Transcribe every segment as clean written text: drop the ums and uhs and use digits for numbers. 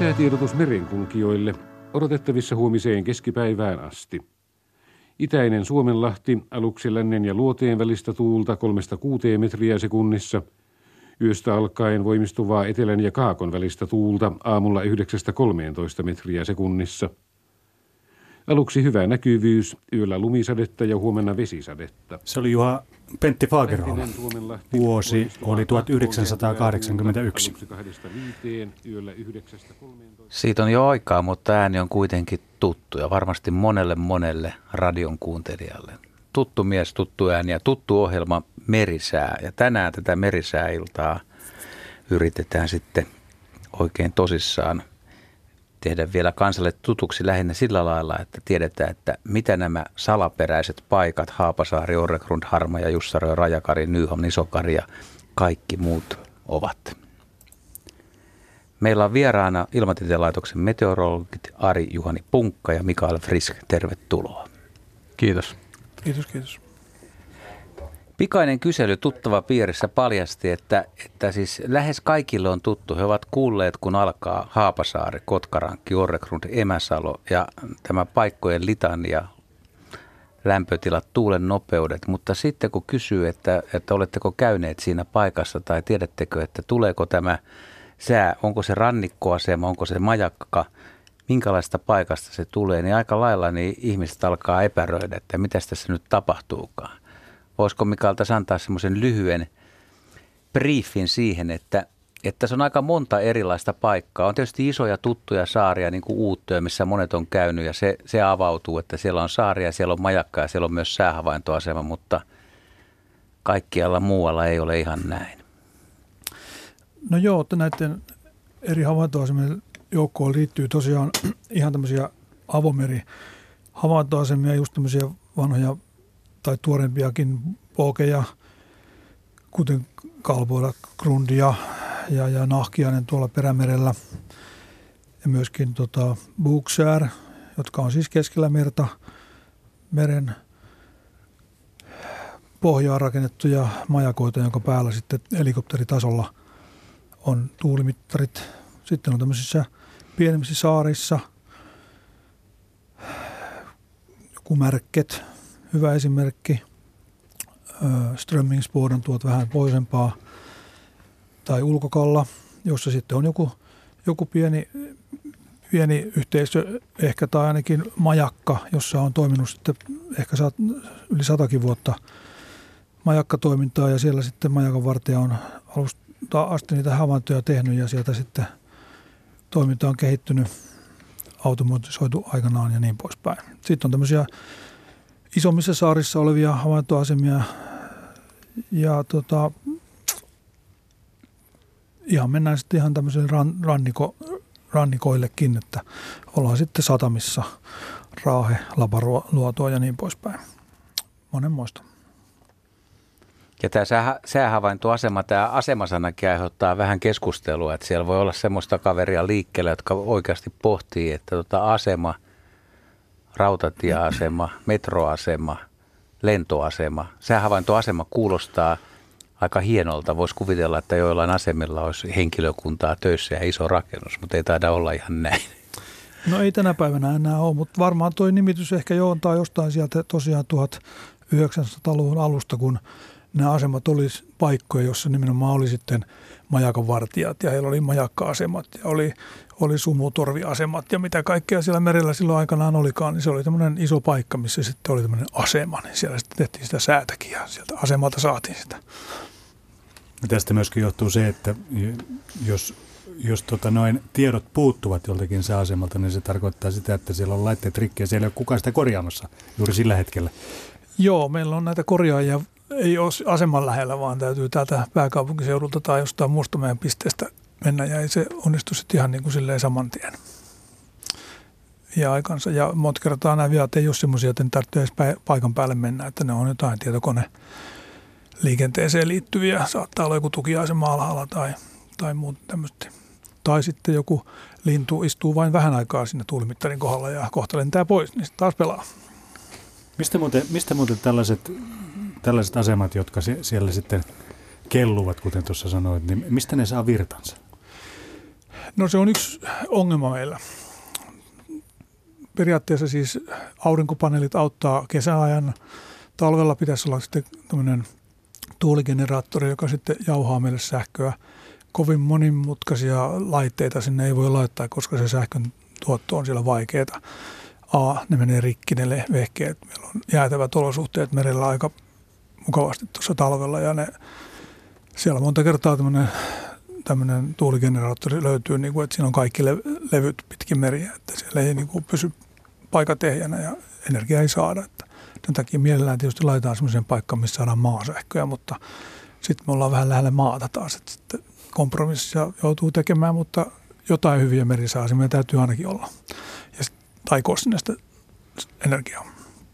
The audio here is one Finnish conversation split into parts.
Säätiedotus merenkulkijoille odotettavissa huomiseen keskipäivään asti. Itäinen Suomenlahti aluksi lännen ja luoteen välistä tuulta 3–6 metriä sekunnissa. Yöstä alkaen voimistuvaa etelän ja kaakon välistä tuulta aamulla 9–13 metriä sekunnissa. Aluksi hyvä näkyvyys, yöllä lumisadetta ja huomenna vesisadetta. Se oli Juha Pentti Fagerholm. Vuosi oli 1981. Siitä on jo aikaa, mutta ääni on kuitenkin tuttu ja varmasti monelle radion kuuntelijalle. Tuttu mies, tuttu ääni ja tuttu ohjelma Merisää. Ja tänään tätä Merisääiltaa yritetään sitten oikein tosissaan tehdä vielä kansalle tutuksi lähinnä sillä lailla, että tiedetään, että mitä nämä salaperäiset paikat, Haapasaari, Orregrund, Harmaja, Jussarö, Rajakari, Nyholm, Isokari ja kaikki muut ovat. Meillä on vieraana Ilmatieteen laitoksen meteorologit Ari Juhani Punkka ja Mikael Frisk. Tervetuloa. Kiitos. Kiitos. Pikainen kysely tuttava piirissä paljasti, että siis lähes kaikille on tuttu. He ovat kuulleet, kun alkaa Haapasaari, Kotkarankki, Orregrund, Emäsalo ja tämä paikkojen litania, lämpötilat, tuulen nopeudet. Mutta sitten kun kysyy, että oletteko käyneet siinä paikassa tai tiedättekö, että tuleeko tämä sää, onko se rannikkoasema, onko se majakka, minkälaista paikasta se tulee, niin aika lailla niin ihmiset alkaa epäröidä, että mitä tässä nyt tapahtuukaan. Voisiko Mikalta antaa semmoisen lyhyen briefin siihen, että se on aika monta erilaista paikkaa. On tietysti isoja tuttuja saaria, niin kuin Uuttöö, missä monet on käynyt, ja se avautuu, että siellä on saaria, siellä on majakka ja siellä on myös säähavaintoasema, mutta kaikkialla muualla ei ole ihan näin. No joo, että näiden eri havaintoasemien joukkoon liittyy tosiaan ihan tämmöisiä avomeri-havaintoasemia, just tämmöisiä vanhoja tai tuorempiakin pokeja, kuten Kalvoilla Grundia ja Nahkiainen tuolla Perämerellä. Ja myöskin Bukskär, jotka on siis keskellä merta, meren pohjaan rakennettuja majakoita, jonka päällä sitten helikopteritasolla on tuulimittarit. Sitten on tämmöisissä pienemmissä saarissa joku Märket, hyvä esimerkki. Strömmingsboden tuot vähän pohjoisempaa. Tai Ulkokalla, jossa sitten on joku pieni yhteisö ehkä tai ainakin majakka, jossa on toiminut sitten ehkä yli 100 vuotta majakkatoimintaa ja siellä sitten majakan vartija on alusta asti niitä havaintoja tehnyt ja sieltä sitten toiminta on kehittynyt, automatisoitu aikanaan ja niin poispäin. Sitten on tämmöisiä isommissa saarissa olevia havaintoasemia ja ihan mennään sitten ihan tämmöiselle rannikoillekin, että ollaan sitten satamissa, Raahe, Lapaluotoa ja niin poispäin. Monenmoista. Ja tämä säähavaintoasema, tämä asemasanakin aiheuttaa vähän keskustelua, että siellä voi olla semmoista kaveria liikkeellä, jotka oikeasti pohtii, että asema, rautatieasema, metroasema, lentoasema. Säähavaintoasema kuulostaa aika hienolta. Voisi kuvitella, että joillain asemilla olisi henkilökuntaa töissä ja iso rakennus, mutta ei taida olla ihan näin. No ei tänä päivänä enää ole, mutta varmaan tuo nimitys ehkä juontaa jostain sieltä tosiaan 1900-luvun alusta, kun nämä asemat olisi paikkoja, jossa nimenomaan oli sitten majakan vartijat ja heillä oli majakka-asemat ja oli sumutorviasemat ja mitä kaikkea siellä merellä silloin aikanaan olikaan, niin se oli tämmöinen iso paikka, missä sitten oli tämmöinen asema, niin siellä sitten tehtiin sitä säätäkin ja sieltä asemalta saatiin sitä. Ja tästä myöskin johtuu se, että jos noin tiedot puuttuvat joltakin se asemalta, niin se tarkoittaa sitä, että siellä on laitteet rikki ja siellä ei ole kukaan sitä korjaamassa juuri sillä hetkellä. Joo, meillä on näitä korjaajia. Ei ole aseman lähellä, vaan täytyy täältä pääkaupunkiseudulta tai jostain Mustamäen pisteestä mennä ja ei se onnistu sitten ihan niin kuin silleen saman tien. Ja aikansa. Ja monta kertaa nämä viat ei ole semmoisia, että ne tarvitsee edes paikan päälle mennä, että ne on jotain tietokone liikenteeseen liittyviä. Saattaa olla joku tukiasema alhaalla tai muuta tämmöistä. Tai sitten joku lintu istuu vain vähän aikaa siinä tuulimittarin kohdalla ja kohta lentää pois, niin sitten taas pelaa. Mistä muuten tällaiset asemat, jotka siellä sitten kelluvat, kuten tuossa sanoit, niin mistä ne saa virtansa? No se on yksi ongelma meillä. Periaatteessa siis aurinkopaneelit auttaa kesäajan. Talvella pitäisi olla sitten tämmöinen tuuligeneraattori, joka sitten jauhaa meille sähköä. Kovin monimutkaisia laitteita sinne ei voi laittaa, koska se sähkön tuotto on siellä vaikeaa. Ne menee rikki ne vehkeet. Meillä on jäätävät olosuhteet merellä aika mukavasti tuossa talvella ja siellä monta kertaa tämmöinen tuuligeneraattori löytyy, niin kuin, että siinä on kaikki levyt pitkin meriä, että siellä ei niin kuin pysy paikat ehjänä ja energiaa ei saada. Että tämän takia mielellään tietysti laitetaan semmoiseen paikkaan, missä saadaan maasähköä, mutta sitten me ollaan vähän lähellä maata taas, että sitten kompromissia joutuu tekemään, mutta jotain hyviä merisaasimia täytyy ainakin olla ja taikoa sinne sitä energiaa.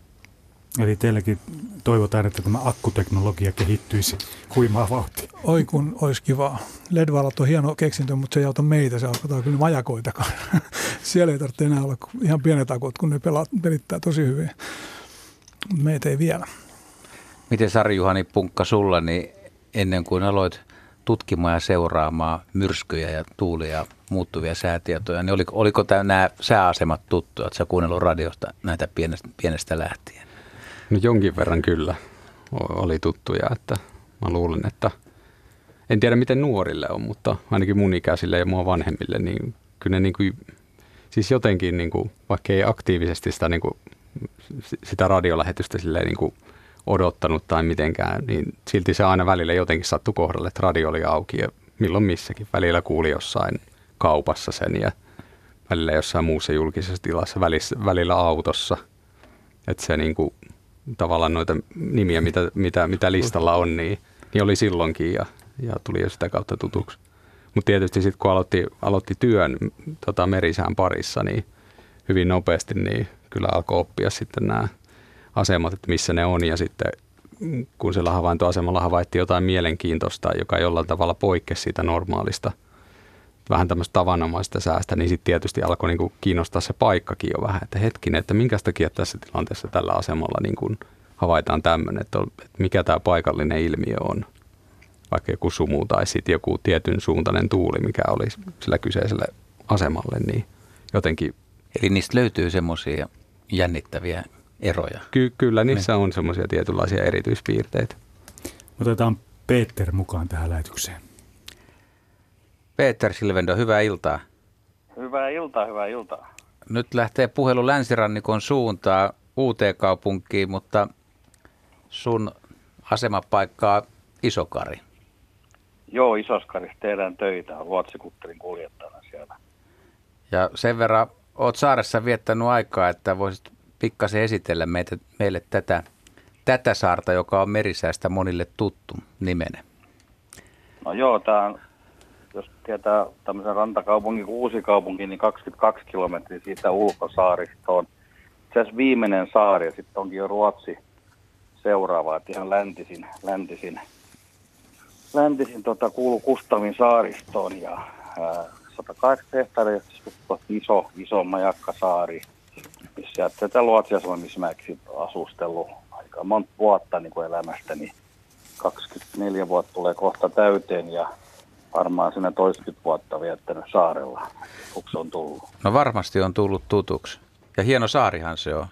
Eli teilläkin toivotaan, että tämä akkuteknologia kehittyisi huimaa vauhtia. Oi kun olisi kivaa. LED-valot on hieno keksintö, mutta se ei auta meitä. Se auttaa kyllä majakoitakaan. Siellä ei tarvitse enää olla ihan pienet akut, kun ne pelittää tosi hyvin. Meitä ei vielä. Miten Sari-Juhani Punkka sulla, niin ennen kuin aloit tutkimaan ja seuraamaan myrskyjä ja tuulia ja muuttuvia säätietoja, niin oliko nämä sääasemat tuttuja? Oletko sä kuunnellut radiosta näitä pienestä lähtien? No jonkin verran kyllä oli tuttuja, että mä luulen, että en tiedä miten nuorille on, mutta ainakin mun ikäisille ja mua vanhemmille, niin kyllä ne niin kuin, siis jotenkin niin kuin, vaikka ei aktiivisesti sitä, niin kuin, sitä radiolähetystä silleen niin kuin odottanut tai mitenkään, niin silti se aina välillä jotenkin sattui kohdalle, että radio oli auki ja milloin missäkin. Välillä kuuli jossain kaupassa sen ja välillä jossain muussa julkisessa tilassa, välillä autossa, että se niin kuin, tavallaan noita nimiä, mitä listalla on, niin oli silloinkin ja tuli jo sitä kautta tutuksi. Mutta tietysti sitten kun aloitti työn merisään parissa, niin hyvin nopeasti niin kyllä alkoi oppia sitten nämä asemat, että missä ne on. Ja sitten kun siellä havaintoasemalla havaittiin jotain mielenkiintoista, joka jollain tavalla poikkesi siitä normaalista, vähän tämmöistä tavanomaista säästä, niin sitten tietysti alkoi niinku kiinnostaa se paikkakin jo vähän, että hetkinen, että minkä takia tässä tilanteessa tällä asemalla niinku havaitaan tämmöinen, että mikä tämä paikallinen ilmiö on, vaikka joku sumu tai sitten joku tietyn suuntainen tuuli, mikä oli sillä kyseiselle asemalle, niin jotenkin. Eli niistä löytyy semmoisia jännittäviä eroja. Kyllä niissä on semmoisia tietynlaisia erityispiirteitä. Otetaan Peter mukaan tähän lähetykseen. Peter Silvendo, hyvää iltaa. Hyvää iltaa. Nyt lähtee puhelu länsirannikon suuntaan UT-kaupunkiin, mutta sun asemapaikkaa Isokari. Joo, Isoskarissa tehdään töitä. Luotsikuttelin kuljettajana siellä. Ja sen verran oot saaressa viettänyt aikaa, että voisit pikkasen esitellä meille tätä saarta, joka on merisäästä monille tuttu nimene. No joo, tämä on, jos tietää tämmöisen rantakaupungin kuin Uusikaupunki, niin 22 kilometriä siitä ulkosaarista on. Itse asiassa viimeinen saari ja sitten onkin jo Ruotsi seuraava, että ihan läntisin kuuluu Kustavin saaristoon ja 108 hehtaaria, iso majakkasaari, missä tätä luotsiasvoimismäksi asustellut aika monta vuotta niin kuin elämästäni. 24 vuotta tulee kohta täyteen ja varmaan siinä toistakymmentä vuotta viettänyt saarella. Tutuksi on tullut. No varmasti on tullut tutuksi. Ja hieno saarihan se on.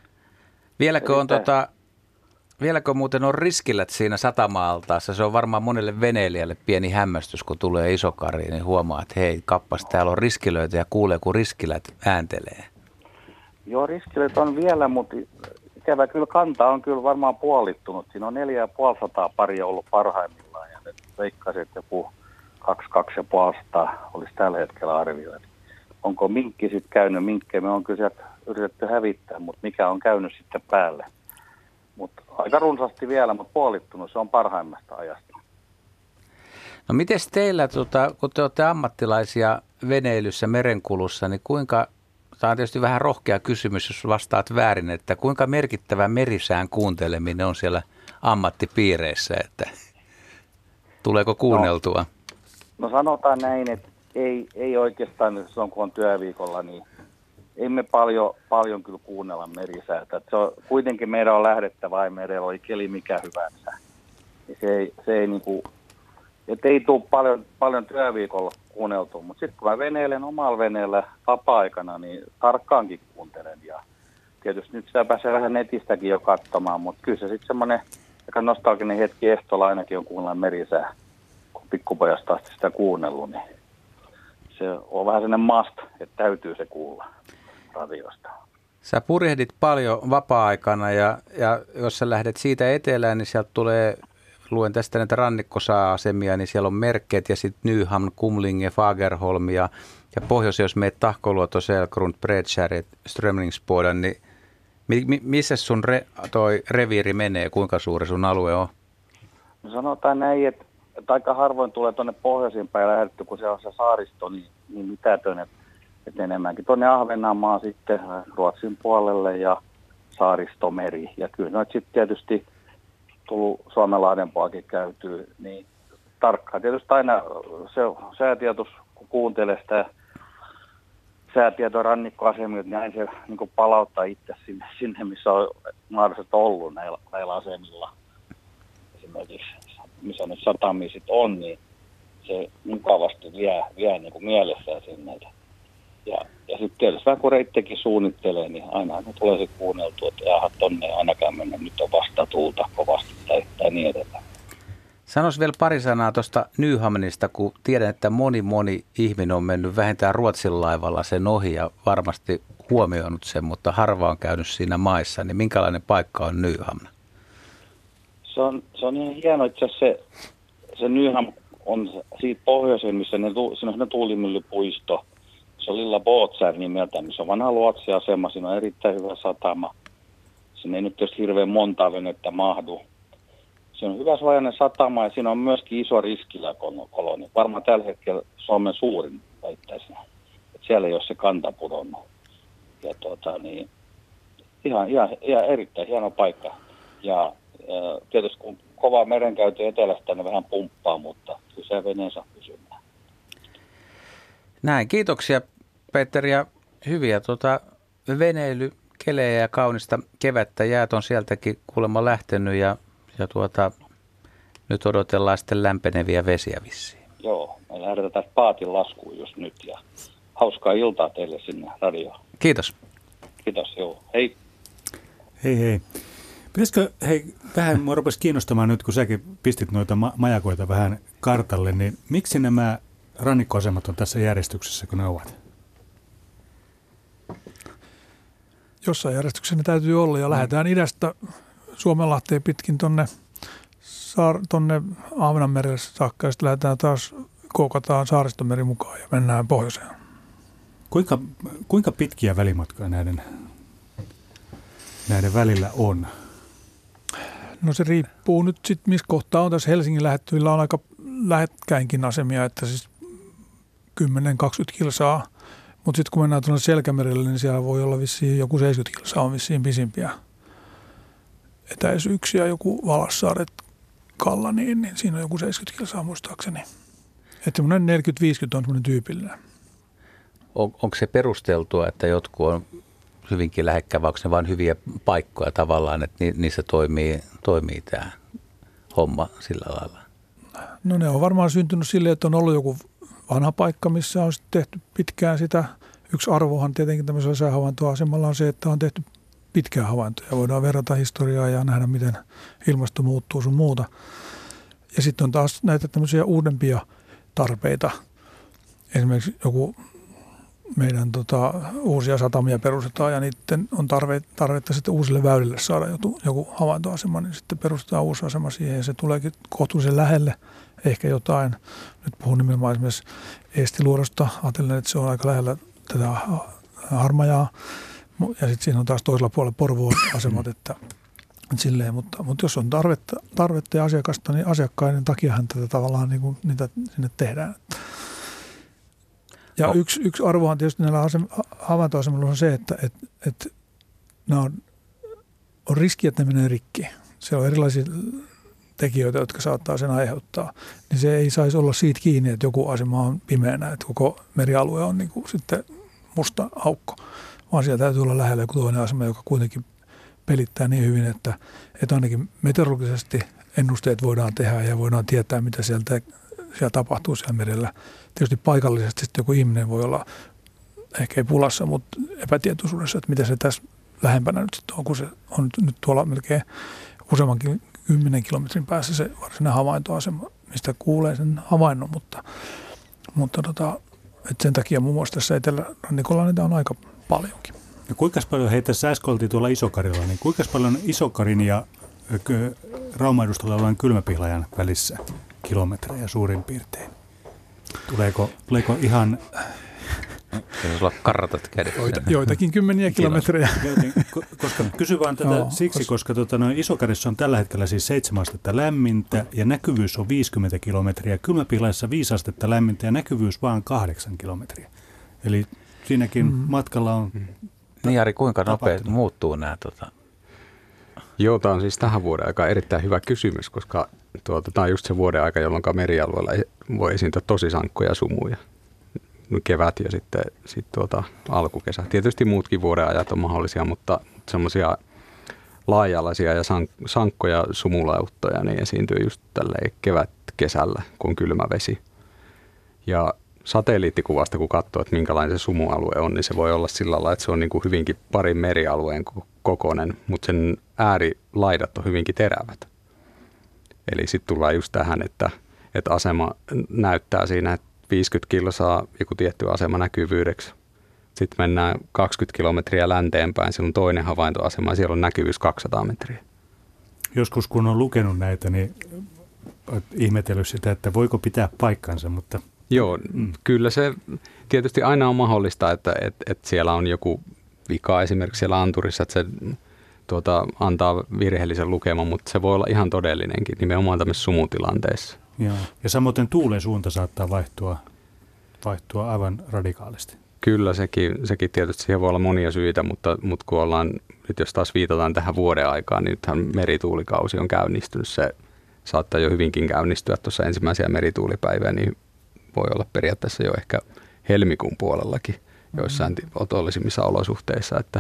Vieläkö muuten on riskilät siinä satama-altaassa? Se on varmaan monelle veneilijälle pieni hämmästys, kun tulee Isokariin, niin huomaa, että hei, kappas, täällä on riskilöitä ja kuulee, kun riskilät ääntelee. Joo, riskilöitä on vielä, mutta ikävä kyllä kanta on kyllä varmaan puolittunut. Siinä on 450 paria ollut parhaimmillaan ja nyt veikkaisin, että joku 200 olisi tällä hetkellä arvioitu. Onko minkki sitten käynyt? Minkkejä me on kyllä sieltä yritetty hävittää, mutta mikä on käynyt sitten päälle? Mutta aika runsaasti vielä, mutta puolittunut. Se on parhaimmasta ajasta. No miten teillä, kun te olette ammattilaisia veneilyssä, merenkulussa, niin kuinka, tämä on tietysti vähän rohkea kysymys, jos vastaat väärin, että kuinka merkittävä merisään kuunteleminen on siellä ammattipiireissä, että tuleeko kuunneltua? No sanotaan näin, että ei oikeastaan, jos on kun on työviikolla, niin ei me paljon kyllä kuunnella merisäätä. Se on, kuitenkin meidän on lähdettävä ja meillä oli keli mikä hyvänsä. Se ei niinku, että ei tule paljon työviikolla kuunneltua, mutta sitten kun mä veneilen omalla veneellä vapaa-aikana, niin tarkkaankin kuuntelen. Ja tietysti nyt sitä pääsee vähän netistäkin jo katsomaan, mutta kyllä se sitten semmoinen aika nostalginen hetki ehtoolla ainakin on kuunnella merisää, kun pikkupojasta asti sitä kuunnellut, niin se on vähän sellainen must, että täytyy se kuulla radiosta. Sä purjehdit paljon vapaa-aikana ja jos sä lähdet siitä etelään, niin sieltä tulee, luen tästä näitä rannikkosää-asemia, niin siellä on Merket ja sitten Nyhamn, Kumlinge, Fagerholm ja pohjois, jos meet Tahkoluoto, Selgrund, Bredskär, Strömringsboden, niin missä sun toi reviiri menee, kuinka suuri sun alue on? No sanotaan näin, että aika harvoin tulee tuonne pohjoisin päin lähdetty, kun se on se saaristo, niin mitätön, että enemmänkin tuonne Ahvenanmaan sitten Ruotsin puolelle ja Saaristomeri. Ja kyllä noita sitten tietysti tullut Suomenlahden puolellekin käytyy, niin tarkkaan. Tietysti aina se säätietos, kun kuuntelee sitä säätietoa rannikkoasemilta, niin aina se niin palauttaa itse sinne, missä on mahdollisesti ollut näillä asemilla. Esimerkiksi missä nyt satamia sitten on, niin se mukavasti vie niin kuin mielessään sinne. Ja sitten tietysti vähän kun reittekin suunnittelee, niin aina tulee se kuunneltua, että jaha, tonne ei ainakaan mennä, nyt on vasta tuulta kovasti tai niin edelleen. Sanois vielä pari sanaa tuosta Nyhamnista, kun tiedän, että moni ihminen on mennyt vähintään Ruotsin laivalla sen ohi ja varmasti huomioinut sen, mutta harva on käynyt siinä maissa, niin minkälainen paikka on Nyhamn? Se on ihan hieno, itse asiassa se Nyhamn on siitä pohjoisen, missä siinä on sellainen tuulimyllypuisto. Se on Lilla Båtsär nimeltä, missä on vanha luotsiasema, siinä on erittäin hyvä satama. Siinä ei nyt tietysti hirveän monta venettä mahdu. Se on hyvä suojainen satama ja siinä on myöskin iso riskiläkoloni. Varmaan tällä hetkellä Suomen suurin väittäisin. Siellä ei ole se kanta pudonnut. Ja ihan erittäin hieno paikka. Ja tietysti kun kova merenkäytö etelästä, niin vähän pumppaa, mutta kyllä se veneensä pysymään. Näin, kiitoksia Peter ja hyviä veneilykelejä ja kaunista kevättä. Jäät on sieltäkin kuulemma lähtenyt ja nyt odotellaan sitten lämpeneviä vesiä vissiin. Joo, me lähdetään tästä paatin laskuun just nyt ja hauskaa iltaa teille sinne radioon. Kiitos. Kiitos, joo. Hei. Hei. Pitäisikö, vähän minua rupesi kiinnostamaan nyt, kun säkin pistit noita majakoita vähän kartalle, niin miksi nämä rannikkoasemat on tässä järjestyksessä, kun ne ovat? Jossain järjestyksessä ne täytyy olla ja lähdetään idästä Suomenlahteen pitkin tonne Ahvenanmerelle saakka ja sitten lähdetään taas, koukataan Saaristomeri mukaan ja mennään pohjoiseen. Kuinka pitkiä välimatkoja näiden välillä on? No se riippuu nyt sitten, missä kohtaa on. Tässä Helsingin lähettyvillä on aika lähekkäinkin asemia, että siis 10-20 kilsaa. Mutta sitten kun mennään tuonne Selkämerelle, niin siellä voi olla vissiin joku 70 kilsaa on vissiin pisimpiä etäisyyksiä. Joku Valassaaret, Kalla, niin siinä on joku 70 kilsaa muistaakseni. Että semmoinen 40-50 on semmoinen tyypillinen. Onko se perusteltua, että jotkut on hyvinkin lähekkäin, vai onko ne vain hyviä paikkoja tavallaan, että niissä toimii tämä homma sillä lailla? No ne on varmaan syntynyt silleen, että on ollut joku vanha paikka, missä on tehty pitkään sitä. Yksi arvohan tietenkin tämmöisellä säähavaintoasemalla on se, että on tehty pitkään havaintoja. Voidaan verrata historiaa ja nähdä, miten ilmasto muuttuu sun muuta. Ja sitten on taas näitä tämmöisiä uudempia tarpeita. Esimerkiksi joku meidän uusia satamia perustetaan ja niiden on tarvetta sitten uusille väylille saada joku havaintoasema, niin sitten perustetaan uusi asema siihen ja se tuleekin kohtuullisen lähelle ehkä jotain. Nyt puhun nimenomaan esimerkiksi Eestiluodosta. Ajattelen, että se on aika lähellä tätä Harmajaa ja sitten siinä on taas toisella puolella Porvoon asemat, että silleen, mutta jos on tarvetta ja asiakasta, niin asiakkaiden takiahan tätä tavallaan niin kuin niitä sinne tehdään. Ja yksi arvohan tietysti näillä havaintoasemilla on se, että nämä on riski, että ne menee rikki. Se on erilaisia tekijöitä, jotka saattaa sen aiheuttaa. Niin se ei saisi olla siitä kiinni, että joku asema on pimeänä, että koko merialue on niin kuin sitten musta aukko. Vaan siellä täytyy olla lähellä joku toinen asema, joka kuitenkin pelittää niin hyvin, että ainakin meteorologisesti ennusteet voidaan tehdä ja voidaan tietää, mitä siellä tapahtuu siellä merellä. Tietysti paikallisesti sitten joku ihminen voi olla ehkä ei pulassa, mutta epätietoisuudessa, että mitä se tässä lähempänä nyt sitten on, kun se on nyt tuolla melkein useammankin 10 kilometrin päässä se varsinainen havaintoasema, mistä kuulee sen havainnon, mutta että sen takia muun muassa tässä etelärannikolla niitä on aika paljonkin. No kuinka paljon, hei tässä äsken oltiin tuolla Isokarilla, niin kuinka paljon Isokarin ja Rauma-edustalla olevan Kylmäpihlajan välissä kilometrejä suurin piirtein? Tuleeko ihan... Jos sulla kartat kädessä. Joitakin kymmeniä kilometrejä. Koska kysyn vaan tätä siksi, koska Isokarissa on tällä hetkellä siis 7 astetta lämmintä ja näkyvyys on 50 kilometriä. Kylmäpihlaissa 5 astetta lämmintä ja näkyvyys vaan 8 kilometriä. Eli siinäkin matkalla on... Niin Jari, kuinka nopeasti muuttuu nämä? Joo, tämä on siis tähän vuoden aikaan erittäin hyvä kysymys, koska tämä on just se vuoden aika, jolloin merialueella voi esiintyä tosi sankkoja sumuja. Kevät ja sitten alkukesä. Tietysti muutkin vuoden ajat on mahdollisia, mutta semmoisia laaja-alaisia ja sankkoja sumulauttoja niin esiintyy just tälleen kevät-kesällä, kun on kylmä vesi. Ja satelliittikuvasta, kun katsoo, että minkälainen se sumualue on, niin se voi olla sillä lailla, että se on niin kuin hyvinkin parin merialueen kokoinen, mutta sen äärilaidat on hyvinkin terävät. Eli sitten tullaan just tähän, että asema näyttää siinä, että 50 kilsaa joku tietty asema näkyvyydeksi. Sitten mennään 20 kilometriä länteenpäin, siellä on toinen havaintoasema ja siellä on näkyvyys 200 metriä. Joskus kun on lukenut näitä, niin olet ihmetellyt sitä, että voiko pitää paikkansa, mutta... Joo, kyllä se tietysti aina on mahdollista, että siellä on joku vika esimerkiksi siellä anturissa, että se antaa virheellisen lukeman, mutta se voi olla ihan todellinenkin nimenomaan tämmöisessä sumutilanteessa. Joo. Ja samoin tuulen suunta saattaa vaihtua aivan radikaalisti. Kyllä, sekin tietysti siihen voi olla monia syitä, mutta kun ollaan, nyt jos taas viitataan tähän vuoden aikaan, niin nythän merituulikausi on käynnistynyt. Se saattaa jo hyvinkin käynnistyä tuossa ensimmäisiä merituulipäiviä, niin voi olla periaatteessa jo ehkä helmikuun puolellakin joissain otollisimmissa olosuhteissa, että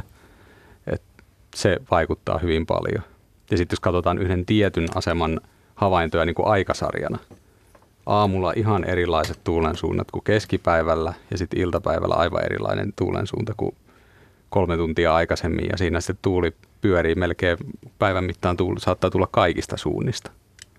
se vaikuttaa hyvin paljon. Ja sitten jos katsotaan yhden tietyn aseman havaintoja niin kuin aikasarjana. Aamulla ihan erilaiset tuulensuunnat kuin keskipäivällä ja sitten iltapäivällä aivan erilainen tuulensuunta kuin 3 tuntia aikaisemmin. Ja siinä sitten tuuli pyörii melkein päivän mittaan, saattaa tulla kaikista suunnista.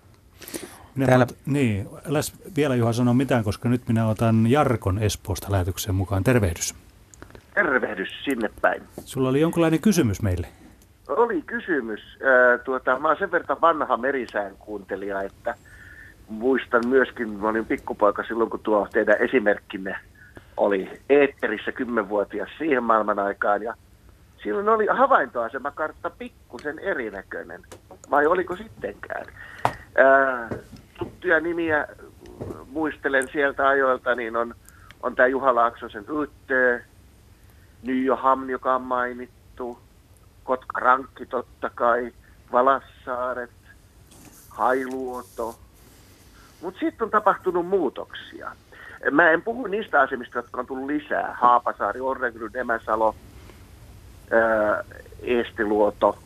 Niin, äläs vielä Juha sanoa mitään, koska nyt minä otan Jarkon Espoosta lähetykseen mukaan. Tervehdys. Tervehdys sinne päin. Sulla oli jonkinlainen kysymys meille. Oli kysymys. Mä oon sen verran vanha merisään kuuntelija, että muistan myöskin, mä olin pikkupoika silloin, kun tuo teidän esimerkkinne oli eetterissä 10-vuotias siihen maailman aikaan. Ja silloin oli havaintoasemakartta pikkusen erinäköinen. Vai oliko sittenkään? Tuttuja nimiä muistelen sieltä ajoilta, niin on tämä Juha Laaksosen Yttö, Nyjöhamn, joka on mainittu, Kotkarankki totta kai, Valassaaret, Hailuoto. Mutta sitten on tapahtunut muutoksia. Mä en puhu niistä asemista, jotka on tullut lisää. Haapasaari, Orrengryn, Emäsalo, Eestiluoto,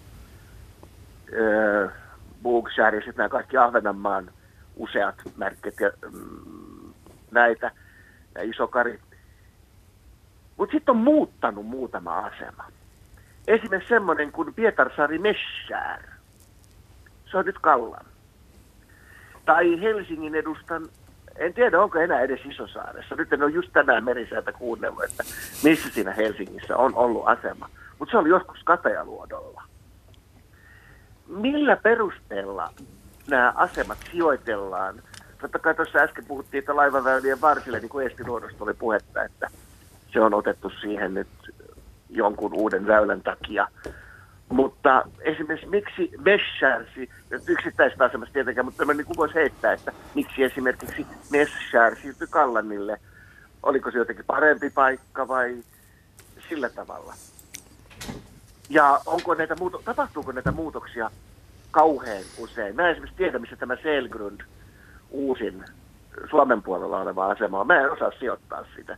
Bookshare ja sitten nämä kaikki Ahvenanmaan useat märket ja näitä ja Isokari. Mutta sitten on muuttanut muutama asema. Esimerkiksi semmoinen kuin Pietarsaari-Messär. Se on nyt Kallan. Tai Helsingin edustan, en tiedä onko enää edes Isosaaressa. Nyt en ole just tänään merisäätä kuunnellut, että missä siinä Helsingissä on ollut asema. Mutta se oli joskus Katajaluodolla. Millä perusteella nämä asemat sijoitellaan? Totta kai tuossa äsken puhuttiin, että laivaväylien varsille, niin kuin Eestiluodosta oli puhetta, että se on otettu siihen nyt jonkun uuden väylän takia. Mutta esimerkiksi miksi Messärsi, yksittäistä asemasta tietenkään, mutta tämä niin voisi heittää, että miksi esimerkiksi Messär siirtyi Kallanille? Oliko se jotenkin parempi paikka vai sillä tavalla? Ja tapahtuuko näitä muutoksia kauhean usein? Mä esimerkiksi tiedän, missä tämä Selgrund uusin Suomen puolella oleva asema on. Mä en osaa sijoittaa sitä.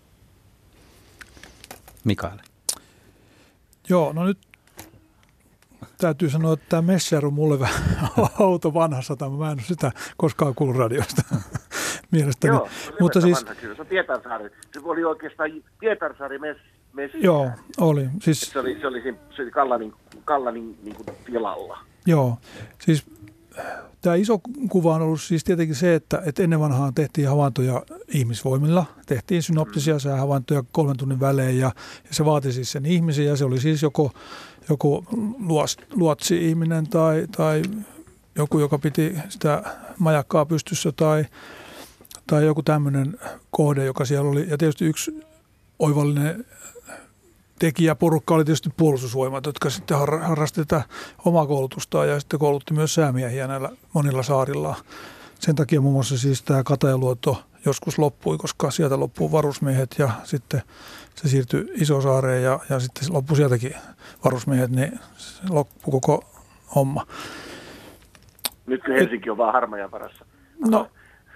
Mikael. Joo, no nyt täytyy sanoa, että tämä Messer on mulle vähän outo vanha satama. Mä en ole sitä koskaan kuullut radiosta mielestäni. Joo, mutta siis, vanha kyllä. Se on Pietarsaari. Se oli oikeastaan Pietarsaari Messer. joo, oli. Siis, se oli Kallanin niin kuin tilalla. Joo, siis tämä iso kuva on ollut siis tietenkin se, että ennen vanhaan tehtiin havaintoja ihmisvoimilla. Tehtiin synoptisia säähavaintoja 3 tunnin välein ja se vaati siis sen ihmisen ja se oli siis joku luotsi-ihminen tai joku, joka piti sitä majakkaa pystyssä tai joku tämmöinen kohde, joka siellä oli. Ja tietysti yksi oivallinen tekijäporukka oli tietysti puolustusvoimat, jotka sitten harrasti tätä omaa koulutustaan ja sitten koulutti myös säämiehiä näillä monilla saarilla. Sen takia muun muassa siis tämä Katajaluoto joskus loppui, koska sieltä loppuu varusmiehet ja sitten se siirtyi Isosaareen ja sitten loppui sieltäkin varusmiehet, niin loppui koko homma. Nyt Helsinki on vaan harmajan varassa. No,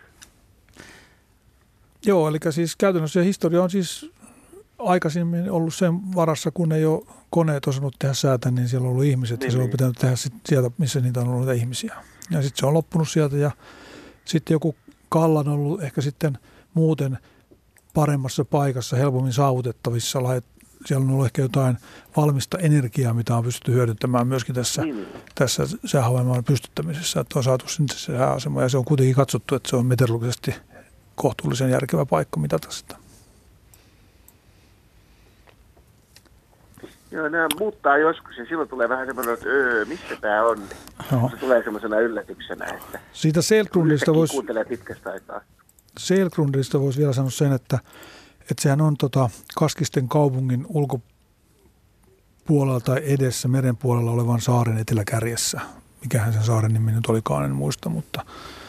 joo, eli siis käytännössä historia on siis aikaisemmin ollut sen varassa, kun ei ole koneet osannut tehdä säätä, niin siellä on ollut ihmiset ja se on pitänyt tehdä sieltä, missä niitä on ollut niitä ihmisiä. Ja sitten se on loppunut sieltä ja sitten joku Kalla on ollut ehkä sitten muuten paremmassa paikassa, helpommin saavutettavissa. Siellä on ollut ehkä jotain valmista energiaa, mitä on pystytty hyödyntämään myöskin tässä säähavainmaan pystyttämisessä, että on saatu sinne se sääasema ja se on kuitenkin katsottu, että se on meteorologisesti kohtuullisen järkevä paikka mitata sitä. Joo, nämä muuttaa joskus ja silloin tulee vähän semmoinen, että missä tämä on. Se tulee semmoisena yllätyksenä, että siitä kuuntelee pitkästä aikaa. Selgrundista voisi vielä sanoa sen, että sehän on Kaskisten kaupungin ulkopuolella tai edessä meren puolella olevan saaren eteläkärjessä. Mikähän sen saaren nimi nyt olikaan, en muista, mutta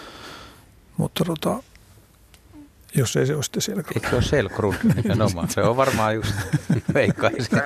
jos ei se ole sitten Selgrund. Eikö se ole Selgrund nimenomaan? Se on varmaan just veikkaisin.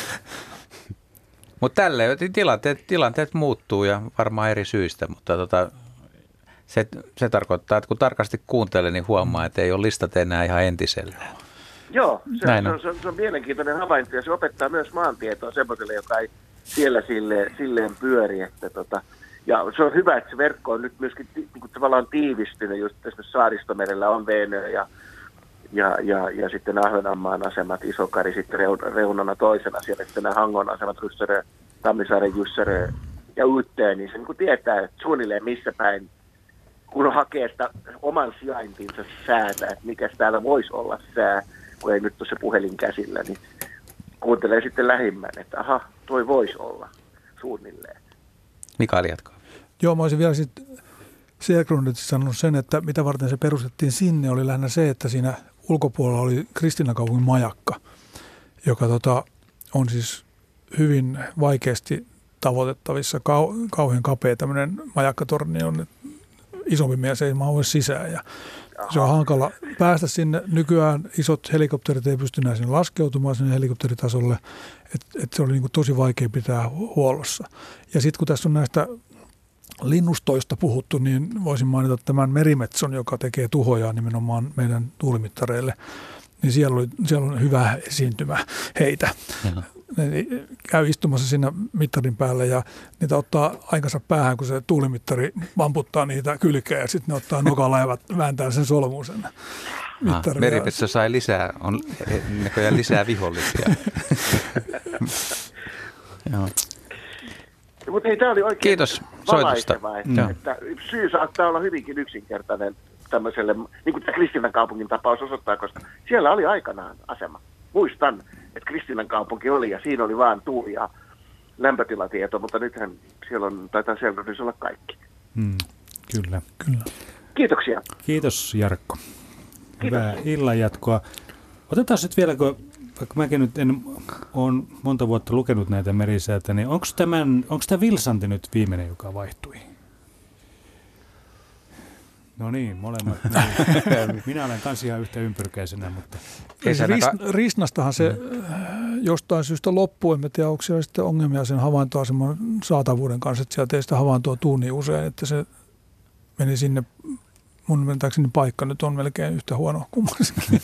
Mutta tälleen tilanteet muuttuu ja varmaan eri syistä, mutta se tarkoittaa, että kun tarkasti kuuntelee, niin huomaa, että ei ole listat enää ihan entisellään. Joo, se on mielenkiintoinen havainto ja se opettaa myös maantietoa semmoiselle, joka ei siellä silleen pyöri. Ja se on hyvä, että se verkko on nyt myöskin tavallaan tiivistynyt, just esimerkiksi Saaristomerellä on Veenö ja sitten Ahvenanmaan asemat, Isokari sitten reunana toisena, siellä sitten nämä Hangon asemat, Ryssärö, Tammisaaren, Jussarö ja Utteen, niin se niin tietää että suunnilleen missä päin, kun hakee sitä oman sijaintinsa säätä, että mikä täällä voisi olla sää, kun ei nyt ole se puhelin käsillä, niin kuuntelee sitten lähimmän, että aha, toi voisi olla suunnilleen. Mikael jatkaa. Joo, mä olisin vielä sitten Selgrundista sanonut sen, että mitä varten se perustettiin sinne, oli lähinnä se, että siinä ulkopuolella oli Kristiinankaupungin majakka, joka on siis hyvin vaikeasti tavoitettavissa. Kauhean kapea tämmöinen majakkatorni on isompi mies, ei mahdu sisään ja se on hankala päästä sinne. Nykyään isot helikopterit ei pysty näin laskeutumaan sinne helikopteritasolle, että se oli niin kuin tosi vaikea pitää huollossa. Ja sitten kun tässä on näistä linnustoista puhuttu, niin voisin mainita tämän merimetson, joka tekee tuhoja nimenomaan meidän tuulimittareille. Niin siellä on hyvä esiintymä heitä. Ne käy istumassa siinä mittarin päällä ja niitä ottaa aikansa päähän, kun se tuulimittari vamputtaa niitä kylkeä ja sitten ne ottaa nokalla ja vääntää sen solmuun sen mittarin. Merimetso sai on näköjään lisää vihollisia. Joo. Mutta hei, tämä oli oikein kiitos soitosta. Että syy saattaa olla hyvinkin yksinkertainen tämmöiselle, niin kuin tämä Kristiinankaupungin tapaus osoittaa, koska siellä oli aikanaan asema. Muistan, että Kristiinankaupunki oli ja siinä oli vaan tuuli ja lämpötilatieto, mutta nythän siellä taitaa selvästi olla kaikki. Kyllä. Kiitoksia. Kiitos Jarkko. Hyvää illanjatkoa. Otetaan nyt vielä, vaikka mäkin nyt en ole monta vuotta lukenut näitä merisäätä, niin onko tämä Vilsanti nyt viimeinen, joka vaihtui? No niin, molemmat. Minä olen kans ihan yhtä ympyrkäisenä, mutta... Risnastahan se jostain syystä loppuu. En tiedä, onko siellä sitten ongelmia sen havaintoaseman saatavuuden kanssa, että sieltä ei sitä havaintoa tule niin usein, että se meni sinne, mun mielestäni paikka nyt on melkein yhtä huono kummallisenkin.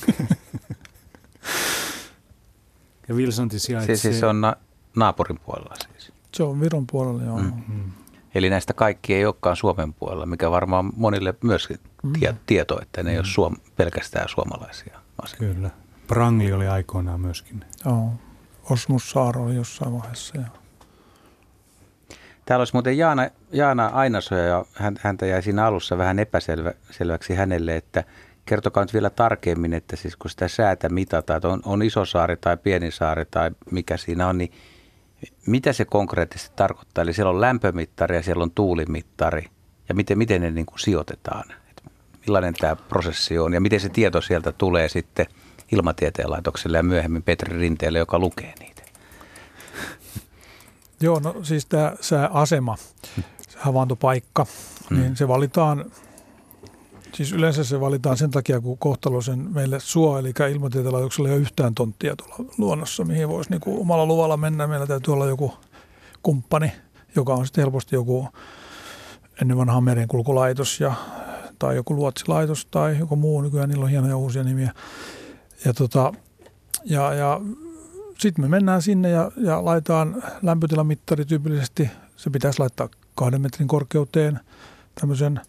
Ja Vilsanti sijaitsee... Siis on naapurin puolella siis. Se on Viron puolella, joo. Eli näistä kaikki ei olekaan Suomen puolella, mikä varmaan monille myöskin tieto, että ne ei ole pelkästään suomalaisia asemia. Kyllä. Prangli oli aikoinaan myöskin. Joo. Osmus Saaro oli jossain vaiheessa. Ja. Täällä olisi muuten Jaana Ainasoja, ja häntä jäi siinä alussa vähän epäselväksi hänelle, että kertokaa nyt vielä tarkemmin, että siis kun sitä säätä mitataan, että on iso saari tai pieni saari tai mikä siinä on, niin mitä se konkreettisesti tarkoittaa? Eli siellä on lämpömittari ja siellä on tuulimittari, ja miten ne niin kuin sijoitetaan? Että millainen tämä prosessi on, ja miten se tieto sieltä tulee sitten Ilmatieteen laitokselle ja myöhemmin Petri Rinteelle, joka lukee niitä? Joo, no siis tämä sääasema, se havaintopaikka, niin se valitaan, siis yleensä se valitaan sen takia, kun kohtalo sen meille suo, eli Ilmatieteen laitoksella ei ole yhtään tonttia tuolla luonnossa, mihin voisi niin kuin omalla luvalla mennä. Meillä täytyy olla joku kumppani, joka on sitten helposti joku ennen vanhaa merenkulkulaitos tai joku luotsilaitos tai joku muu. Nykyään niillä on hienoja uusia nimiä. Ja sitten me mennään sinne ja laitetaan lämpötilamittari tyypillisesti. Se pitäisi laittaa 2 metrin korkeuteen tämmöisen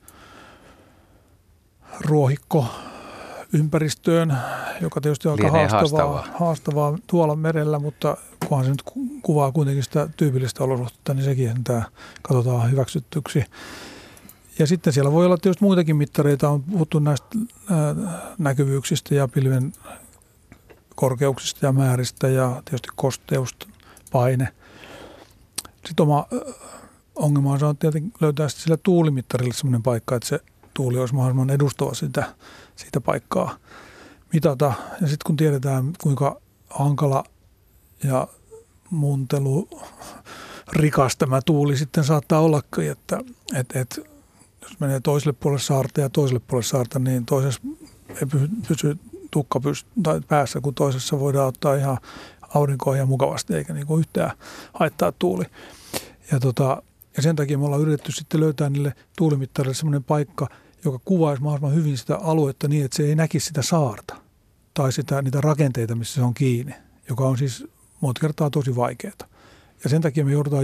ruohikkoympäristöön, joka tietysti on aika haastavaa tuolla merellä, mutta kunhan se nyt kuvaa kuitenkin sitä tyypillistä olosuhteita, niin sekin katsotaan hyväksyttyksi. Ja sitten siellä voi olla tietysti muitakin mittareita, on puhuttu näistä näkyvyyksistä ja pilven korkeuksista ja määristä ja tietysti kosteusta, paine. Sitten oma ongelma on tietenkin löytää sillä tuulimittarilla sellainen paikka, että se tuuli olisi mahdollisimman edustava siitä paikkaa mitata. Ja sitten kun tiedetään, kuinka hankala ja muuntelu rikas tämä tuuli sitten saattaa ollakin, että jos menee toiselle puolelle saarta ja toiselle puolelle saarta, niin toisessa ei pysy tukka päässä, kun toisessa voidaan ottaa ihan aurinkoa ihan mukavasti, eikä niin kuin yhtään haittaa tuuli. Ja sen takia me ollaan yritetty sitten löytää niille tuulimittarille sellainen paikka, joka kuvaisi mahdollisimman hyvin sitä aluetta niin, että se ei näkisi sitä saarta tai niitä rakenteita, missä se on kiinni, joka on siis monta kertaa tosi vaikeaa. Ja sen takia me joudutaan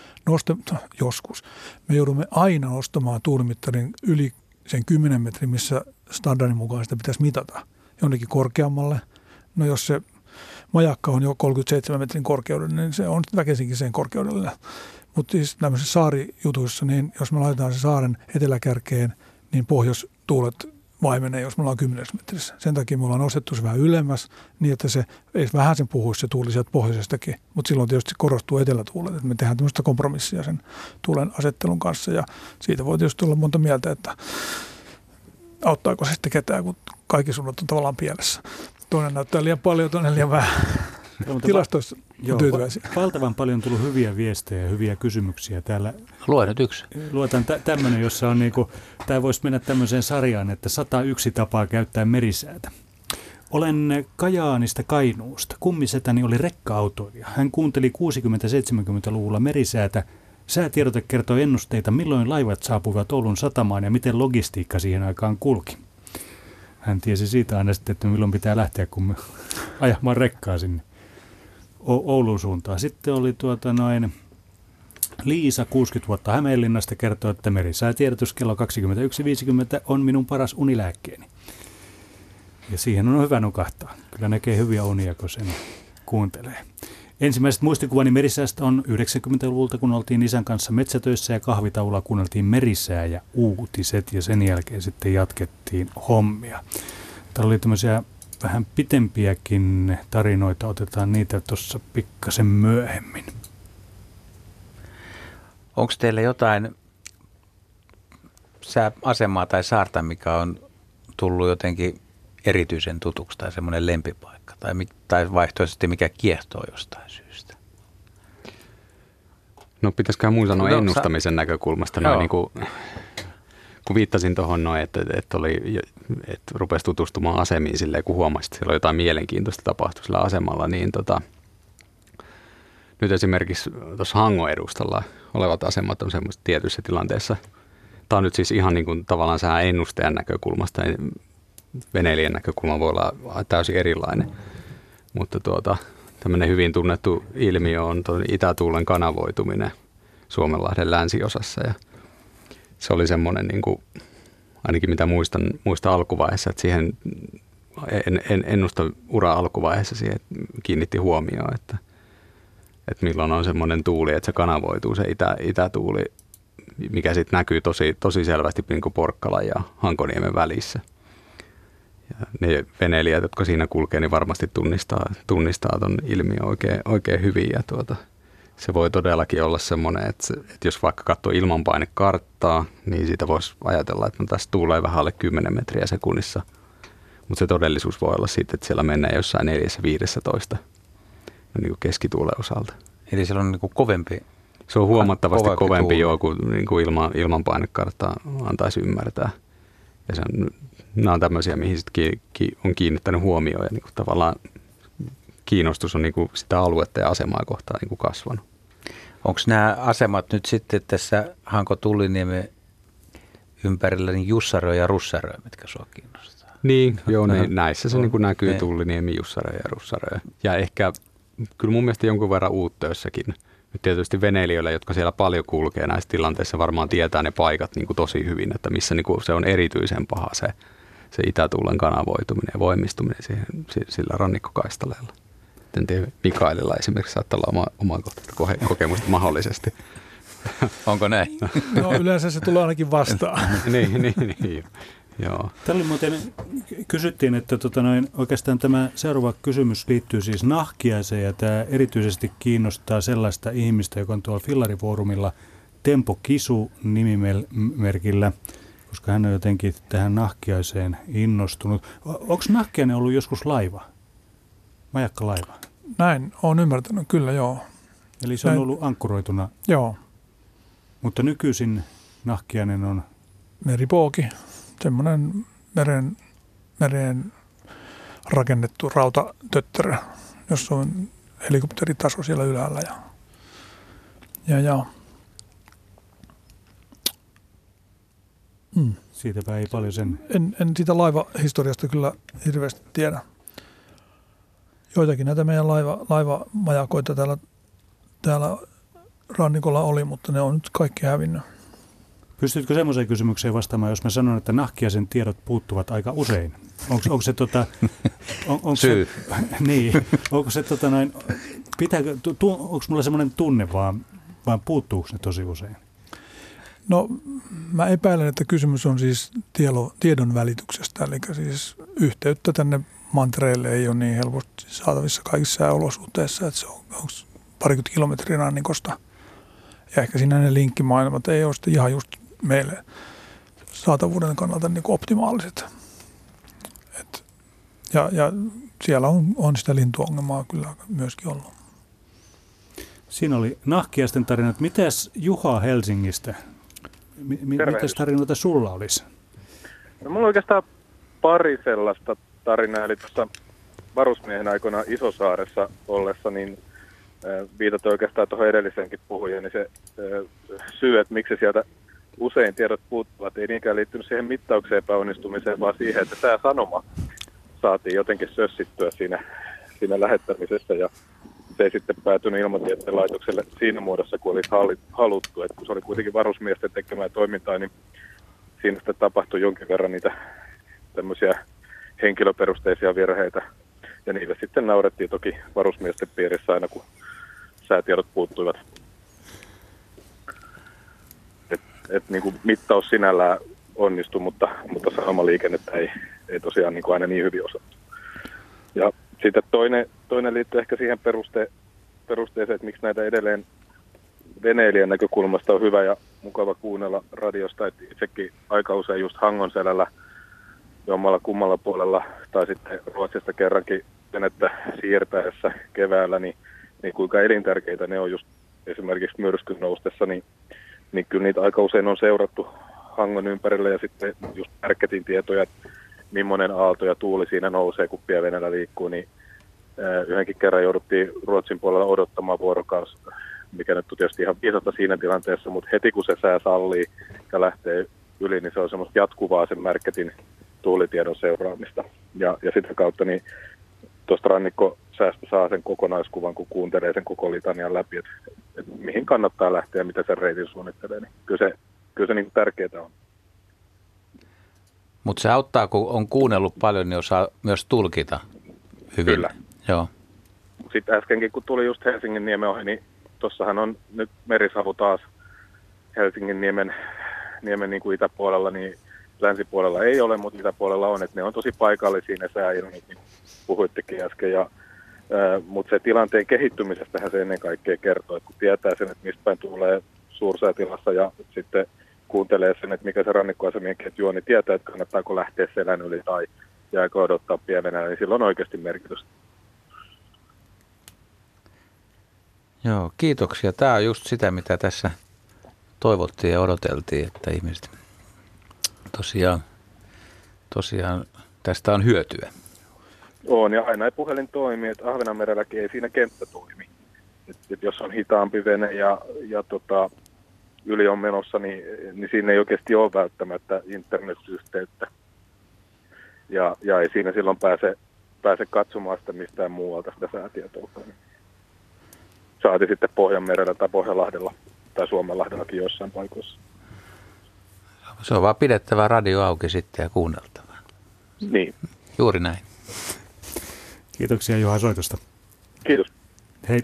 me joudumme aina nostamaan tuulimittarin yli sen 10 metrin, missä standardin mukaan sitä pitäisi mitata jonnekin korkeammalle. No jos se majakka on jo 37 metrin korkeudella, niin se on väkisinkin sen korkeudella. Mutta siis tämmöisissä saarijutuissa, niin jos me laitetaan se saaren eteläkärkeen, niin pohjoistuulet vaimenee, jos me ollaan 10 metrissä. Sen takia me ollaan nostettu se vähän ylemmäs, niin että se ei vähän sen puhuisi se tuuli sieltä pohjoisestakin. Mutta silloin tietysti korostuu etelätuulet, että me tehdään tämmöistä kompromissia sen tuulen asettelun kanssa. Ja siitä voi tietysti olla monta mieltä, että auttaako se sitten ketään, kun kaikki suunnat on tavallaan pielessä. Toinen näyttää liian paljon, toinen liian vähän. Tilastoissa on tyytyväisiä. Valtavan paljon tullut hyviä viestejä ja hyviä kysymyksiä täällä. Lue nyt yksi. Luetaan tämmöinen, jossa on tämä voisi mennä tämmöiseen sarjaan, että 101 tapaa käyttää merisäätä. Olen Kajaanista Kainuusta. Kummisetäni oli rekka-autoilija. Hän kuunteli 60-70-luvulla merisäätä. Säätiedote kertoi ennusteita, milloin laivat saapuivat Oulun satamaan ja miten logistiikka siihen aikaan kulki. Hän tiesi siitä aina sitten, että milloin pitää lähteä, kun me ajamaan rekkaa sinne Oulun suuntaan. Sitten oli Liisa, 60 vuotta Hämeenlinnasta, kertoo, että merisäätiedotus kello 21.50 on minun paras unilääkkeeni. Ja siihen on hyvä nukahtaa. Kyllä näkee hyviä unia, kun sen kuuntelee. Ensimmäiset muistikuvani merisäästä on 90-luvulta, kun oltiin isän kanssa metsätöissä ja kahvitaululla kuunneltiin merisää ja uutiset ja sen jälkeen sitten jatkettiin hommia. Täällä oli tämmöisiä vähän pitempiäkin tarinoita, otetaan niitä tuossa pikkasen myöhemmin. Onko teillä jotain asemaa tai saarta, mikä on tullut jotenkin erityisen tutuksi tai semmoinen lempipaikka tai vaihtoehtoisesti mikä kiehtoo jostain syystä? No pitäisikö mun sanoa ennustamisen näkökulmasta, noin kun viittasin tuohon että rupesi tutustumaan asemiin silleen, kun huomasi, että siellä on jotain mielenkiintoista tapahtui sillä asemalla, niin nyt esimerkiksi tuossa Hangon edustalla olevat asemat on semmoista tietyissä tilanteissa. Tämä on nyt siis ihan niin kuin tavallaan sään ennustajan näkökulmasta, veneilijän näkökulma voi olla täysin erilainen, mutta tämmöinen hyvin tunnettu ilmiö on itätuulen kanavoituminen Suomenlahden länsiosassa. Ja se oli semmoinen, niin kuin, ainakin mitä muistan alkuvaiheessa, että siihen ennusta ura alkuvaiheessa siihen kiinnitti huomioon, että milloin on semmoinen tuuli, että se kanavoituu se itätuuli, mikä sitten näkyy tosi selvästi niin kuin Porkkalan ja Hankoniemen välissä. Ja ne veneilijät, jotka siinä kulkee, niin varmasti tunnistaa ton ilmiön oikein hyvin. Ja se voi todellakin olla semmoinen, että jos vaikka katsoo ilmanpainekarttaa, niin siitä voisi ajatella, että tässä tuulee vähän alle 10 metriä sekunnissa. Mutta se todellisuus voi olla siitä, että siellä mennään jossain 4-15 niin kuin keskituulen osalta. Eli siellä on niin kuin kovempi. Se on huomattavasti kovempi kuin niin kuin ilmanpainekartta antaisi ymmärtää. Ja nämä on tämmöisiä, mihin on kiinnittänyt huomioon ja niin kuin tavallaan kiinnostus on niin kuin sitä aluetta ja asemaa kohtaan niin kuin kasvanut. Onko nämä asemat nyt sitten tässä Hanko-Tulliniemen ympärillä niin Jussarö ja Russarö, mitkä sua kiinnostaa? Niin, joo, näissä se niin kuin näkyy Tulliniemi, Jussarö ja Russarö. Ja ehkä kyllä mun mielestä jonkun verran Uuttöössäkin. Nyt tietysti veneilijöillä, jotka siellä paljon kulkee näissä tilanteissa, varmaan tietää ne paikat niin kuin tosi hyvin, että missä niin kuin se on erityisen paha se itätuulen kanavoituminen ja voimistuminen sillä rannikkokaistaleella. En tiedä, Mikaelilla esimerkiksi saattaa olla omakohtaista kokemusta mahdollisesti. Onko näin? No yleensä se tulee ainakin vastaan. niin. Joo. Tällä muuten kysyttiin, että oikeastaan tämä seuraava kysymys liittyy siis nahkiaiseen ja tämä erityisesti kiinnostaa sellaista ihmistä, joka on tuolla Fillarifoorumilla Tempo Kisu nimimerkillä, koska hän on jotenkin tähän nahkiaiseen innostunut. Onko nahkiainen ollut joskus laiva? Majakkalaiva? Näin, olen ymmärtänyt, kyllä joo. Eli se on ollut ankkuroituna? Joo. Mutta nykyisin nahkiainen on? Meripooki, semmoinen mereen rakennettu rautatötterö, jossa on helikopteritaso siellä ylhäällä. Ja. Siitäpä ei paljon sen. En siitä laivahistoriasta kyllä hirveästi tiedä. Joitakin näitä meidän laivamajakoita täällä rannikolla oli, mutta ne on nyt kaikki hävinnyt. Pystytkö semmoiseen kysymykseen vastaamaan, jos mä sanon, että nahkiaisen tiedot puuttuvat aika usein? Onko se syy? Niin. Onko se onko mulla semmoinen tunne vaan puuttuuko ne tosi usein? No mä epäilen, että kysymys on siis tiedon välityksestä, eli siis yhteyttä tänne mantereelle ei ole niin helposti saatavissa kaikissa sääolosuhteissa, että se on parikymmentä kilometriä rannikosta. Ja ehkä siinä ne linkkimaailmat ei ole sitten ihan just meille saatavuuden kannalta niin kuin optimaaliset. Ja siellä on sitä lintuongelmaa kyllä myöskin ollut. Siinä oli nahkiaisten tarinat. Mitäs Juha Helsingistä? Mitäs tarinoita sulla olisi? No, mulla on oikeastaan pari sellaista tarinaa. Eli tuossa varusmiehen aikoina Isosaaressa ollessa, niin viitataan oikeastaan tuohon edelliseenkin puhujaan, niin se syy, että miksi sieltä usein tiedot puuttuvat, ei niinkään liittynyt siihen mittauksen epäonnistumiseen, vaan siihen, että tämä sanoma saatiin jotenkin sössittyä siinä lähettämisessä, ja se ei sitten päätynyt Ilmatieteen laitokselle siinä muodossa, kun olisi haluttu. Että kun se oli kuitenkin varusmiesten tekemää toimintaa, niin siinä sitten tapahtui jonkin verran niitä tämmöisiä henkilöperusteisia virheitä, ja niille sitten naurettiin toki varusmiesten piirissä aina, kun säätiedot puuttuivat. Et niin kuin mittaus sinällään onnistui, mutta sanomaliikennettä ei tosiaan niin kuin aina niin hyvin osattu. Ja sitten toinen liittyy ehkä siihen perusteeseen, että miksi näitä edelleen veneilijän näkökulmasta on hyvä ja mukava kuunnella radiosta, että itsekin aika usein just Hangonselällä jommalla kummalla puolella tai sitten Ruotsista kerrankin venettä siirtäessä keväällä, niin kuinka elintärkeitä ne on just esimerkiksi myrskyn noustessa, niin kyllä niitä aika usein on seurattu Hangon ympärillä ja sitten just Märketin tietoja, että millainen aalto ja tuuli siinä nousee, kun Pievenellä liikkuu, niin yhdenkin kerran jouduttiin Ruotsin puolella odottamaan vuorokausi, mikä nyt on tietysti ihan viisasta siinä tilanteessa, mutta heti kun se sää sallii ja lähtee yli, niin se on semmoista jatkuvaa sen Märketin tuulitiedon seuraamista. Ja sitä kautta niin tuosta rannikkosäästä saa sen kokonaiskuvan, kun kuuntelee sen koko litanian läpi, että mihin kannattaa lähteä ja mitä sen reitin suunnittelee. Niin kyllä se niin tärkeää on. Mutta se auttaa, kun on kuunnellut paljon, niin osaa myös tulkita hyvin. Kyllä. Joo. Sitten äskenkin, kun tuli just Helsingin niemen ohi, niin tuossahan on nyt merisavu taas Helsingin niemen niin kuin itäpuolella, niin länsipuolella ei ole, mutta itäpuolella on, että ne on tosi paikallisia ne sääilmiöt, niin puhuittekin äsken. Mutta se tilanteen kehittymisestähän se ennen kaikkea kertoo, että kun tietää sen, että mistä päin tulee suursäätilassa ja sitten kuuntelee sen, että mikä se rannikkoasemien ketju on, niin tietää, että kannattaako lähteä selän yli tai jääkö odottaa pienenä, niin sillä on oikeasti merkitystä. Joo, kiitoksia. Tämä on just sitä, mitä tässä toivottiin ja odoteltiin, että ihmiset tosiaan tästä on hyötyä. On, ja aina ei puhelin toimi, että Ahvenanmerelläkin ei siinä kenttä toimi. Et jos on hitaampi vene ja yli on menossa, niin siinä ei oikeasti ole välttämättä internetyhteyttä. Ja ei siinä silloin pääse katsomaan sitä mistään muualta sitä säätietoa. Saati sitten Pohjanmerellä tai Pohjanlahdella tai Suomenlahdellakin jossain paikoissa. Se on vaan pidettävä radio auki sitten ja kuunneltava. Niin. Juuri näin. Kiitoksia Juha soitosta. Kiitos. Hei.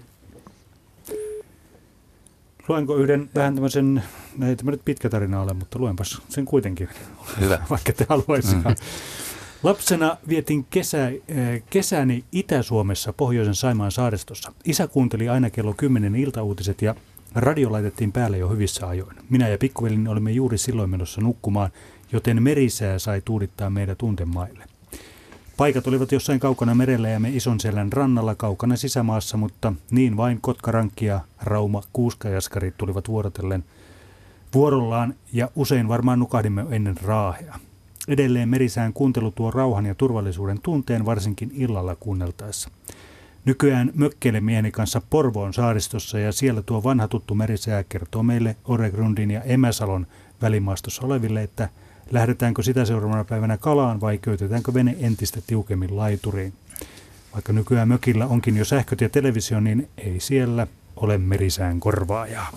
Luenko yhden vähän tämmöisen, ei tämä nyt pitkä tarina ole, mutta luenpas sen kuitenkin. Hyvä. Vaikka te haluaisikaan. Lapsena vietin kesäni Itä-Suomessa pohjoisen Saimaan saaristossa. Isä kuunteli aina kello 10 iltauutiset ja radio laitettiin päälle jo hyvissä ajoin. Minä ja pikkuvelini olimme juuri silloin menossa nukkumaan, joten merisää sai tuudittaa meidät untemaille. Paikat olivat jossain kaukana merellä ja me Isonselän rannalla kaukana sisämaassa, mutta niin vain Kotkarankki ja Rauma Kuuskajaskari tulivat vuorollaan ja usein varmaan nukahdimme ennen Raahea. Edelleen merisään kuuntelu tuo rauhan ja turvallisuuden tunteen varsinkin illalla kuunneltaessa. Nykyään mökkeile mieheni kanssa Porvoon saaristossa ja siellä tuo vanha tuttu merisää kertoo meille Oregrundin ja Emäsalon välimaastossa oleville, että lähdetäänkö sitä seuraavana päivänä kalaan vai köytetäänkö vene entistä tiukemmin laituriin. Vaikka nykyään mökillä onkin jo sähköt ja televisio, niin ei siellä ole merisään korvaajaa.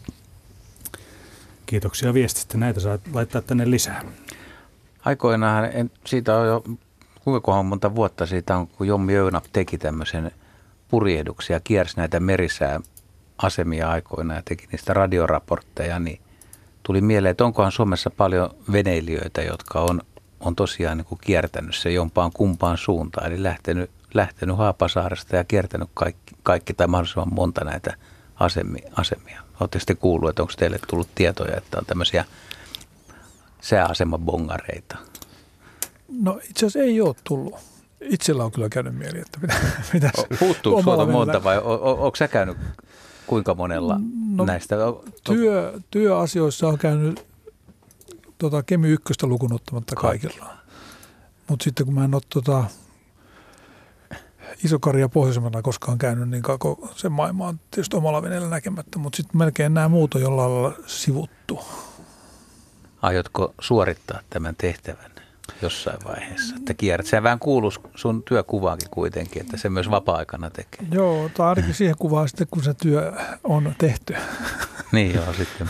Kiitoksia viestistä. Näitä saat laittaa tänne lisää. Aikoinaan, siitä on jo kuinka monta vuotta siitä on, kun Jommi Öynap teki tämmöisen purjehduksia, kiersi näitä merisääasemia aikoinaan ja teki niistä radioraportteja, niin tuli mieleen, että onkohan Suomessa paljon veneilijöitä, jotka on tosiaan niin kuin kiertänyt se jompaan kumpaan suuntaan, eli lähtenyt Haapasaaresta ja kiertänyt kaikki tai mahdollisimman monta näitä asemia. Oletteko sitten kuullut, että onko teille tullut tietoja, että on tämmöisiä sääasemabongareita? No itse asiassa ei ole tullut. Itsellä on kyllä käynyt mieli, että pitäisi puuttuuko suolta monta vai onko sä käynyt kuinka monella näistä? Työasioissa on käynyt Kemi 1 lukuun ottamatta kaikilla. Mutta sitten kun mä en ole Iso-Karja pohjoisemmalla koskaan käynyt, niin se maailma on tietysti omalla veneellä näkemättä, mutta sitten melkein nämä muut on jollain lailla sivuttu. Aiotko suorittaa tämän tehtävän jossain vaiheessa? Että kierrät. Se vähän kuuluu sun työkuvaankin kuitenkin, että se myös vapaa-aikana tekee. Joo, tai ainakin siihen kuvaan sitten, kun se työ on tehty. Niin joo, sitten.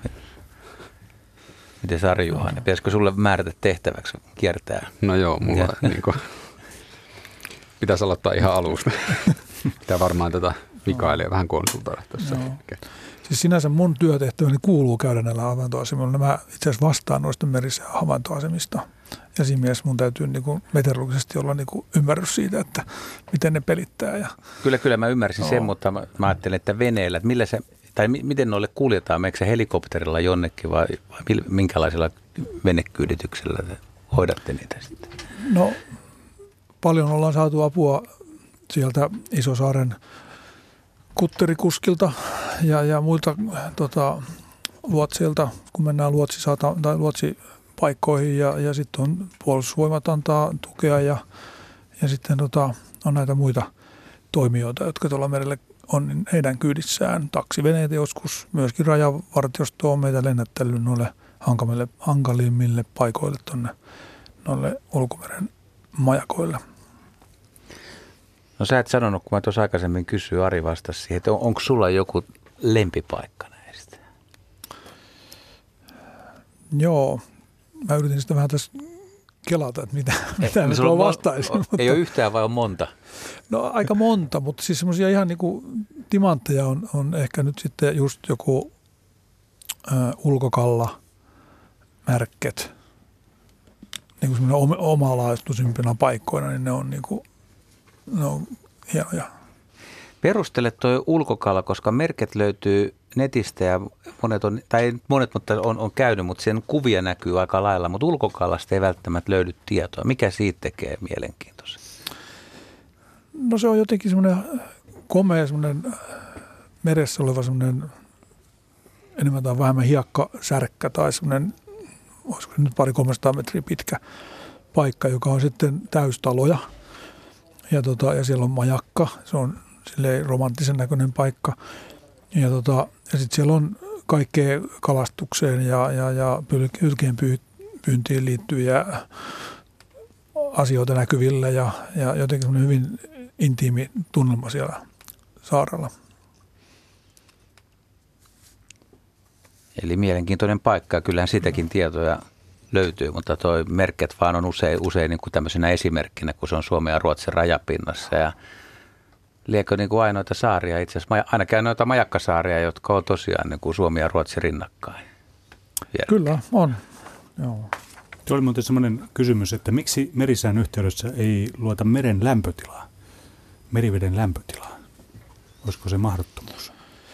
Miten Sari Juhani, pitäisikö sulle määrätä tehtäväksi kiertää? No joo, mulla pitäisi aloittaa ihan alusta. Pitää varmaan tätä Mikaelia vähän konsultoida tuossa. Siis sinänsä mun työtehtäväni kuuluu käydä näillä havaintoasemilla. Mä itse asiassa vastaan noista merisää havaintoasemista. Ja siinä mielessä mun täytyy meteorologisesti olla ymmärrys siitä, että miten ne pelittää. Ja Kyllä mä ymmärsin sen, mutta mä ajattelin, että veneellä, että miten noille kuljetaan? Meikö se helikopterilla jonnekin vai minkälaisella venekyydityksellä te hoidatte niitä sitten? No paljon ollaan saatu apua sieltä Isosaaren kutterikuskilta ja muilta luotseilta, kun mennään luotsipaikkoihin ja sitten on puolustusvoimat antaa tukea ja sitten on näitä muita toimijoita, jotka tuolla merelle on heidän kyydissään. Taksiveneitä joskus, myöskin rajavartiosto on meitä lennättänyt noille hankalimmille paikoille tuonne noille ulkomeren majakoille. No sä et sanonut, kun mä tuossa aikaisemmin kysyin, Ari vastasi siihen, että onko sulla joku lempipaikka näistä? Joo, mä yritin sitä vähän tässä kelata, että mitä mä tuon vastaisin. Ei ole yhtään vai on monta? No aika monta, mutta siis semmoisia ihan niin kuin timantteja on ehkä nyt sitten just joku ulkokalla, Märket, niin kuin semmoinen omalaistuisimpina paikkoina, niin ne on hienoja. Perustele toi ulkokala, koska Märket löytyy netistä ja monet, mutta on käynyt, mutta sen kuvia näkyy aika lailla, mutta ulkokalasta ei välttämättä löydy tietoa. Mikä siitä tekee mielenkiintoisen? No se on jotenkin semmoinen komea, semmoinen meressä oleva semmoinen enemmän tai vähemmän hiekkasärkkä tai semmoinen, olisiko se nyt 200-300 metriä pitkä paikka, joka on sitten täystaloja. Ja siellä on majakka, se on silleen romanttisen näköinen paikka. Ja sitten siellä on kaikkea kalastukseen ja hylkeen pyyntiin liittyviä asioita näkyville ja jotenkin semmoinen hyvin intiimi tunnelma siellä saarella. Eli mielenkiintoinen paikka, kyllähän sitäkin tietoja löytyy, mutta toi Märket vaan on usein niin kuin tämmöisenä esimerkkinä, kun se on Suomen ja Ruotsin rajapinnassa. Ja liekö niin kuin ainoita saaria itse asiassa, ainakin noita majakkasaaria, jotka on tosiaan niin kuin Suomi ja Ruotsi rinnakkain. Kyllä, on. Joo. Se oli muuten semmoinen kysymys, että miksi merisään yhteydessä ei luota meren lämpötilaa, meriveden lämpötilaa? Olisiko se mahdottomuus?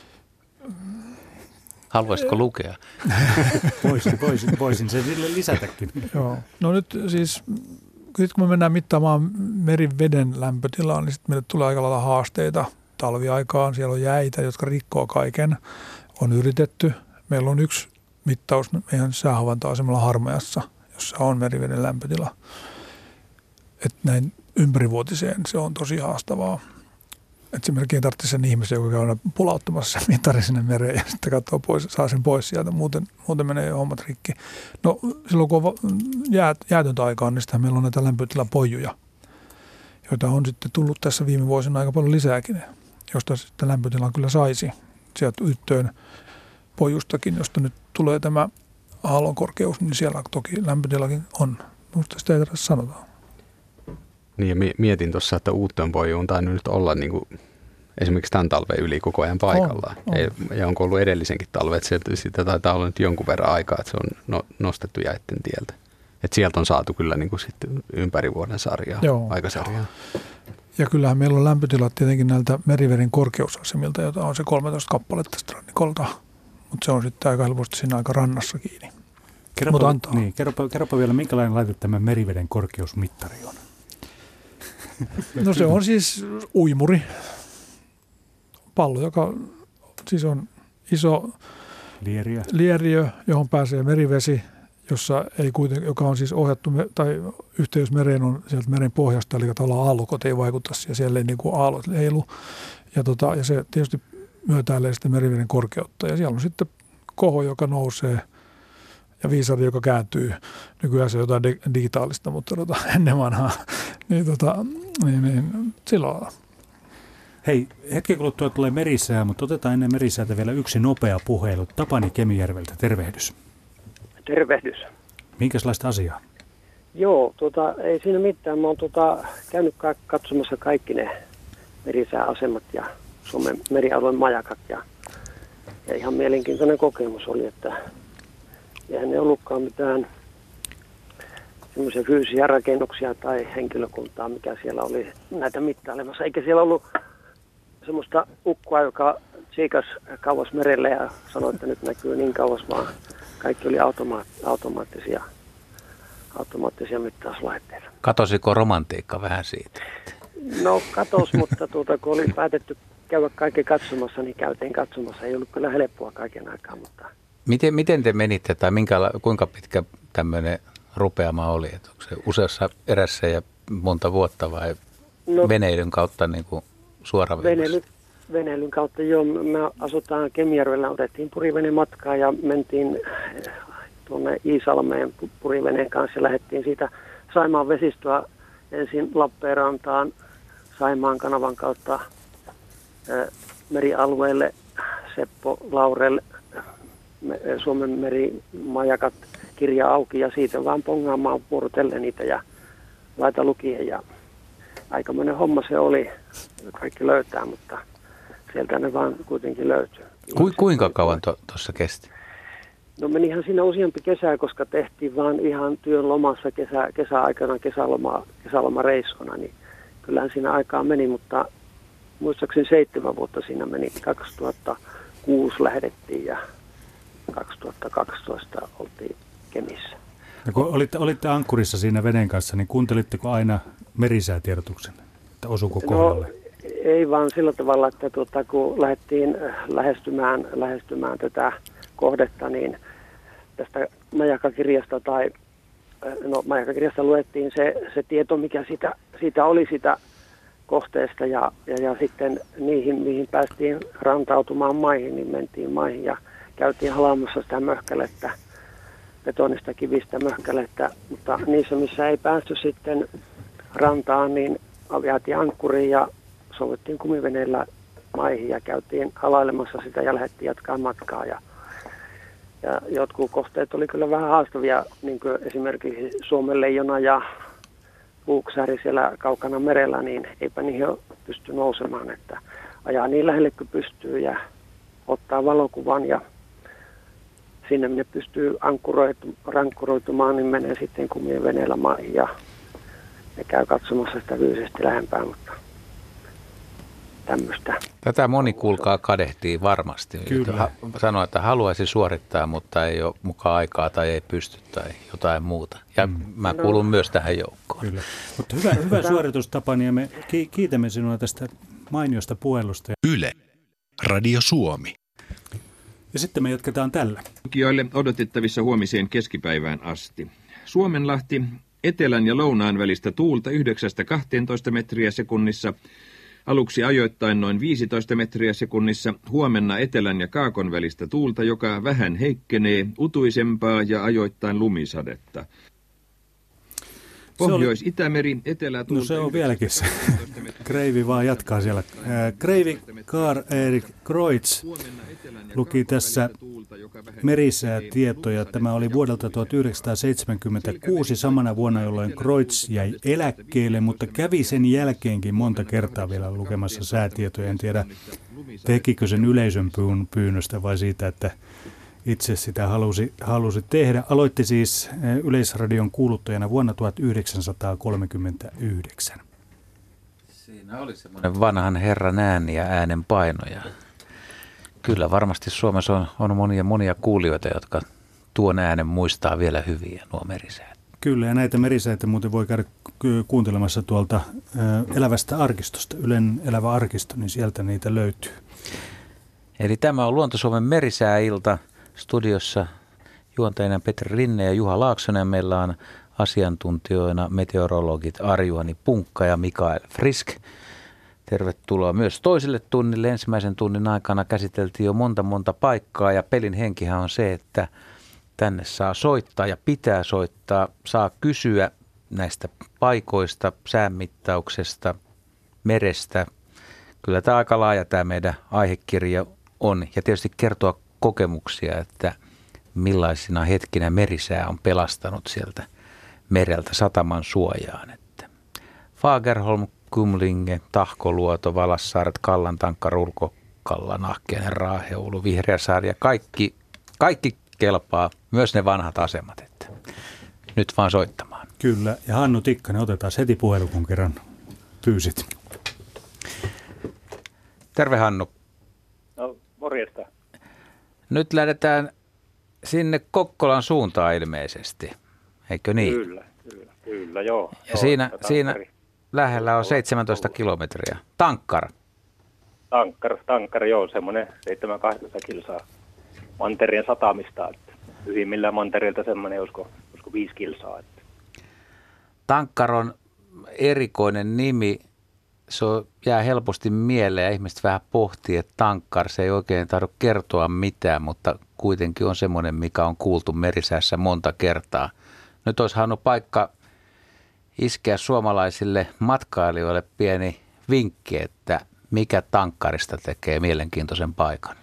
Haluaisitko lukea? Voisin sen sille lisätäkin. Joo. No nyt siis, kun me mennään mittaamaan meriveden lämpötilaa, niin sitten meille tulee aika lailla haasteita talviaikaan. Siellä on jäitä, jotka rikkoo kaiken. On yritetty. Meillä on yksi mittaus meidän säähavaintoasemalla Harmajassa, jossa on meriveden lämpötila. Että näin ympärivuotiseen se on tosi haastavaa. Että se melkein tarvitsee sen ihmisen, joka käy pulauttamassa sen mittarin sinne mereen ja sitten katsoo pois, saa sen pois sieltä. Muuten menee hommat rikki. No silloin kun on jäätöntä aikaan, niin meillä on näitä lämpötilapojuja, joita on sitten tullut tässä viime vuosina aika paljon lisääkin, josta sitten lämpötila kyllä saisi. Sieltä Yttöön pojustakin, josta nyt tulee tämä aallonkorkeus, niin siellä toki lämpötilakin on. Minusta sitä ei tarvitse sanota. Niin ja mietin tuossa, että Uuttöönpoju on tainnut nyt olla niin kuin esimerkiksi tämän talven yli koko ajan paikallaan. Ja onko ollut edellisenkin talve, että sitä taitaa olla nyt jonkun verran aikaa, että se on nostettu jäitten tieltä. Että sieltä on saatu kyllä niin kuin sitten ympäri vuoden sarjaa, aikasarjaa. Ja kyllähän meillä on lämpötilat tietenkin näiltä meriveden korkeusasemilta, jota on se 13 kappaletta tästä rannikolta. Mutta se on sitten aika helposti siinä aika rannassa kiinni. Kerropa vielä, minkälainen laite tämä meriveden korkeusmittari on? No se on siis uimuri. Pallo, joka siis on iso lieriö, johon pääsee merivesi, joka on siis ohjattu, tai yhteys mereen on sieltä meren pohjasta, eli tavallaan aallokot ei vaikuta siihen, siellä ei niin kuin aallot heilu. Ja se tietysti myötäilee sitten meriveden korkeutta. Ja siellä on sitten koho, joka nousee, ja viisari, joka kääntyy. Nykyään se on jotain digitaalista, mutta ennen vanhaa. Niin silloin. Hei, hetken kuluttua tulee merisää, mutta otetaan ennen merisäätä vielä yksi nopea puhelu. Tapani Kemijärveltä, tervehdys. Tervehdys. Minkälaista asiaa? Joo, ei siinä mitään. Mä oon käynyt katsomassa kaikki ne merisääasemat ja Suomen merialueen majakat. Ja ihan mielenkiintoinen kokemus oli, että eihän ne ollutkaan mitään semmoisia fyysisiä rakennuksia tai henkilökuntaa, mikä siellä oli näitä mittailemassa. Eikä siellä ollut semmoista ukkoa, joka tsiikas kauas merelle ja sanoi, että nyt näkyy niin kauas, vaan kaikki oli automaattisia mittauslaitteita. Katosiko romantiikka vähän siitä? No katos, mutta kun oli päätetty käydä kaikki katsomassa, niin käytiin katsomassa. Ei ollut kyllä helppoa kaiken aikaa, mutta... Miten te menitte tai kuinka pitkä tämmöinen rupeama oli? Että onko se useassa erässä ja monta vuotta vai veneilyn kautta niin kuin suoraviivaisesti? Veneilyn kautta, joo. Me asutaan Kemijärvellä, otettiin purivene matkaa ja mentiin tuonne Iisalmeen puriveneen kanssa ja lähdettiin siitä Saimaan vesistöä ensin Lappeenrantaan Saimaan kanavan kautta merialueelle Seppo Laurel Suomen merimajakat kirja auki ja siitä vaan pongaamaan vuorotellen niitä ja laita lukien ja aikamoinen homma se oli kaikki löytää, mutta sieltä ne vaan kuitenkin löytyy. Kuinka kauan tuossa kesti? No menihän siinä useampi kesää, koska tehtiin vaan ihan työn lomassa kesäaikana kesälomareissuna, niin kyllähän siinä aikaa meni, mutta muistaakseni 7 vuotta siinä meni. 2006 lähdettiin ja 2012 oltiin Kemissä. Ja kun olitte ankkurissa siinä veneen kanssa, niin kuuntelitteko aina merisäätiedotuksen, että osuuko kohdalle? No, ei vaan sillä tavalla, että kun lähdettiin lähestymään tätä kohdetta, niin tästä majakakirjasta majakakirjasta luettiin se tieto, mikä siitä oli sitä kohteesta ja sitten mihin päästiin rantautumaan maihin, niin mentiin maihin ja käytiin halaamassa sitä möhkälettä, betonista kivistä möhkälettä, mutta niissä, missä ei päästy sitten rantaan, niin jäätiin ankkuriin ja soudettiin kumiveneellä maihin ja käytiin halailemassa sitä ja lähdettiin jatkaa matkaa. Ja jotkut kohteet oli kyllä vähän haastavia, niin kuin esimerkiksi Suomen leijona ja Puuksääri siellä kaukana merellä, niin eipä niihin ole pysty nousemaan, että ajaa niin lähelle kuin pystyy ja ottaa valokuvan ja sinne minne pystyy rankkuroitumaan, niin menee sitten kumien veneellä maihin ja käy katsomassa sitä fyysisesti lähempää, mutta tämmöistä. Tätä moni kuulkaa kadehtii varmasti. Sanoo, että haluaisi suorittaa, mutta ei ole mukaan aikaa tai ei pysty tai jotain muuta. Ja mä kuulun myös tähän joukkoon. Kyllä. Mutta hyvä suoritus, Tapani, ja me kiitämme sinua tästä mainiosta puhelusta. Yle, Radio Suomi. Ja sitten me jatketaan tällä. Lukijoille odotettavissa huomiseen keskipäivään asti. Suomenlahti, etelän ja lounaan välistä tuulta 9-12 metriä sekunnissa. Aluksi ajoittain noin 15 metriä sekunnissa, huomenna etelän ja kaakon välistä tuulta, joka vähän heikkenee, utuisempaa ja ajoittain lumisadetta. Pohjois-Itämeri, etelätuulta... No se on vieläkin se. Kreivi vaan jatkaa siellä. Kreivi Karl-Erik Kreutz luki tässä merisäätietoja. Tämä oli vuodelta 1976, samana vuonna, jolloin Kreutz jäi eläkkeelle, mutta kävi sen jälkeenkin monta kertaa vielä lukemassa säätietoja. En tiedä, tekikö sen yleisön pyynnöstä vai siitä, että itse sitä halusi tehdä. Aloitti siis Yleisradion kuuluttajana vuonna 1939. Siinä oli semmoinen vanhan herran ääni ja äänen painoja. Kyllä varmasti Suomessa on monia kuulijoita, jotka tuon äänen muistaa vielä hyviä, nuo merisäät. Kyllä, ja näitä merisäitä muuten voi käydä kuuntelemassa tuolta Elävästä arkistosta, Ylen Elävä arkisto, niin sieltä niitä löytyy. Eli tämä on Luonto-Suomen merisääilta. Studiossa juontajina Petri Rinne ja Juha Laaksonen. Meillä on asiantuntijoina meteorologit Arjuhani Punkka ja Mikael Frisk. Tervetuloa myös toiselle tunnille. Ensimmäisen tunnin aikana käsiteltiin jo monta paikkaa ja pelin henkihän on se, että tänne saa soittaa ja pitää soittaa. Saa kysyä näistä paikoista, säänmittauksesta, merestä. Kyllä tämä aika laaja tämä meidän aihekirja on ja tietysti kertoa kokemuksia, että millaisina hetkinä merisää on pelastanut sieltä mereltä sataman suojaan. Että Fagerholm, Kumlinge, Tahkoluoto, Valassaaret, Kallan, Tankka, Rulkokalla, Nahkeinen, Raaheulu, Vihreäsaari ja kaikki kelpaa, myös ne vanhat asemat. Että nyt vaan soittamaan. Kyllä, ja Hannu Tikkanen, otetaan heti puhelu, kun kerran pyysit. Terve Hannu. No, morjesta. Nyt lähdetään sinne Kokkolan suuntaan ilmeisesti, eikö niin? Kyllä, joo. Ja siinä lähellä on 17 kilometriä. Tankkar, joo, semmoinen 7-8 kilsaa mantereen satamista. Että yhimmillään mantereelta semmoinen, olisiko 5 kilsaa. Että. Tankkar on erikoinen nimi. Se jää helposti mieleen ja ihmiset vähän pohtii, että tankkar, se ei oikein tahdo kertoa mitään, mutta kuitenkin on semmoinen, mikä on kuultu merisäässä monta kertaa. Nyt olisi halunnut paikka iskeä suomalaisille matkailijoille pieni vinkki, että mikä tankkarista tekee mielenkiintoisen paikan?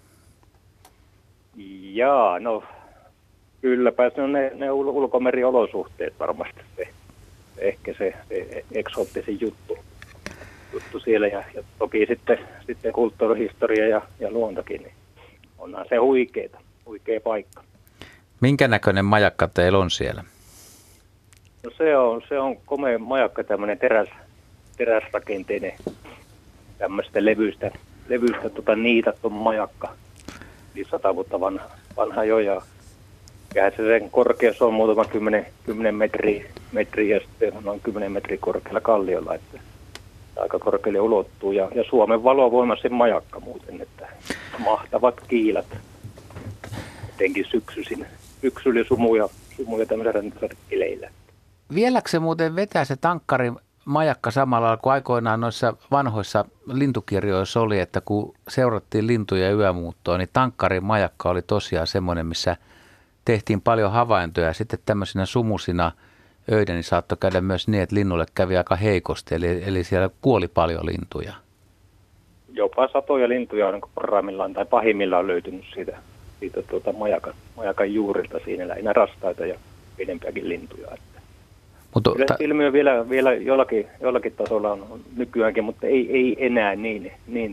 Jaa, no kylläpä se on ne ulkomeriolosuhteet varmasti ehkä se eksoottisin juttu siellä ja toki sitten kulttuurihistoria ja luontokin, niin onhan se huikea paikka. Minkä näköinen majakka teillä on siellä? No se on komea majakka, tämmöinen teräsrakenteinen tämmöistä levyistä niitattu majakka, niin 100 vuotta vanha jo ja sen korkeus on muutama 10 metriä ja sitten noin 10 metriä korkealla kalliolla, että aika korkealle ulottuu ja Suomen valovoimaisen majakka muuten, että mahtavat kiilat, etenkin syksyllä sumuja tämmöisellä sarkkileillä. Vieläkö se muuten vetää se tankkarin majakka samalla kuin aikoinaan noissa vanhoissa lintukirjoissa oli, että kun seurattiin lintuja yömuuttoa, niin tankkarin majakka oli tosiaan semmoinen, missä tehtiin paljon havaintoja. Sitten tämmöisinä sumusina öinä niin saattoi käydä myös niin, että linnulle kävi aika heikosti, eli siellä kuoli paljon lintuja. Jopa satoja lintuja on parhaimmillaan tai pahimmillaan löytynyt siitä majakan juurilta siinä, lähinnä rastaita ja pienempiäkin lintuja. Mutta kyllä ilmiö vielä jollakin tasolla on nykyäänkin, mutta ei enää niin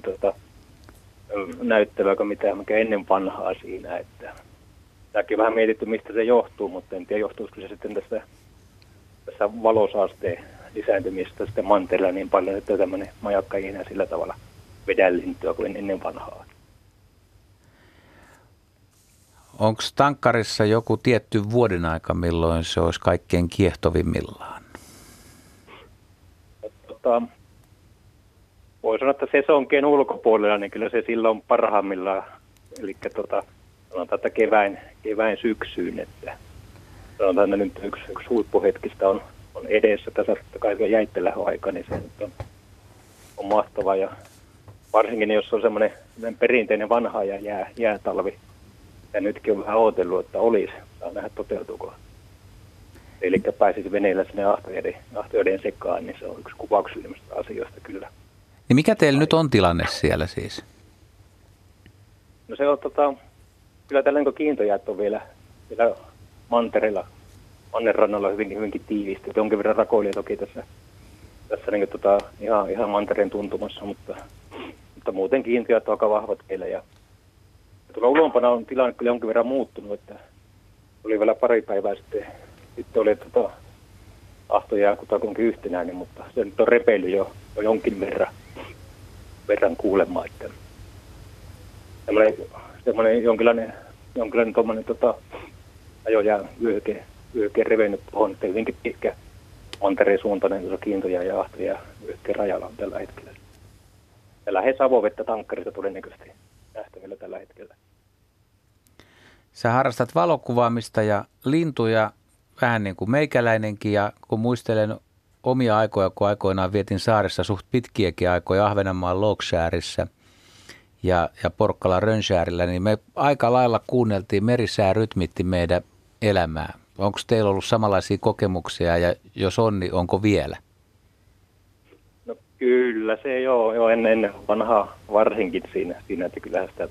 näyttävää kuin mikä ennen vanhaa siinä. Että tämäkin on vähän mietitty, mistä se johtuu, mutta en tiedä johtuisiko se sitten tässä valosaasteen lisääntymisestä sitten mantereella niin paljon, että tämmöinen majakka ei enää sillä tavalla vedä lintua kuin ennen vanhaa. Onko tankkarissa joku tietty vuoden aika, milloin se olisi kaikkein kiehtovimmillaan? Voi sanoa, että sesonkien ulkopuolella, niin kyllä se silloin parhaimmillaan. Eli sanotaan, että kevään syksyyn. Että sanotaan, että nyt yksi huippuhetkistä on edessä. Tässä kai jäittelähöaika, niin se nyt on mahtava. Ja varsinkin jos on semmoinen perinteinen vanha ja jäätalvi. Ja nytkin on vähän odotellut, että olisi. Saa nähdä toteutuuko. Eli pääsisi veneellä sinne ahtojoiden sekaan, niin se on yksi kuvauksellista asioista kyllä. Niin mikä teillä nyt on tilanne siellä siis? No se on kyllä tällainen kiintojäät on vielä mantereella, mannerrannalla hyvinkin tiivisti. Jonkin verran rakoilee toki tässä niin ihan mantereen tuntumassa, mutta muuten kiintojäät on aika vahvat vielä. Ja tuolla ulompana on tilanne kyllä jonkin verran muuttunut, että oli vielä pari päivää sitten oli ahtojää kutakuinkin yhtenäinen, mutta se nyt on repeillyt jo jonkin verran kuulemaan, että semmoinen jonkinlainen tuommoinen ajojää vyöhyke revennyt tuohon, että hyvinkin pitkä mantereen suuntainen tuossa kiintoja ja ahtoja vyöhykkeen rajalla on tällä hetkellä. Ja lähes avovettä tankkarista todennäköisesti nähtävillä tällä hetkellä. Sä harrastat valokuvaamista ja lintuja vähän niin kuin meikäläinenkin, ja kun muistelen omia aikoja, kun aikoinaan vietin saaressa suht pitkiäkin aikoja Ahvenanmaan Logsäärissä ja Porkkalan Rönnskärillä, niin me aika lailla kuunneltiin, merisää rytmitti meidän elämää. Onko teillä ollut samanlaisia kokemuksia, ja jos on, niin onko vielä? No kyllä se jo ennen vanhaa varsinkin siinä että kyllähän sitä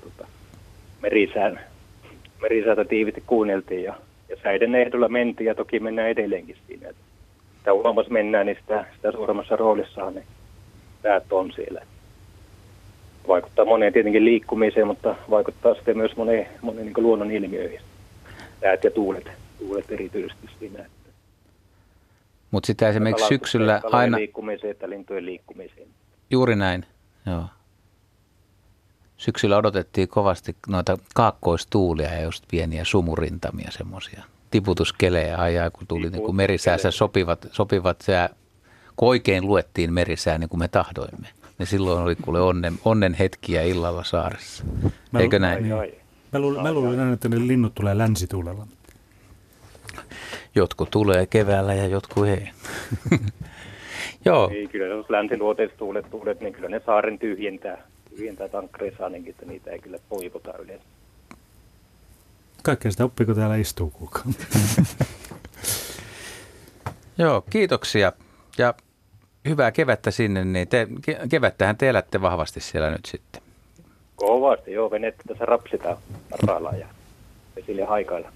merisäätä tiivisti kuunneltiin ja säiden ehdolla mentiin ja toki mennään edelleenkin siinä. Sitä ulomas mennään, niin sitä suuremmassa roolissaan ne säät on siellä. Vaikuttaa moneen tietenkin liikkumiseen, mutta vaikuttaa sitten myös moneen niin kuin luonnon ilmiöihin. Säät ja tuulet erityisesti siinä. Mutta sitä esimerkiksi syksyllä aina liikkumiseen että lintujen liikkumiseen. Juuri näin, joo. Syksyllä odotettiin kovasti noita kaakkoistuulia ja just pieniä sumurintamia semmoisia. Tiputuskelejä ajaa, kun tuli niin kuin merisäässä sopivat sää, kun oikein luettiin merisää niin kuin me tahdoimme. Ja silloin oli kuule onnen hetkiä illalla saaressa. Eikö näin? Mä luulen, että ne linnut tulee länsituulella. Jotkut tulee keväällä ja jotkut ei. Joo. Ei, kyllä jos länsiluoteiset tuulet, niin kyllä ne saaren tyhjentää tankkareissa ainakin, että niitä ei kyllä poivota yleensä. Kaikkea sitä oppii, kun täällä istuu kukaan. Joo, kiitoksia. Ja hyvää kevättä sinne, niin kevättähän te elätte vahvasti siellä nyt sitten. Kovasti, joo, venettä tässä rapsitaan parhaillaan ja vesille haikailla.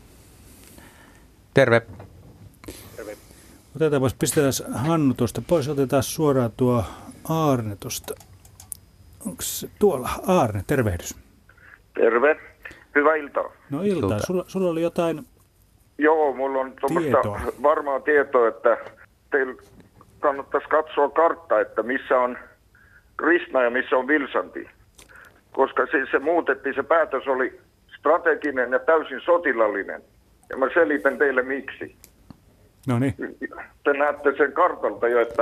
Terve. Terve. Pistetään Hannu tuosta pois, otetaan suoraan tuo Aarne tuosta. Onko se tuolla? Aarne, tervehdys. Terve. Hyvää iltaa. No iltaa. Sulla oli jotain. Joo, mulla on tuommoista varmaa tietoa, että teillä kannattaisi katsoa karttaa, että missä on Risna ja missä on Vilsanti. Koska siis se muutettiin, se päätös oli strateginen ja täysin sotilallinen. Ja mä selitän teille miksi. No niin. Te näette sen kartalta jo, että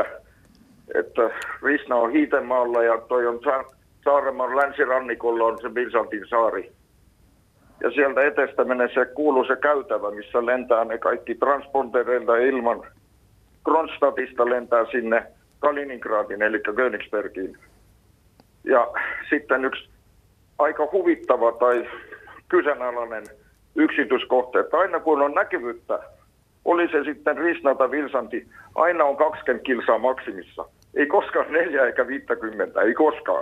Risna on Hiitenmaalla ja toi on Saarenmaan länsirannikolla on se Vilsantin saari. Ja sieltä etestä menee se kuuluisa käytävä, missä lentää ne kaikki transpondereilta ilman. Kronstadtista lentää sinne Kaliningradin, eli Königsbergiin. Ja sitten yksi aika huvittava tai kyseenalainen yksityiskohta, että aina kun on näkyvyyttä, oli se sitten Risna tai Vilsanti, aina on 20 kilsaa maksimissa. Ei koskaan 4 eikä 50, ei koskaan.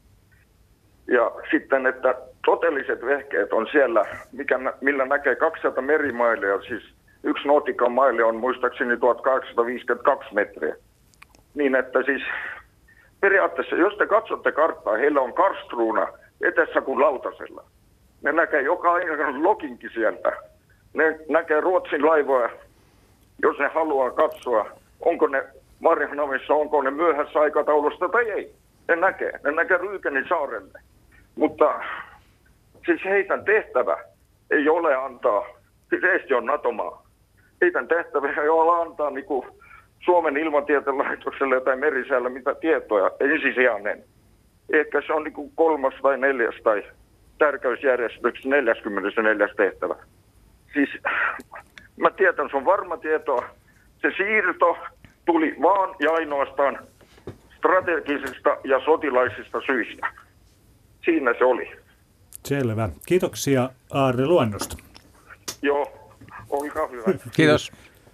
Ja sitten, että todelliset vehkeet on siellä, millä näkee 200 merimailia, siis yksi nautikan maili on muistaakseni 1852 metriä. Niin että siis periaatteessa, jos te katsotte karttaa, heillä on karstruuna etessä kuin lautasella. Ne näkee joka ainoa lokinki sieltä. Ne näkee Ruotsin laivoja, jos ne haluaa katsoa, onko ne Marjahamissa, onko ne myöhässä aikataulusta tai ei. Ne näkee Ryykenin saarelle. Mutta siis heidän tehtävä ei ole antaa, siis Eesti on NATO-maa. Heidän tehtävä ei ole antaa niin kuin Suomen ilmatieteen laitokselle tai merisäällä mitä tietoja, ensisijainen. Ehkä se on niin kuin 3. tai 4. tai tärkeysjärjestyksessä 44. tehtävä. Siis mä tiedän, se on varma tietoa. Se siirto tuli vaan ja ainoastaan strategisista ja sotilaisista syistä. Siinä se oli. Selvä. Kiitoksia Aarne luennosta. Joo, olkaa hyvä. Kiitos.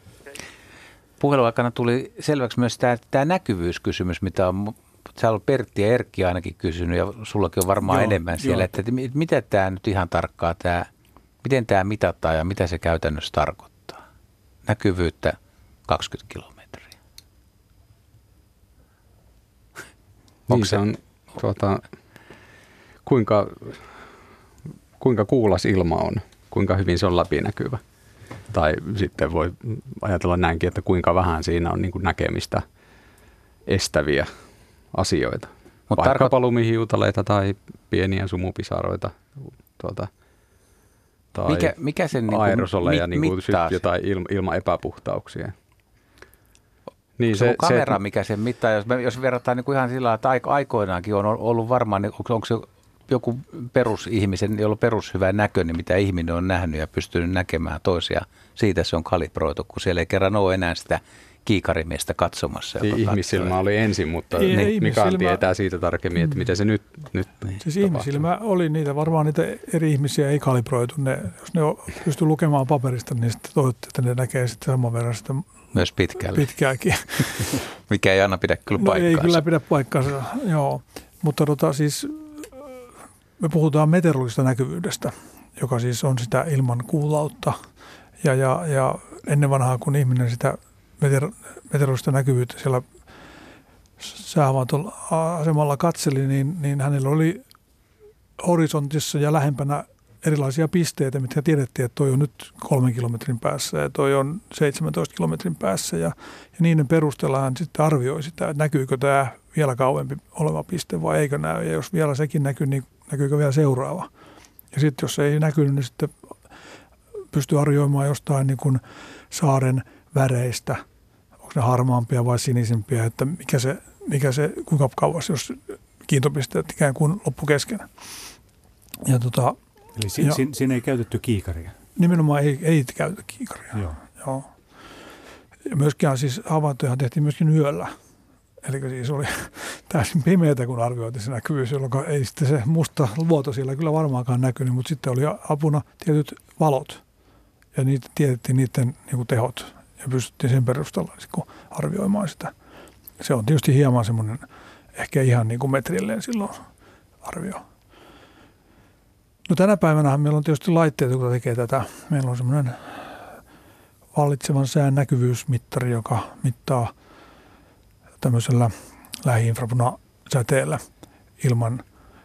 Puhelun aikana tuli selväksi myös tämä näkyvyyskysymys, mitä on täällä on Pertti ja Erkki ainakin kysynyt ja sullakin on varmaan enemmän siellä, että miten tämä nyt ihan tarkkaan, miten tämä mitataan ja mitä se käytännössä tarkoittaa? Näkyvyyttä 20 kilometriä. Niin se on, kuinka kuulas ilma on, kuinka hyvin se on läpinäkyvä. Tai sitten voi ajatella näinkin, että kuinka vähän siinä on niin kuin näkemistä estäviä asioita. Vaikkapa lumihiutaleita tai pieniä sumupisaroita tai mikä sen niin aerosoleja, niin kuin jotain ilman epäpuhtauksia. Niin se on kamera, mikä sen mittaa. Jos verrataan niin kuin ihan sillä että aikoinaankin on ollut varmaan, niin onko se joku perusihmisen, jolla on perushyvä näkö, niin mitä ihminen on nähnyt ja pystynyt näkemään toisia. Siitä se on kalibroitu, kun siellä ei kerran ole enää sitä kiikarimiestä katsomassa. Ihmissilmä oli ensin, mutta Mikael tietää siitä tarkemmin, että miten se nyt siis ihmissilmä oli niitä, varmaan niitä eri ihmisiä ei kalibroitu. Jos ne pystyy lukemaan paperista, niin sitten toivottavasti, että ne näkee sitten saman verran sitä myös pitkäänkin. Mikä ei aina pidä kyllä paikkaansa. Ei kyllä pidä paikkaansa, joo. Mutta siis me puhutaan meteorologisesta näkyvyydestä, joka siis on sitä ilman kuulautta. Ja ennen vanhaa, kun ihminen sitä meteorologista näkyvyyttä siellä säähavaintoasemalla katseli, niin hänellä oli horisontissa ja lähempänä erilaisia pisteitä, mitkä tiedettiin, että toi on nyt 3 kilometrin päässä ja toi on 17 kilometrin päässä. Ja niiden perusteella hän sitten arvioi sitä, että näkyykö tämä vielä kauempi oleva piste vai eikö näy. Ja jos vielä sekin näkyy, niin näkyykö vielä seuraava. Ja sitten jos ei näkynyt, niin sitten pystyy arvioimaan jostain niin kuin saaren väreistä, onko ne harmaampia vai sinisempiä, että kuinka kauas, jos kiintopisteet ikään kuin loppu kesken. Eli siinä ei käytetty kiikaria? Nimenomaan ei käytetä kiikaria. Joo. Ja myöskin siis havaintoja tehtiin myöskin yöllä. Eli siis oli täysin pimeätä, kun arvioitiin se näkyvyys, jolloin ei sitten se musta luoto siellä kyllä varmaankaan näkynyt, mutta sitten oli apuna tietyt valot. Ja tiedettiin niiden niin kuin tehot ja pystyttiin sen perusteella niin arvioimaan sitä se on tietysti hieman semmoinen, ehkä ihan niin kuin metrilleen silloin arvio. No tänä päivänä meillä on tietysti laitteet, jotka tekee tätä. Meillä on semmoinen vallitsevan sään näkyvyysmittari, joka mittaa tämmöisellä lähi-infrapunasäteellä ilman,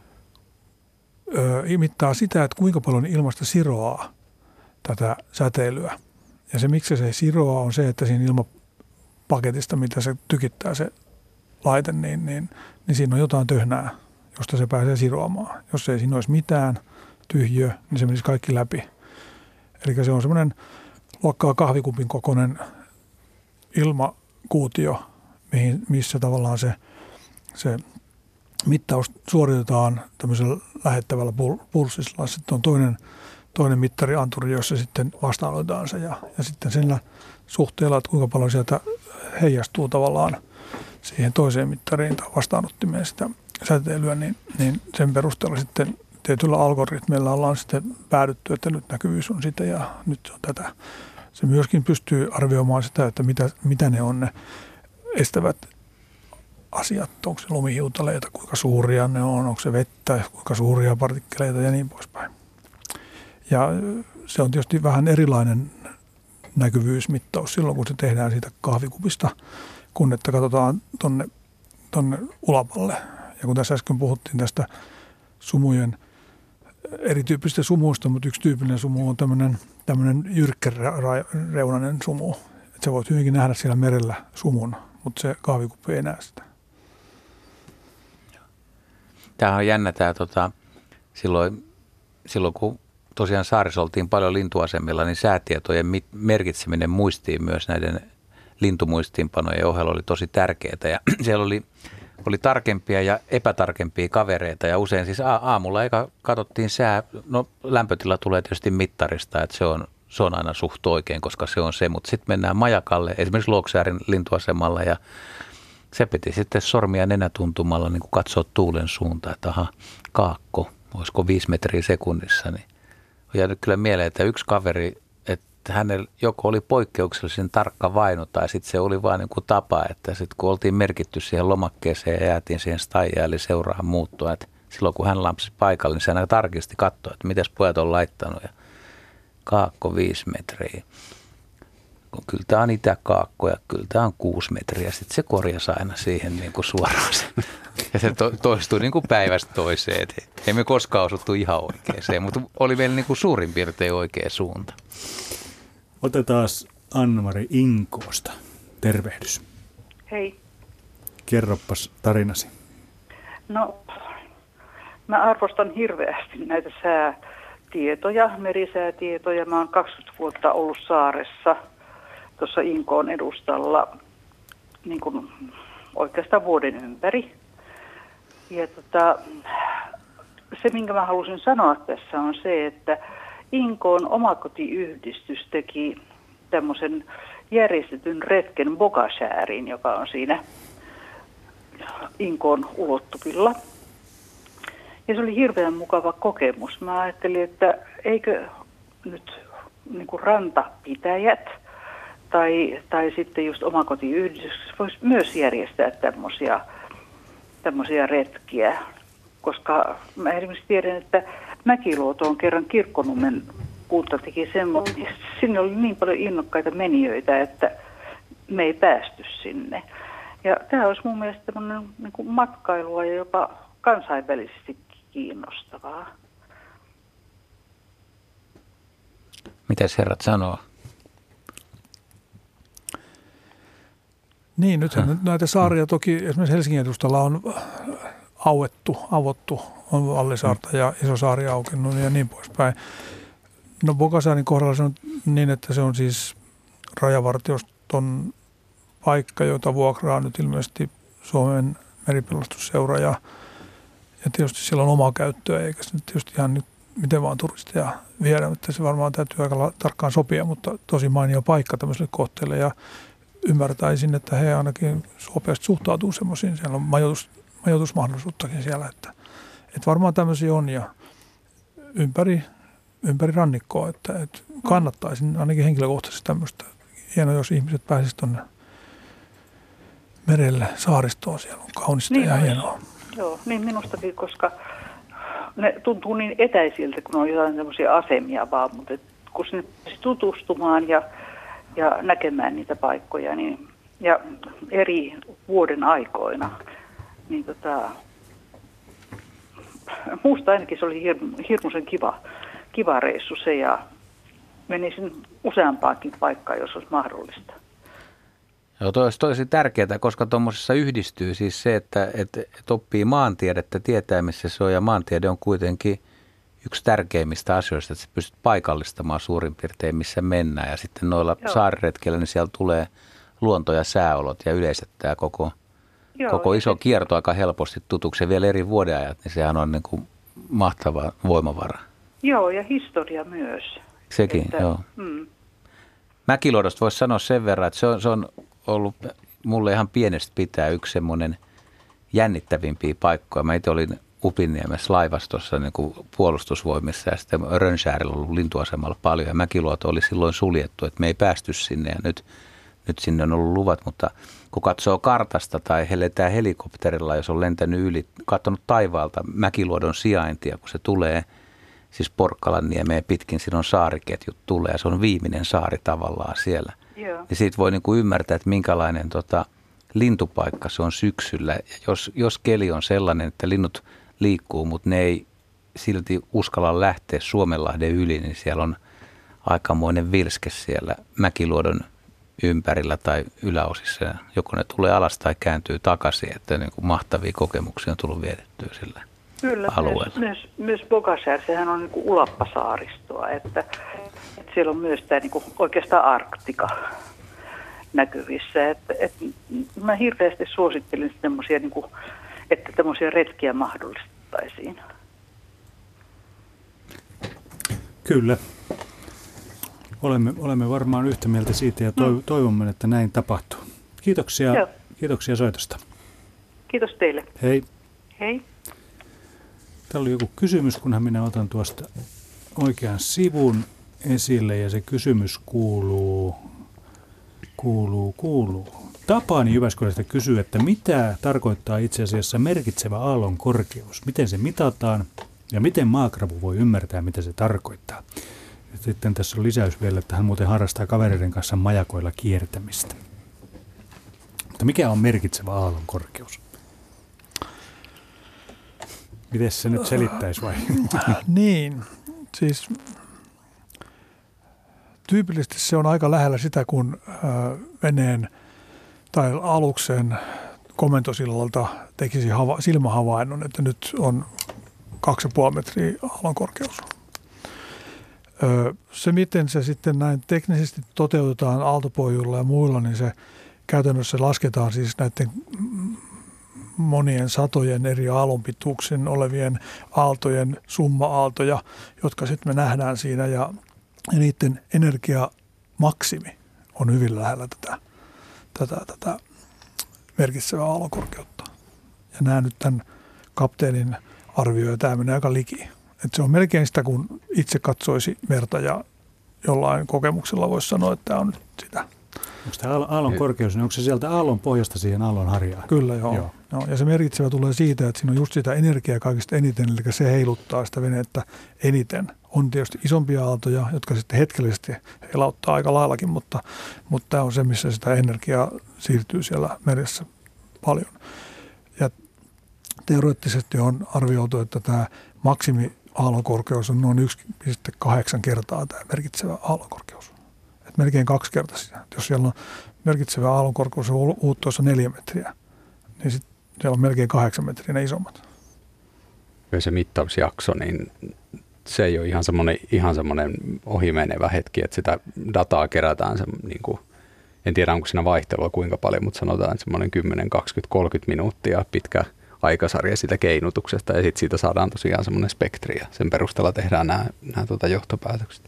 mittaa sitä, että kuinka paljon ilmasta siroaa tätä säteilyä. Ja se, miksi se siroaa, on se, että siinä ilmapaketista, mitä se tykittää se laite, niin siinä on jotain töhnää, josta se pääsee siroamaan. Jos ei siinä olisi mitään tyhjöä, niin se menisi kaikki läpi. Eli se on semmoinen luokkaa kahvikupin kokoinen ilmakuutio, missä tavallaan se mittaus suoritetaan tämmöisellä lähettävällä pulssilla. Sitten on toinen mittarianturi, jossa sitten vastaanotetaan se ja sitten sillä suhteella, että kuinka paljon sieltä heijastuu tavallaan siihen toiseen mittariin tai vastaanottimeen sitä säteilyä, niin sen perusteella sitten tietyllä algoritmeilla ollaan sitten päädytty, että nyt näkyvyys on sitä ja nyt on tätä. Se myöskin pystyy arvioimaan sitä, että mitä ne on ne estävät asiat. Onko se lumihiutaleita, kuinka suuria ne on, onko se vettä, kuinka suuria partikkeleita ja niin poispäin. Ja se on tietysti vähän erilainen näkyvyysmittaus silloin, kun se tehdään siitä kahvikupista, kun että katsotaan tonne ulapalle. Ja kun tässä äsken puhuttiin tästä sumujen erityyppisistä sumuista, mutta yksi tyypillinen sumu on tämmöinen jyrkkäreunainen sumu. Että sä voit hyvinkin nähdä siellä merellä sumun, mutta se kahvikuppi ei näe sitä. Tämähän on jännä silloin kun tosiaan saarissa oltiin paljon lintuasemilla, niin säätietojen merkitseminen muistiin myös näiden lintumuistiinpanojen ohella oli tosi tärkeää. Ja siellä oli tarkempia ja epätarkempia kavereita ja usein siis aamulla eka katsottiin sää. No lämpötila tulee tietysti mittarista, että se on aina suht oikein, koska se on se. Mutta sitten mennään majakalle, esimerkiksi Luoksäärin lintuasemalla ja se piti sitten sormia nenätuntumalla niin katsoa tuulen suuntaan, että aha, kaakko, olisiko 5 metriä sekunnissa. Niin on jäänyt kyllä mieleen, että yksi kaveri, että hänellä joko oli poikkeuksellisen tarkka vaino tai sitten se oli vain niin kuin tapa, että sitten kun oltiin merkitty siihen lomakkeeseen ja jäätiin siihen stajaan, eli seuraa muuttua, että silloin kun hän lampsi paikalle, niin se aina tarkisti katsoa, että mitäs pojat on laittanut ja kaakko 5 metriä. Kyllä tämä on itäkaakko ja kyllä tämä on 6 metriä. Sitten se korjasi aina siihen niin kuin suoraan sen. Ja se toistui niin kuin päivästä toiseen. Ei me koskaan osuttu ihan oikeaan, mutta oli meillä niin kuin suurin piirtein oikea suunta. Otetaan Anna-Mari Inkoosta. Tervehdys. Hei. Kerroppas tarinasi. No, mä arvostan hirveästi näitä säätietoja, merisäätietoja. Mä oon 20 vuotta ollut saaressa tuossa Inkoon edustalla niin kuin oikeastaan vuoden ympäri. Ja se, minkä mä halusin sanoa tässä on se, että Inkoon omakotiyhdistys teki tämmöisen järjestetyn retken Bogasääriin, joka on siinä Inkoon ulottuvilla. Ja se oli hirveän mukava kokemus. Mä ajattelin, että eikö nyt niin kuin rantapitäjät tai sitten just omakotiyhdistys voisi myös järjestää tämmöisiä retkiä, koska mä esimerkiksi tiedän, että Mäkiluoto on kerran Kirkkonummen kuutta teki semmoinen, sinne oli niin paljon innokkaita menijöitä, että me ei päästy sinne. Ja tämä olisi mun mielestä tämmöinen niin kuin matkailua ja jopa kansainvälisesti kiinnostavaa. Mitäs herrat sanoo? Niin, nythän näitä saaria toki esimerkiksi Helsingin edustalla on avottu, on Vallisaarta ja Isosaari aukennut ja niin poispäin. No Bogasäärin kohdalla se on niin, että se on siis rajavartioston paikka, jota vuokraa nyt ilmeisesti Suomen meripelastusseura ja tietysti siellä on omaa käyttöä, eikä se nyt tietysti ihan nyt miten vaan turisteja viedä, mutta se varmaan täytyy aika tarkkaan sopia, mutta tosi mainio paikka tämmöiselle kohteelle ja ymmärtäisin, että he ainakin suopeasti suhtautuu semmoisiin, siellä on majoitusmahdollisuuttakin siellä, että varmaan tämmöisiä on ja ympäri rannikkoa, että kannattaisin ainakin henkilökohtaisesti tämmöistä. Hienoa, jos ihmiset pääsisivät tuonne merelle, saaristoon. Siellä on kaunista niin ja hienoa. Joo, niin minustakin, koska ne tuntuu niin etäisiltä, kun on jotain semmoisia asemia vaan, mutta kun sinne pääsi tutustumaan ja näkemään niitä paikkoja, niin, ja eri vuoden aikoina, niin musta ainakin se oli hirmuisen kiva reissu se, ja menisin useampaankin paikkaan, jos olisi mahdollista. Joo, toi olisi tärkeää, koska tuommoisessa yhdistyy siis se, että oppii maantiedettä, tietää missä se on, ja maantiede on kuitenkin yksi tärkeimmistä asioista, että sä pystyt paikallistamaan suurin piirtein, missä mennään, ja sitten noilla saariretkellä, niin siellä tulee luonto- ja sääolot, ja yleisettää koko iso kierto aika helposti tutuksi, ja vielä eri vuodenajat, niin sehän on niin kuin mahtava voimavara. Joo, ja historia myös. Sekin, joo. Mäkiluodosta voisi sanoa sen verran, että se on ollut mulle ihan pienestä pitää yksi semmoinen jännittävimpiä paikkoja. Mä itse olin Upinniemessä laivastossa niin kuin puolustusvoimissa ja sitten Rönnskärillä ollut lintuasemalla paljon ja Mäkiluoto oli silloin suljettu, että me ei päästy sinne ja nyt sinne on ollut luvat, mutta kun katsoo kartasta tai lentää helikopterilla, jos on lentänyt yli, katsonut taivaalta Mäkiluodon sijaintia, kun se tulee siis Porkkalanniemeen pitkin, siinä on saariketjut tulee ja se on viimeinen saari tavallaan siellä. Joo. Ja siitä voi niin kuin ymmärtää, että minkälainen lintupaikka se on syksyllä. Ja jos keli on sellainen, että linnut liikkuu, mutta ne ei silti uskalla lähteä Suomenlahden yli, niin siellä on aikamoinen vilske siellä Mäkiluodon ympärillä tai yläosissa. Joko ne tulee alas tai kääntyy takaisin, että niin kuin mahtavia kokemuksia on tullut vietettyä sillä alueella. Myös Bogasjär, sehän on niin kuin ulappasaaristoa, että siellä on myös tämä niin kuin oikeastaan Arktika näkyvissä. Että mä hirveästi suosittelin semmoisia, niin kuin, että tämmöisiä retkiä mahdollistettaisiin. Kyllä. Olemme varmaan yhtä mieltä siitä ja toivomme, että näin tapahtuu. Kiitoksia soitosta. Kiitos teille. Hei. Hei. Täällä oli joku kysymys, kunhan minä otan tuosta oikean sivun esille ja se kysymys kuuluu. Tapani Jyväskylästä kysyy, että mitä tarkoittaa itse asiassa merkitsevä aallon korkeus? Miten se mitataan ja miten maakrabu voi ymmärtää, mitä se tarkoittaa? Ja sitten tässä on lisäys vielä, että hän muuten harrastaa kavereiden kanssa majakoilla kiertämistä. Mutta mikä on merkitsevä aallon korkeus? Miten se nyt selittäisi vai? Niin, siis tyypillisesti se on aika lähellä sitä, kun veneen tai aluksen komentosillalta tekisi silmähavainnon, että nyt on 2,5 metriä aallon korkeus. Se, miten se sitten näin teknisesti toteutetaan aaltopohjulla ja muilla, niin se käytännössä lasketaan siis näiden monien satojen eri aallonpituuksin olevien aaltojen summa-aaltoja, jotka sitten me nähdään siinä ja niiden energiamaksimi on hyvin lähellä tätä merkitsevää aallonkorkeutta. Ja nämä nyt tämän kapteenin arvioi ja tämä menee aika liki. Että se on melkein sitä, kun itse katsoisi merta ja jollain kokemuksella voisi sanoa, että tämä on nyt sitä. Onko tämä aallon korkeus, niin onko se sieltä aallon pohjasta siihen aallon harjaan? Kyllä, joo. Ja se merkitsevä tulee siitä, että siinä on just sitä energiaa kaikista eniten, eli se heiluttaa sitä venettä eniten. On tietysti isompia aaltoja, jotka sitten hetkellisesti heilauttaa aika laillakin, mutta tämä on se, missä sitä energiaa siirtyy siellä meressä paljon. Ja teoreettisesti on arvioitu, että tämä maksimi aallonkorkeus on noin 1,8 kertaa tämä merkitsevä aallonkorkeus. Et melkein 2 kertaa sitä. Jos siellä on merkitsevä aallonkorkeus on uuttoissa 4 metriä, niin sitten siellä on melkein 8 metriä ne isommat. Ja se mittausjakso, niin se ei ole ihan semmoinen ohimenevä hetki, että sitä dataa kerätään, niin kuin, en tiedä onko siinä vaihtelua kuinka paljon, mutta sanotaan, että semmoinen 10, 20, 30 minuuttia pitkä aikasarja siitä keinutuksesta ja sitten siitä saadaan tosiaan semmoinen spektri ja sen perusteella tehdään nämä johtopäätökset.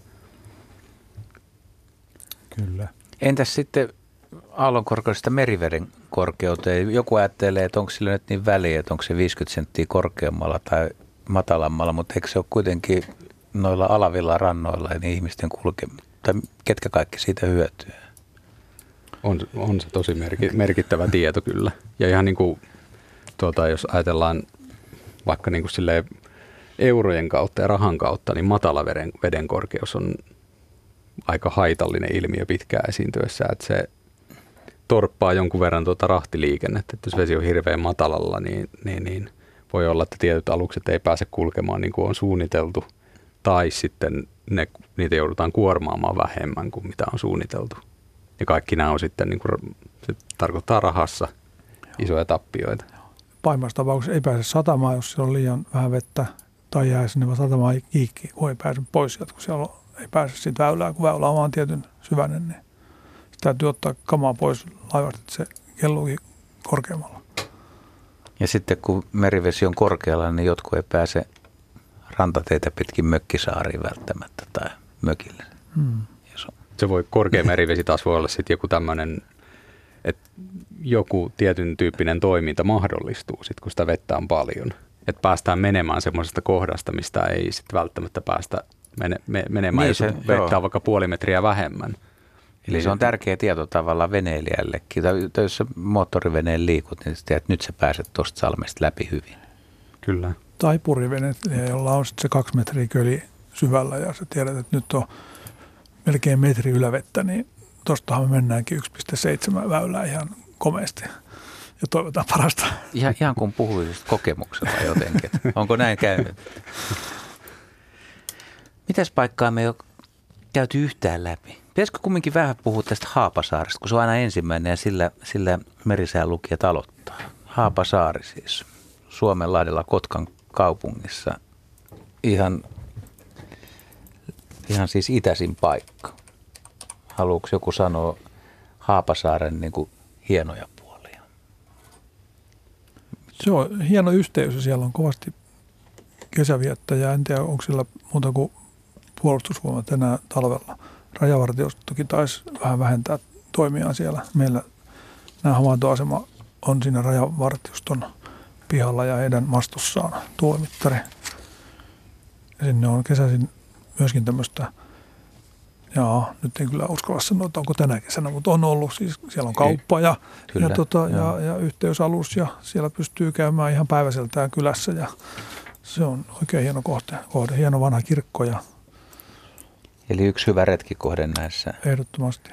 Kyllä. Entäs sitten aallonkorkeudesta meriveden korkeuteen? Joku ajattelee, että onko sillä nyt niin väliä, että onko se 50 senttiä korkeammalla tai matalammalla, mutta eikö se ole kuitenkin noilla alavilla rannoilla ja niin ihmisten tai ketkä kaikki siitä hyötyy? On se tosi merkittävä tieto kyllä. Ja ihan niin kuin, jos ajatellaan vaikka niin kuin silleen eurojen kautta ja rahan kautta, niin matala veden korkeus on aika haitallinen ilmiö pitkään esiintyessä, että se torppaa jonkun verran rahtiliikennettä, että jos vesi on hirveän matalalla, niin voi olla, että tietyt alukset ei pääse kulkemaan niin kuin on suunniteltu, tai sitten niitä joudutaan kuormaamaan vähemmän kuin mitä on suunniteltu. Ja kaikki nämä on sitten, niin kuin, se tarkoittaa rahassa isoja tappioita. Pahimmassa tapauksessa ei pääse satamaan, jos siellä on liian vähän vettä, tai jää sinne satamaan kiikkiin, kun ei pääse pois, kun siellä ei pääse siitä väylää, kun väylä on vaan tietyn syväinen, niin täytyy ottaa kamaa pois laivasta, että se kelluukin korkeammalla. Ja sitten kun merivesi on korkealla, niin jotkut ei pääse rantateitä pitkin mökkisaariin välttämättä tai mökille. Se voi, korkea merivesi taas voi olla sitten joku tämmöinen, että joku tietyn tyyppinen toiminta mahdollistuu sitten, kun sitä vettä on paljon. Että päästään menemään semmoisesta kohdasta, mistä ei sitten välttämättä päästä menemään, niin jos vettä on vaikka puoli metriä vähemmän. Eli se on tärkeä tieto tavallaan veneilijällekin. Tai jos sä moottoriveneen liikut, niin tiedät, että nyt sä pääset tuosta salmesta läpi hyvin. Kyllä. Tai puriveneilijä, jolla on sitten se 2 metriä köli syvällä ja sä tiedät, että nyt on melkein metri ylävettä, niin tuostahan me mennäänkin 1,7 väylää ihan komeasti. Ja toivotaan parasta. Ihan kun puhuisit kokemuksella jotenkin. Onko näin käynyt? Mitäs paikkaa me ei ole käyty yhtään läpi? Pitäisikö kumminkin vähän puhua tästä Haapasaaresta, kun se on aina ensimmäinen ja sillä merisäällukijat aloittaa. Haapasaari siis, Suomenlahdella Kotkan kaupungissa. Ihan siis itäisin paikka. Haluatko joku sanoa Haapasaaren niin kuin hienoja puolia? Se on hieno yhteys ja siellä on kovasti kesäviettäjää. En tiedä, onko sillä muuta kuin puolustusvoimat enää talvella. Rajavartiostokin taisi vähän vähentää toimiaan siellä. Meillä nämä havaintoasema on siinä rajavartioston pihalla ja heidän mastossaan tuolimittari. Ja sinne on kesäisin myöskin tämmöistä, nyt en kyllä uskalla sanoa, että onko tänä kesänä, mutta on ollut. Siis siellä on kauppa ja yhteysalus ja siellä pystyy käymään ihan päiväseltään kylässä ja se on oikein hieno kohde. Hieno vanha kirkko ja eli yksi hyvä retkikohde näissä. Ehdottomasti.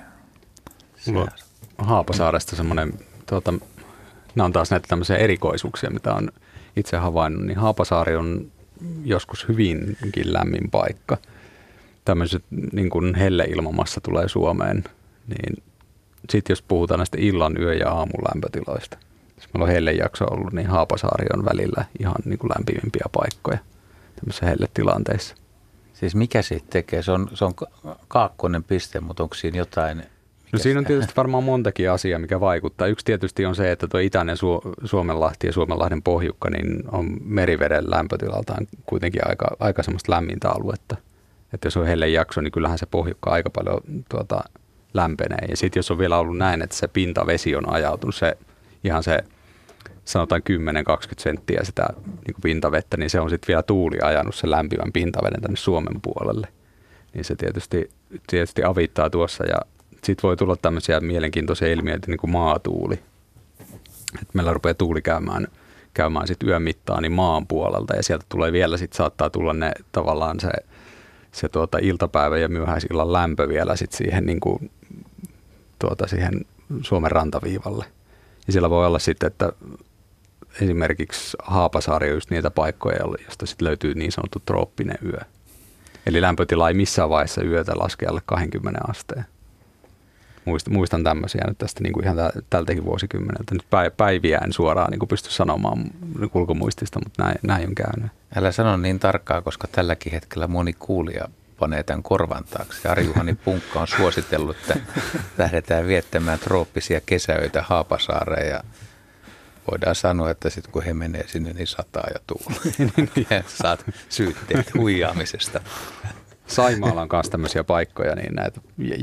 Haapasaaresta semmoinen, nämä on taas näitä tämmöisiä erikoisuuksia, mitä on itse havainnut, niin Haapasaari on joskus hyvinkin lämmin paikka. Tämmöiset niin kuin helleilmamassa tulee Suomeen, niin sitten jos puhutaan näistä illan, yö ja aamun lämpötiloista, jos meillä on hellejakso ollut, niin Haapasaari on välillä ihan niin kuin lämpimimpiä paikkoja tämmöisissä helletilanteissa. Siis mikä siitä tekee? Se on kaakkoinen piste, mutta onko siinä jotain? No siinä on tietysti varmaan montakin asiaa, mikä vaikuttaa. Yksi tietysti on se, että tuo itäinen Suomenlahti ja Suomenlahden pohjukka niin on meriveden lämpötilaltaan kuitenkin aika semmoista lämmintä aluetta. Että jos on hellejakso, niin kyllähän se pohjukka aika paljon lämpenee. Ja sitten jos on vielä ollut näin, että se pintavesi on ajautunut, ihan se sanotaan 10-20 senttiä sitä niin kuin pintavettä, niin se on sitten vielä tuuli ajanut sen lämpimän pintaveden tänne Suomen puolelle. Niin se tietysti avittaa tuossa ja sitten voi tulla tämmöisiä mielenkiintoisia ilmiöitä niin kuin maatuuli. Et meillä rupeaa tuuli käymään sitten yön mittaan niin maan puolelta ja sieltä tulee vielä sitten saattaa tulla ne tavallaan se iltapäivä ja myöhäisillan lämpö vielä sitten siihen, niin kuin, siihen Suomen rantaviivalle. Ja siellä voi olla sitten, että esimerkiksi Haapasaari on just niitä paikkoja, josta sitten löytyy niin sanottu trooppinen yö. Eli lämpötila ei missään vaiheessa yötä laske alle 20 asteen. Muistan tämmöisiä nyt tästä niin kuin ihan tältäkin vuosikymmeneltä. Nyt päiviä en suoraan niin kuin pysty sanomaan ulkomuistista, mutta näin on käynyt. Älä sano niin tarkkaa, koska tälläkin hetkellä moni kuulija panee tämän korvan taakse. Ari-Juhani Punkka on suositellut, että lähdetään viettämään trooppisia kesäöitä Haapasaareen ja voidaan sanoa, että sitten kun he menee sinne, niin sataa ja tuulee. Ja saat syytteet huijaamisesta. Saimaalla on myös tämmöisiä paikkoja, niin näitä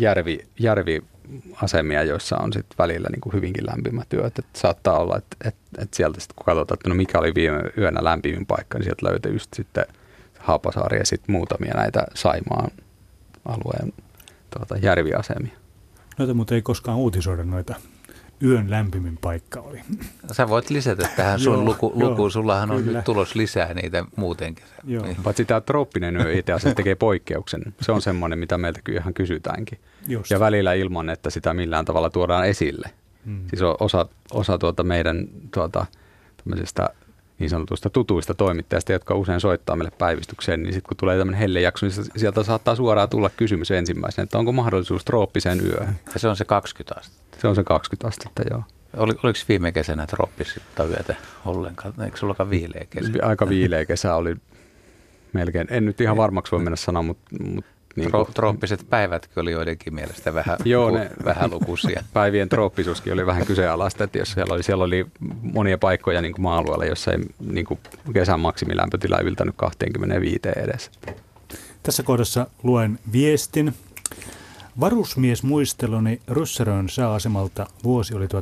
järviasemia, joissa on sitten välillä niin kuin hyvinkin lämpimät yöt. Et saattaa olla, että sieltä sitten kun katsotaan, että no mikä oli viime yönä lämpimin paikka, niin sieltä löytyy just sitten Haapasaari ja sitten muutamia näitä Saimaan alueen järviasemia. Noita mutta ei koskaan uutisoida noita. Yön lämpimin paikka oli. Sä voit lisätä tähän sun lukuun. Sullahan on nyt tulos lisää niitä muutenkin. Niin. Paitsi tämä trooppinen yö itse asiassa tekee poikkeuksen. Se on semmoinen, mitä meiltä kyllä ihan kysytäänkin. Just. Ja välillä ilman, että sitä millään tavalla tuodaan esille. Siis osa meidän tämmöisestä niin sanotusta tutuista toimittajista, jotka usein soittaa meille päivystykseen, niin sitten kun tulee tämmöinen hellejakso, niin sieltä saattaa suoraan tulla kysymys ensimmäisenä, että onko mahdollisuus trooppiseen yöhön. Ja se on se 20 astetta. Se on se 20 astetta, joo. Oliko viime kesänä trooppista yötä ollenkaan? Eikö sullakaan viileä kesä? Aika viileä kesä oli melkein. En nyt ihan varmaksi voi mennä sanoa, mutta niin trooppiset päivätkin oli joidenkin mielestä vähän lukuisia. Päivien trooppisuuskin oli vähän kyseenalaista, että jos siellä oli monia paikkoja niin kuin maa-alueella, jossa ei niin kuin kesän maksimilämpötila ei yltänyt 25 edessä. Tässä kohdassa luen viestin. Varusmiesmuisteluni Ryssärön sääasemalta vuosi oli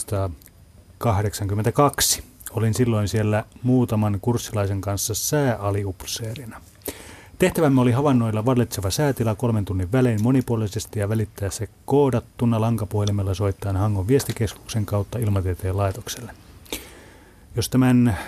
1982. Olin silloin siellä muutaman kurssilaisen kanssa sääaliupseerina. Tehtävämme oli havainnoilla vallitseva säätila 3 tunnin välein monipuolisesti ja välittää se koodattuna lankapuhelimella soittaen Hangon viestikeskuksen kautta Ilmatieteen laitokselle. Jos tämän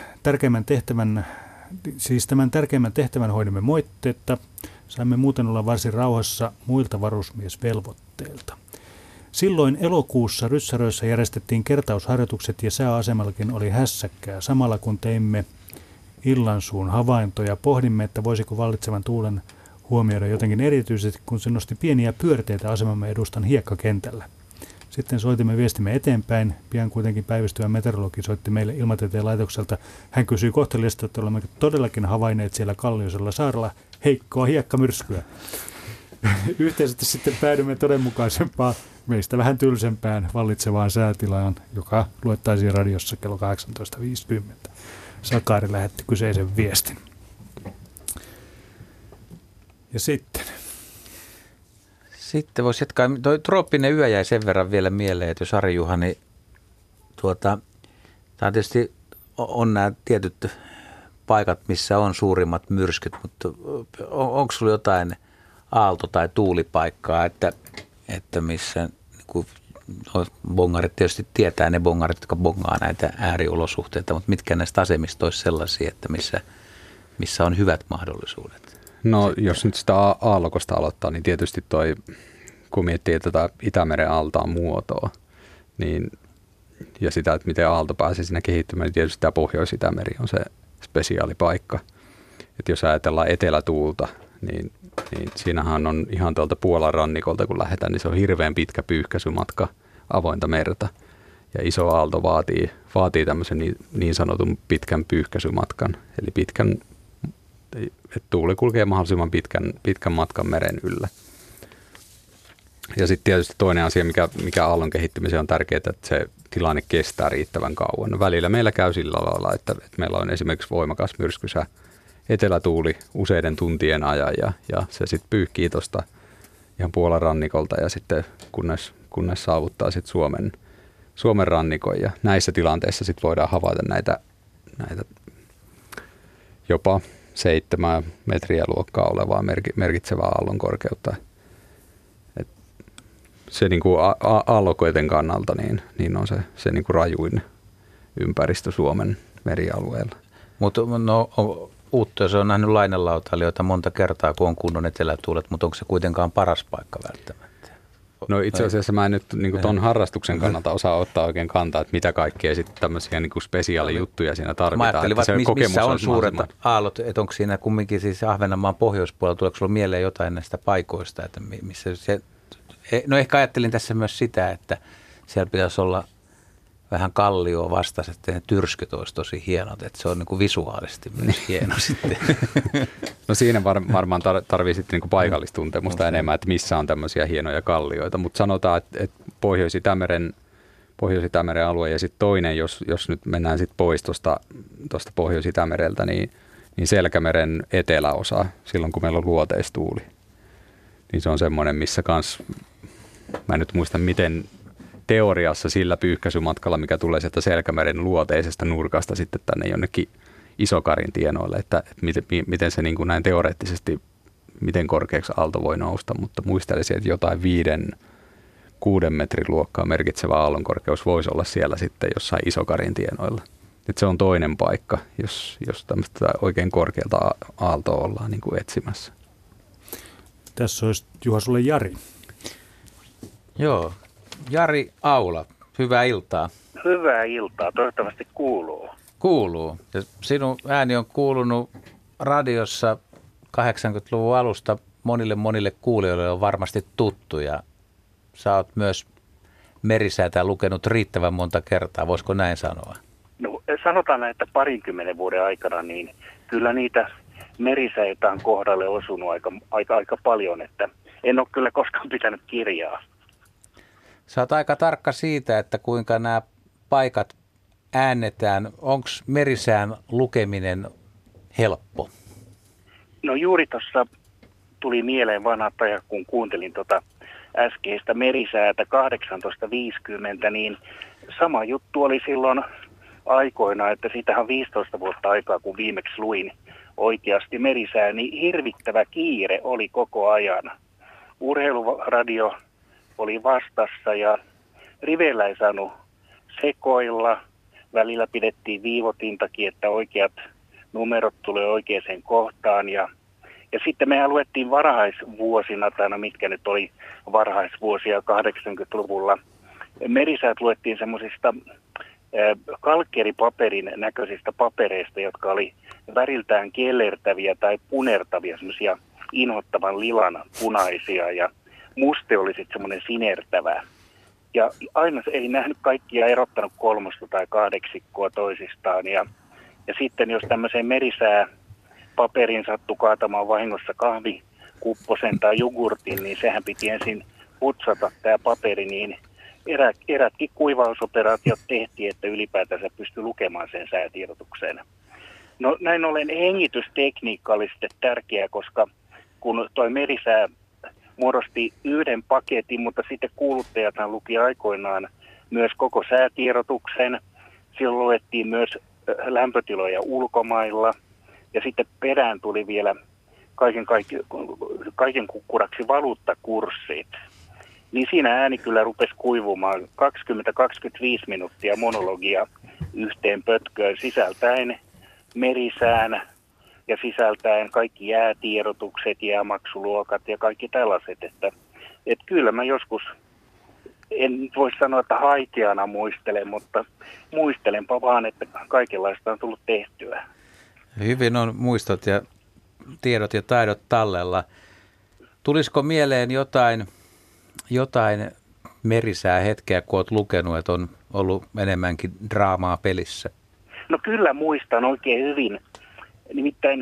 tärkeimmän tehtävän hoidimme moitteetta, saimme muuten olla varsin rauhassa muilta varusmiesvelvoitteilta. Silloin elokuussa Ryssäröissä järjestettiin kertausharjoitukset ja sääasemallakin oli hässäkkää. Samalla kun teimme illansuun havaintoja, pohdimme, että voisiko vallitsevan tuulen huomioida jotenkin erityisesti, kun se nosti pieniä pyörteitä asemamme edustan hiekkakentällä. Sitten soitimme viestimme eteenpäin. Pian kuitenkin päivystyvä meteorologi soitti meille Ilmatieteen laitokselta. Hän kysyi kohteliasta, että olemme todellakin havainneet siellä Kallioisella saarella heikkoa hiekkamyrskyä. Yhteisesti sitten päädymme todenmukaisempaan, meistä vähän tylsempään vallitsevaan säätilaan, joka luettaisiin radiossa kello 18.50. Sakari lähetti kyseisen viestin. Ja sitten voisi jatkaa. Tuo trooppinen yö jäi sen verran vielä mieleen, että jos Ari Juhani, tämä tietysti on nämä tietyt paikat, missä on suurimmat myrskyt, mutta onko sulla jotain aalto- tai tuulipaikkaa, että missä niin bongarit tietysti tietää, ne bongarit, jotka bongaa näitä ääriolosuhteita, mutta mitkä näistä asemista olisi sellaisia, että missä on hyvät mahdollisuudet? No jos nyt sitä aallokosta aloittaa, niin tietysti kun miettii tätä Itämeren aaltaan muotoa, niin, ja sitä, että miten aalto pääsee siinä kehittymään, niin tietysti tämä Pohjois-Itämeri on se spesiaalipaikka. Että jos ajatellaan etelätuulta, niin siinähän on ihan tuolta Puolan rannikolta, kun lähdetään, niin se on hirveän pitkä pyyhkäisymatka avointa merta. Ja iso aalto vaatii tämmöisen niin sanotun pitkän pyyhkäisymatkan, eli että tuuli kulkee mahdollisimman pitkän matkan meren yllä. Ja sitten tietysti toinen asia, mikä aallon kehittymiseen on tärkeää, että se tilanne kestää riittävän kauan. No välillä meillä käy sillä lailla, että meillä on esimerkiksi voimakas myrskysä etelätuuli useiden tuntien ajan ja se sitten pyyhkii tuosta ihan Puolan rannikolta ja sitten kunnes saavuttaa sitten Suomen rannikon. Ja näissä tilanteissa sitten voidaan havaita näitä jopa 7 metriä luokkaa olevaa merkitsevää aallon korkeutta. Et se niin kuin aallokoiden kannalta niin on se niin kuin rajuin ympäristö Suomen merialueella. Mutta Uutto, se on nähnyt lainelautailijoita monta kertaa, kun on kunnon etelätuulet, mutta onko se kuitenkaan paras paikka välttämättä? No itse asiassa mä en nyt niin ton harrastuksen kannalta osaa ottaa oikein kantaa, että mitä kaikkea sitten tämmöisiä niin spesiaalijuttuja siinä tarvitaan. Mä ajattelin, että missä on suuret aallot, että onko siinä kumminkin siis Ahvenanmaan pohjoispuolella, tuleeko sulla mieleen jotain näistä paikoista, että missä se, no ehkä ajattelin tässä myös sitä, että siellä pitäisi olla vähän kallioa vastasi, että ne tyrskyt olisi tosi hienot, että se on niin kuin visuaalisesti myös hieno sitten. No siinä varmaan tarvii sitten niin kuin paikallistuntemusta enemmän, että missä on tämmöisiä hienoja kallioita, mutta sanotaan, että Pohjois-Itämeren alue ja sitten toinen, jos nyt mennään sitten pois tuosta Pohjois-Itämereltä, niin Selkämeren eteläosa, silloin kun meillä on luoteistuuli, niin se on semmoinen, missä kans, mä en nyt muista miten teoriassa sillä pyyhkäisymatkalla, mikä tulee sieltä Selkämeren luoteisesta nurkasta sitten tänne jonnekin Isokarin tienoille, että miten se niin kuin näin teoreettisesti, miten korkeaksi aalto voi nousta, mutta muistelisin, että jotain 5 6 metrin luokkaa merkitsevä aallonkorkeus voisi olla siellä sitten jossain Isokarin tienoilla. Että se on toinen paikka, jos tämmöistä oikein korkealta aaltoa ollaan niin kuin etsimässä. Tässä olisi Juha sulle Jari. Joo, Jari Aula, hyvää iltaa. Hyvää iltaa, toivottavasti kuuluu. Kuuluu. Ja sinun ääni on kuulunut radiossa 80-luvun alusta monille kuulijoille on varmasti tuttu ja sä oot myös merisäätä lukenut riittävän monta kertaa, voisiko näin sanoa? No, sanotaan, että 20 vuoden aikana niin kyllä niitä merisäitä on kohdalle osunut aika paljon, että en ole kyllä koskaan pitänyt kirjaa. Sä oot aika tarkka siitä, että kuinka nämä paikat äännetään. Onko merisään lukeminen helppo? No juuri tuossa tuli mieleen vanhat ajat, kun kuuntelin äskeistä merisäätä 1850, niin sama juttu oli silloin aikoina, että siitähän 15 vuotta aikaa, kun viimeksi luin oikeasti merisää, niin hirvittävä kiire oli koko ajan. Urheiluradio oli vastassa ja riveillä ei saanut sekoilla. Välillä pidettiin viivotintakin, että oikeat numerot tulee oikeaan kohtaan. Ja sitten mehän luettiin varhaisvuosina, tai mitkä nyt oli varhaisvuosia 80-luvulla. Merisäät luettiin semmoisista kalkkeripaperin näköisistä papereista, jotka oli väriltään kellertäviä tai punertavia, semmoisia inhottavan lilan punaisia, ja muste oli sitten semmoinen sinertävä. Ja aina ei nähnyt kaikkia erottanut kolmosta tai kahdeksikkoa toisistaan. Ja sitten jos tämmöiseen merisääpaperiin sattui kaatamaan vahingossa kahvikupposen tai jogurtin, niin sehän piti ensin putsata tämä paperi, niin erätkin kuivausoperaatiot tehtiin, että ylipäätänsä pystyi lukemaan sen säätiedotukseen. No näin ollen hengitystekniikka oli sitten tärkeää, koska kun toi merisää muodosti yhden paketin, mutta sitten kuuluttajathan luki aikoinaan myös koko säätiedotuksen. Silloin luettiin myös lämpötiloja ulkomailla ja sitten perään tuli vielä kaiken kukkuraksi valuuttakurssit. Niin siinä ääni kyllä rupesi kuivumaan 20-25 minuuttia monologia yhteen pötköön sisältäen merisään ja sisältäen kaikki jäätiedotukset, jäämaksuluokat ja kaikki tällaiset. Että kyllä mä joskus, en voi sanoa, että haikeana muistelen, mutta muistelenpa vaan, että kaikenlaista on tullut tehtyä. Hyvin on muistot ja tiedot ja taidot tallella. Tulisiko mieleen jotain merisää hetkeä, kun olet lukenut, että on ollut enemmänkin draamaa pelissä? No kyllä muistan oikein hyvin. Nimittäin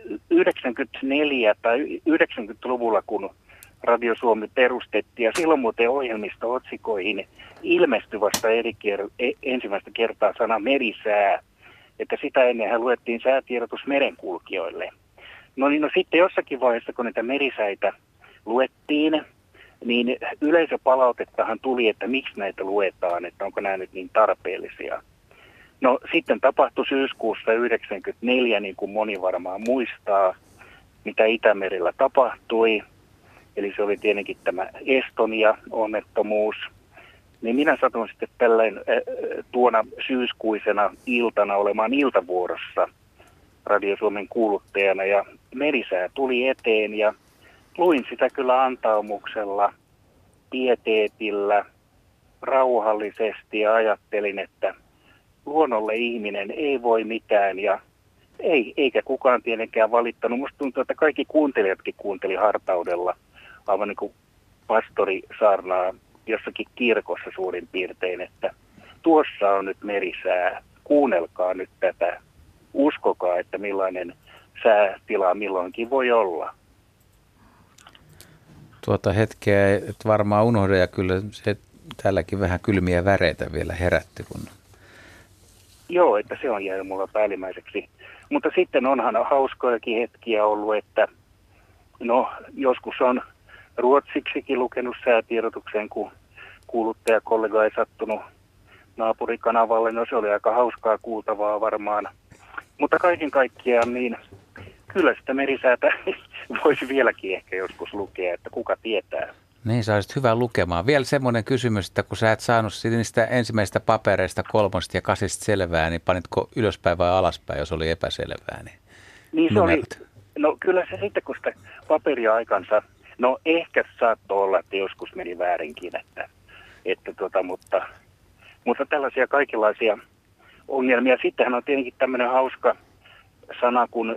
94 tai 90-luvulla, kun Radio Suomi perustettiin, ja silloin muuten ohjelmisto-otsikoihin ilmestyi vasta ensimmäistä kertaa sana merisää, että sitä ennenhän luettiin säätiedotus merenkulkijoille. No sitten jossakin vaiheessa, kun niitä merisäitä luettiin, niin yleisöpalautettahan tuli, että miksi näitä luetaan, että onko nämä nyt niin tarpeellisia. No sitten tapahtui syyskuussa 1994, niin kuin moni varmaan muistaa, mitä Itämerellä tapahtui. Eli se oli tietenkin tämä Estonia-onnettomuus. Niin minä satun sitten tuona syyskuisena iltana olemaan iltavuorossa Radio Suomen kuuluttajana. Ja merisää tuli eteen ja luin sitä kyllä antaumuksella, pieteetillä, rauhallisesti ja ajattelin, että luonnolle ihminen ei voi mitään ja eikä kukaan tietenkään valittanut. Musta tuntuu, että kaikki kuuntelijatkin kuunteli hartaudella, aivan niin kuin pastori saarnaa jossakin kirkossa suurin piirtein, että tuossa on nyt merisää, kuunnelkaa nyt tätä, uskokaa, että millainen säätila milloinkin voi olla. Tuota hetkeä et varmaan unohda ja kyllä se täälläkin vähän kylmiä väreitä vielä herätti. Joo, että se on jäänyt mulla päällimmäiseksi. Mutta sitten onhan hauskojakin hetkiä ollut, että joskus on ruotsiksikin lukenut säätiedotuksen, kun kuuluttajakollega ei sattunut naapurikanavalle. No se oli aika hauskaa kuultavaa varmaan. Mutta kaiken kaikkiaan niin kyllä sitä merisäätä voisi vieläkin ehkä joskus lukea, että kuka tietää. Niin, sä olisit hyvä lukemaan. Vielä semmoinen kysymys, että kun sä et saanut niistä ensimmäisistä papereista 3 ja 8 selvää, niin panitko ylöspäin vai alaspäin, jos oli epäselvää? Niin se oli, no kyllä se sitten, kun sitä paperia aikansa, no ehkä saattoi olla, että joskus meni väärinkin, mutta tällaisia kaikenlaisia ongelmia. Sittenhän on tietenkin tämmöinen hauska sana kuin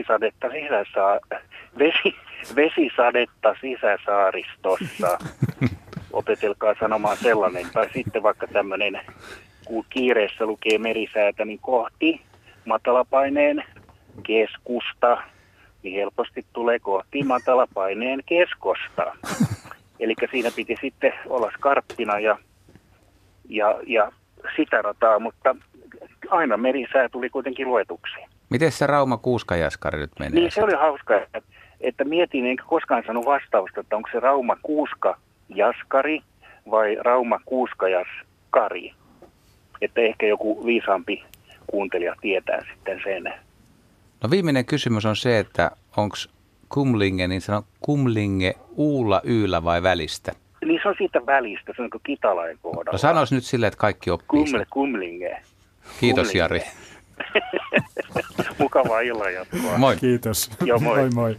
vesisadetta sisäsaaristossa. Opetelkaa sanomaan sellainen. Tai sitten vaikka tämmöinen, kun kiireessä lukee merisäätä, niin kohti matalapaineen keskusta, niin helposti tulee kohti matalapaineen keskosta. Eli siinä piti sitten olla skarppina ja sitä rataa, mutta aina merisää tuli kuitenkin luetuksi. Miten se Rauma-Kuuska-Jaskari nyt menee? Niin se oli hauska, että mietin, enkä koskaan saanut vastausta, että onko se Rauma-Kuuska-Jaskari vai Rauma-Kuuska-Jaskari. Että ehkä joku viisaampi kuuntelija tietää sitten sen. No viimeinen kysymys on se, että onko kumlinge, niin sano kumlinge uulla, yllä vai välistä? Niin se on siitä välistä, se on kuin Kitalain kohdalla. No sanois nyt silleen, että kaikki oppii sen. Kumlinge. Kiitos Jari. Mukavaa illanjatkoa. Moi. Kiitos. Joo, moi. Moi.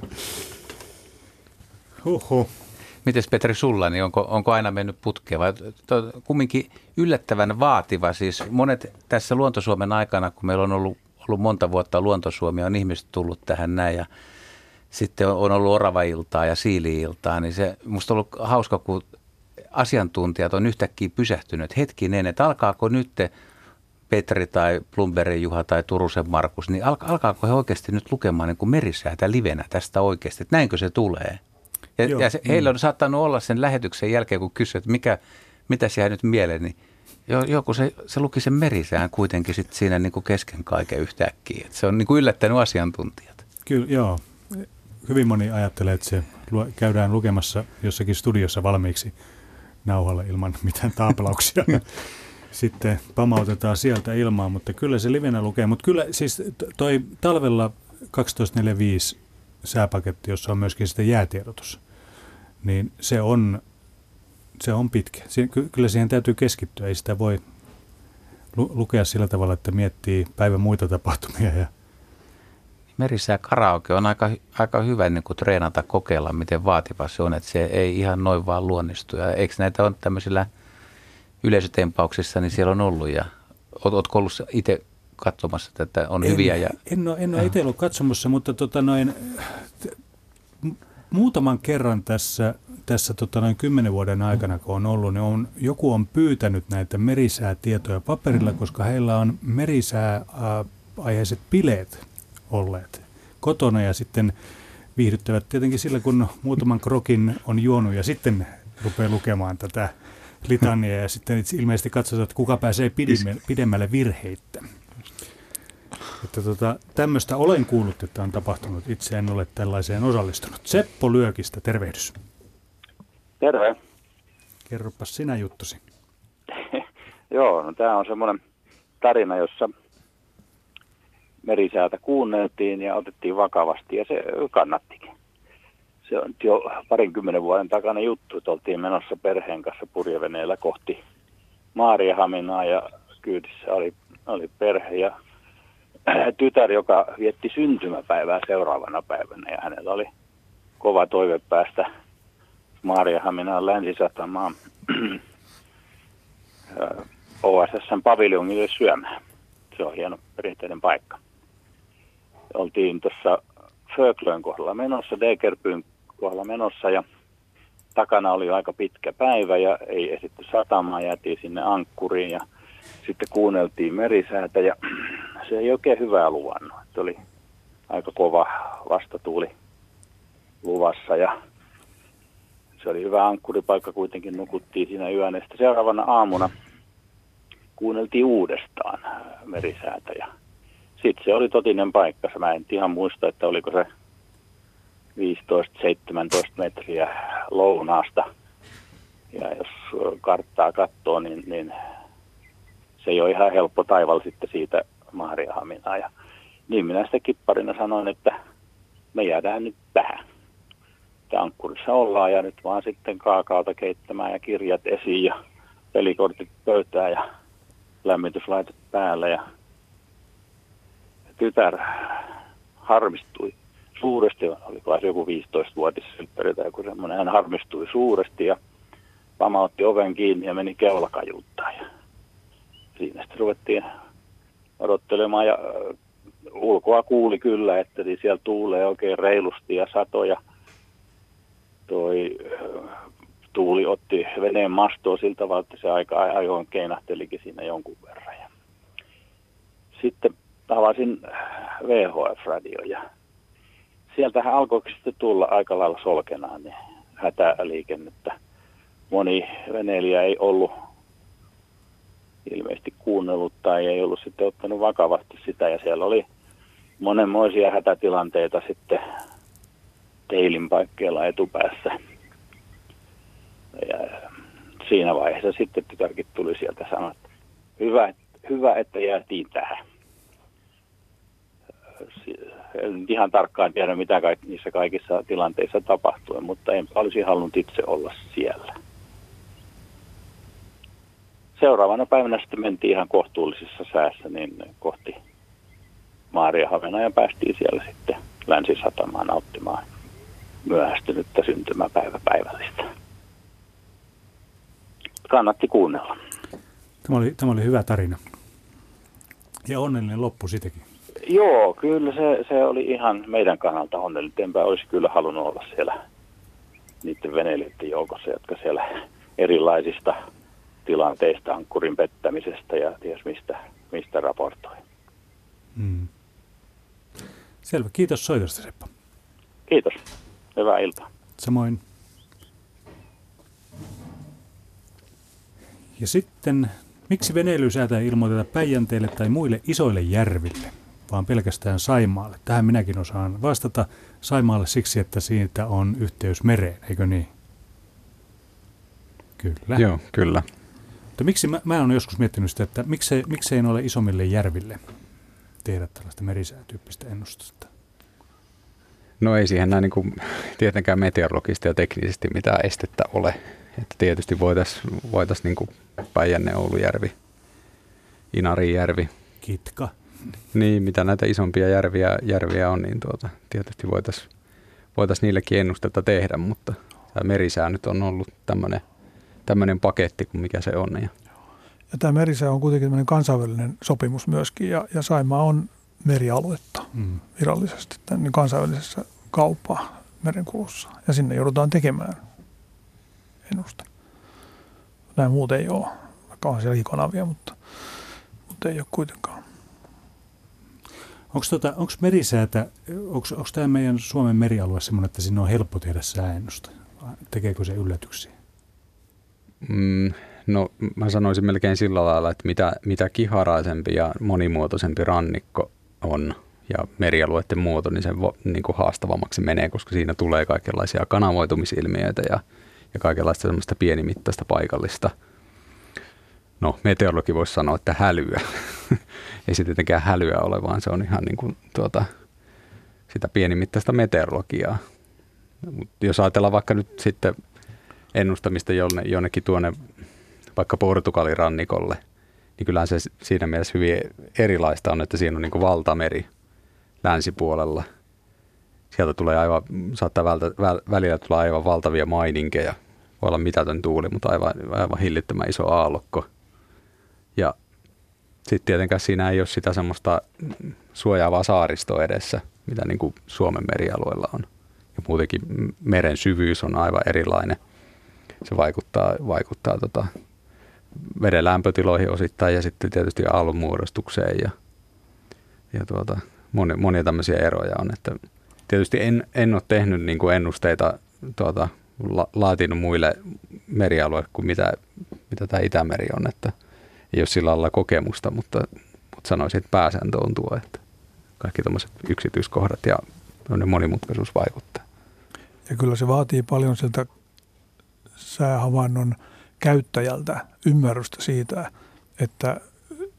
Huhhuh. Mites Petri sulla, niin onko aina mennyt putkeen vai kumminkin yllättävän vaativa? Siis monet tässä Luontosuomen aikana, kun meillä on ollut monta vuotta Luontosuomia, on ihmiset tullut tähän näin ja sitten on ollut oravailtaa ja siili-iltaa, niin se musta on ollut hauska, kun asiantuntijat on yhtäkkiä pysähtynyt hetkinen, että alkaako nyt Petri tai Blombergin Juha tai Turusen Markus, niin alkaako he oikeasti nyt lukemaan niin kuin merisäätä livenä tästä oikeasti, että näinkö se tulee? Ja heillä on saattanut olla sen lähetyksen jälkeen, kun kysyy, että mitä siellä nyt mieleen, niin joku se luki sen merisään kuitenkin sit siinä niin kuin kesken kaiken yhtäkkiä. Että se on niin kuin yllättänyt asiantuntijat. Kyllä, joo. Hyvin moni ajattelee, että se käydään lukemassa jossakin studiossa valmiiksi nauhalle ilman mitään taaplauksia. Sitten pamautetaan sieltä ilmaan, mutta kyllä se livenä lukee. Mutta kyllä siis toi talvella 1245 sääpaketti, jossa on myöskin sitten jäätiedotus, niin se on pitkä. Kyllä siihen täytyy keskittyä. Ei sitä voi lukea sillä tavalla, että miettii päivän muita tapahtumia. Merisää karaoke on aika hyvä niin kuin treenata, kokeilla, miten vaativa se on, että se ei ihan noin vaan luonnistu. Ja eikö näitä on tämmöisillä yleisötempauksissa, niin siellä on ollut. Ja ootko ollut itse katsomassa, että on hyviä? En ole itse ollut katsomassa, mutta muutaman kerran tässä 10 vuoden aikana, kun on ollut, niin joku on pyytänyt näitä merisäätietoja paperilla, koska heillä on merisääaiheiset bileet olleet kotona ja sitten viihdyttävät tietenkin sillä, kun muutaman krokin on juonut ja sitten rupeaa lukemaan tätä litania ja sitten ilmeisesti katsotaan, että kuka pääsee pidemmälle virheittä. Että tämmöistä olen kuullut, että on tapahtunut. Itse en ole tällaiseen osallistunut. Seppo Lyökistä, tervehdys. Terve. Kerropas sinä juttusi. Joo, no tämä on semmoinen tarina, jossa merisäätä kuunneltiin ja otettiin vakavasti ja se kannattikin. Se on jo 20 vuoden takainen juttu, että oltiin menossa perheen kanssa purjeveneellä kohti Maarianhaminaa ja kyydissä oli perhe ja tytär, joka vietti syntymäpäivää seuraavana päivänä ja hänellä oli kova toive päästä Maarianhaminaan länsisatamaan OSS:n paviljongille syömään. Se on hieno perinteinen paikka. Oltiin tuossa Föklön kohdalla menossa, Degerpyn kohdalla menossa ja takana oli aika pitkä päivä ja ei esitty satamaan, jäätiin sinne ankkuriin ja sitten kuunneltiin merisäätä ja se ei oikein hyvää luvannut. Se oli aika kova vastatuuli luvassa ja se oli hyvä ankkuripaikka, kuitenkin nukuttiin siinä yön. Sitten seuraavana aamuna kuunneltiin uudestaan merisäätä ja sitten se oli totinen paikka. Mä en ihan muista, että oliko se 15-17 metriä lounaasta. Ja jos karttaa katsoo, niin se ei ole ihan helppo taival sitten siitä Maarianhaminaan. Ja niin minä sitä kipparina sanoin, että me jäädään nyt tähän. sitten ankkurissa ollaan ja nyt vaan sitten kaakaota keittämään ja kirjat esiin ja pelikortit pöytään ja lämmityslaitet päälle. Ja tytär harmistui suuresti, oliko se joku 15-vuotisylpperi tai joku semmoinen, hän harmistui suuresti ja pamautti oven kiinni ja meni keulakajuuttaan. Ja siinä sitten ruvettiin odottelemaan ja ulkoa kuuli kyllä, että siellä tuulee oikein reilusti ja satoja. Toi tuuli otti veneen mastoa siltä tavalla, että se aika ajoin keinahtelikin siinä jonkun verran. Ja sitten tavasin VHF-radio ja sieltähän alkoi sitten tulla aika lailla solkenaan niin hätäliikennettä. Moni veneilijä ei ollut ilmeisesti kuunnellut tai ei ollut sitten ottanut vakavasti sitä ja siellä oli monenmoisia hätätilanteita sitten teilin paikkeilla etupäässä. Ja siinä vaiheessa sitten tytärkin tuli sieltä sanoa, että hyvä, että jäätiin tähän. En ihan tarkkaan tiedä, mitä niissä kaikissa tilanteissa tapahtui, mutta en olisi halunnut itse olla siellä. Seuraavana päivänä sitten mentiin ihan kohtuullisessa säässä niin kohti Maarianhaminaa ja päästiin siellä sitten Länsisatamaan nauttimaan myöhästynyttä syntymäpäivällistä. Kannatti kuunnella. Tämä oli hyvä tarina. Ja onnellinen loppu sitäkin. Joo, kyllä se oli ihan meidän kannalta onnellinen. Enpä olisi kyllä halunnut olla siellä niiden veneilijöiden joukossa, jotka siellä erilaisista tilanteista, ankkurin pettämisestä ja ties mistä raportoi. Selvä. Kiitos soitosta, Seppo. Kiitos. Hyvää iltaa. Samoin. Ja sitten, miksi veneilyysäätä ei ilmoiteta Päijänteelle tai muille isoille järville, vaan pelkästään Saimaalle? Tähän minäkin osaan vastata. Saimaalle siksi, että siitä on yhteys mereen, eikö niin? Kyllä. Joo, kyllä. Mutta miksi, mä olen joskus miettinyt sitä, että miksei ole isommille järville tehdä tällaista merisäätyyppistä ennustusta? No ei siihen näin niin kuin tietenkään meteorologisesti ja teknisesti mitään estettä ole. Että tietysti voitaisiin niin kuin Päijänne, Oulujärvi, Inarijärvi. Kitka. Niin, mitä näitä isompia järviä on, niin tietysti voitaisiin niillekin ennustetta tehdä, mutta tämä merisää nyt on ollut tämmöinen paketti kuin mikä se on. Ja tämä merisää on kuitenkin tämmöinen kansainvälinen sopimus myöskin, ja Saimaa on merialuetta virallisesti niin kansainvälisessä kauppaa merenkulussa. Ja sinne joudutaan tekemään ennuste. Näin muuten ei ole, vaikka on siellä kanavia, mutta ei ole kuitenkaan. Onko merisäätä, onko tämä meidän Suomen merialue sellainen, että sinne on helppo tehdä sääennusta? Tekeekö se yllätyksiä? No mä sanoisin melkein sillä lailla, että mitä kiharaisempi ja monimuotoisempi rannikko on ja merialueiden muoto, niin sen niin kuin haastavammaksi menee, koska siinä tulee kaikenlaisia kanavoitumisilmiöitä ja kaikenlaista semmoista pienimittaista paikallista. No meteorologi voisi sanoa, että hälyä. Ei se tietenkään hälyä ole, vaan se on ihan niin kuin sitä pienimittaista meteorologiaa. Mut jos ajatellaan vaikka nyt sitten ennustamista jonnekin tuonne vaikka Portugalin rannikolle, niin kyllähän se siinä mielessä hyvin erilaista on, että siinä on niin kuin valtameri länsipuolella. Sieltä tulee saattaa välillä tulla aivan valtavia maininkeja. Voi olla mitätön tuuli, mutta aivan hillittömän iso aallokko. Ja sitten tietenkään siinä ei ole sitä semmoista suojaavaa saaristoa edessä, mitä niin kuin Suomen merialueella on. Ja muutenkin meren syvyys on aivan erilainen. Se vaikuttaa veden lämpötiloihin osittain ja sitten tietysti aallonmuodostukseen ja monia tämmöisiä eroja on. Että tietysti en ole tehnyt niin kuin ennusteita laatinut muille merialueille kuin mitä tämä Itämeri on, että ei ole sillä lailla kokemusta, mutta sanoisin, että pääsääntö on tuo, että kaikki tämmöiset yksityiskohdat ja monimutkaisuus vaikuttaa. Ja kyllä se vaatii paljon siltä säähavainnon käyttäjältä ymmärrystä siitä, että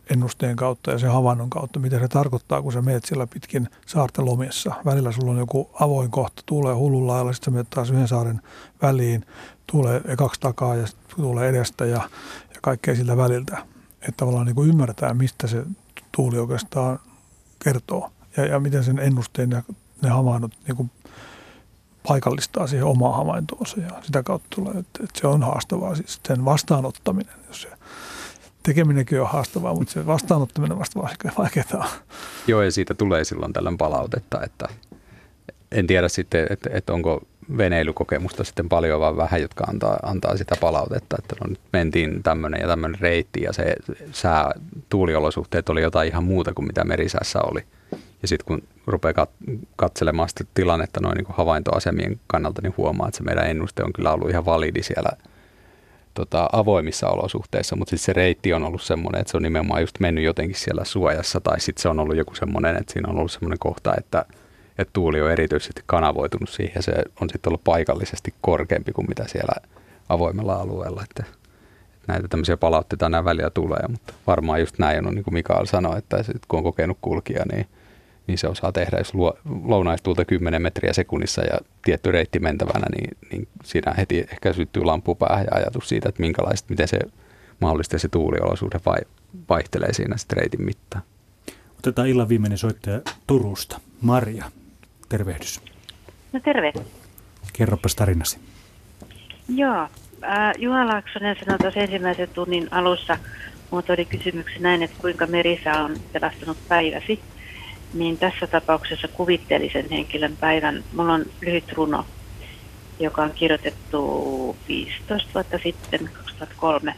ennusteen kautta ja sen havainnon kautta, mitä se tarkoittaa, kun sä meet siellä pitkin saarten lomissa. Välillä sulla on joku avoin kohta, tulee hullun lailla, sitten sä menet taas yhden saaren väliin, tulee ekaksi takaa ja sitten tulee edestä ja kaikkea siltä väliltä. Että tavallaan niin kuin ymmärtää, mistä se tuuli oikeastaan kertoo ja miten sen ennusteen ja ne havainnot niin kuin paikallistaa siihen omaan havaintoonsa ja sitä kautta tulee, että se on haastavaa. Siis sen vastaanottaminen, jos se tekeminenkin on haastavaa, mutta se vastaanottaminen vasta vaikeaa. Joo, ja siitä tulee silloin tällöin palautetta, että en tiedä sitten, että onko veneilykokemusta sitten paljon vai vähän, jotka antaa sitä palautetta, että no nyt mentiin tämmöinen ja tämmöinen reitti ja se tuuliolosuhteet oli jotain ihan muuta kuin mitä merisäässä oli. Ja sitten kun rupeaa katselemaan sitä tilannetta noin niin kuin havaintoasemien kannalta, niin huomaa, että se meidän ennuste on kyllä ollut ihan validi siellä avoimissa olosuhteissa, mutta sitten se reitti on ollut semmoinen, että se on nimenomaan just mennyt jotenkin siellä suojassa, tai sitten se on ollut joku semmoinen, että siinä on ollut semmoinen kohta, että tuuli on erityisesti kanavoitunut siihen, ja se on sitten ollut paikallisesti korkeampi kuin mitä siellä avoimella alueella, että näitä tämmöisiä palautteita nämä välillä tulee, mutta varmaan just näin on, niin kuin Mikael sanoi, että kun on kokenut kulkija, niin se osaa tehdä, jos lounaistuulta 10 metriä sekunnissa ja tietty reitti mentävänä, niin siinä heti ehkä syttyy lampu päähän ja ajatus siitä, että miten se mahdollisesti se tuuliolosuhde vaihtelee siinä sitten reitin mittaan. Otetaan illan viimeinen soittaja Turusta. Marja, tervehdys. No terve. Kerropas tarinasi. Joo, Juha Laaksonen sanoi tuossa ensimmäisen tunnin alussa, muotoili kysymyksen näin, että kuinka merisää on pelastanut päiväsi. Niin tässä tapauksessa kuvitteellisen henkilön päivän. Mulla on lyhyt runo, joka on kirjoitettu 15 vuotta sitten, 2003.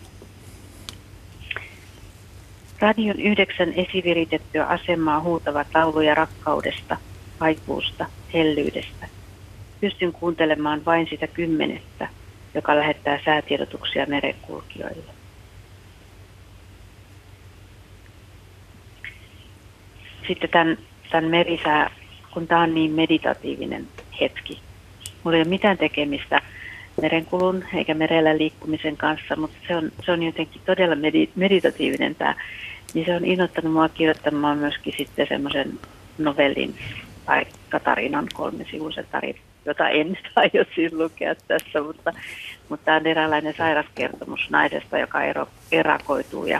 Radion 9 esiviritettyä asemaa huutavat lauluja rakkaudesta, aikuusta, hellyydestä. Pystyn kuuntelemaan vain sitä 10, joka lähettää säätiedotuksia merenkulkijoille. Sitten tämän merisää, kun tämä on niin meditatiivinen hetki. Mulla ei ole mitään tekemistä merenkulun eikä merellä liikkumisen kanssa, mutta se on jotenkin todella meditatiivinen tämä. Niin se on innoittanut mua kirjoittamaan myöskin sitten semmoisen novellin tai Katarinan 3-sivuisen tarinan, jota en aio siis lukea tässä, mutta tämä on eräänlainen sairaskertomus naisesta, joka erakoituu ja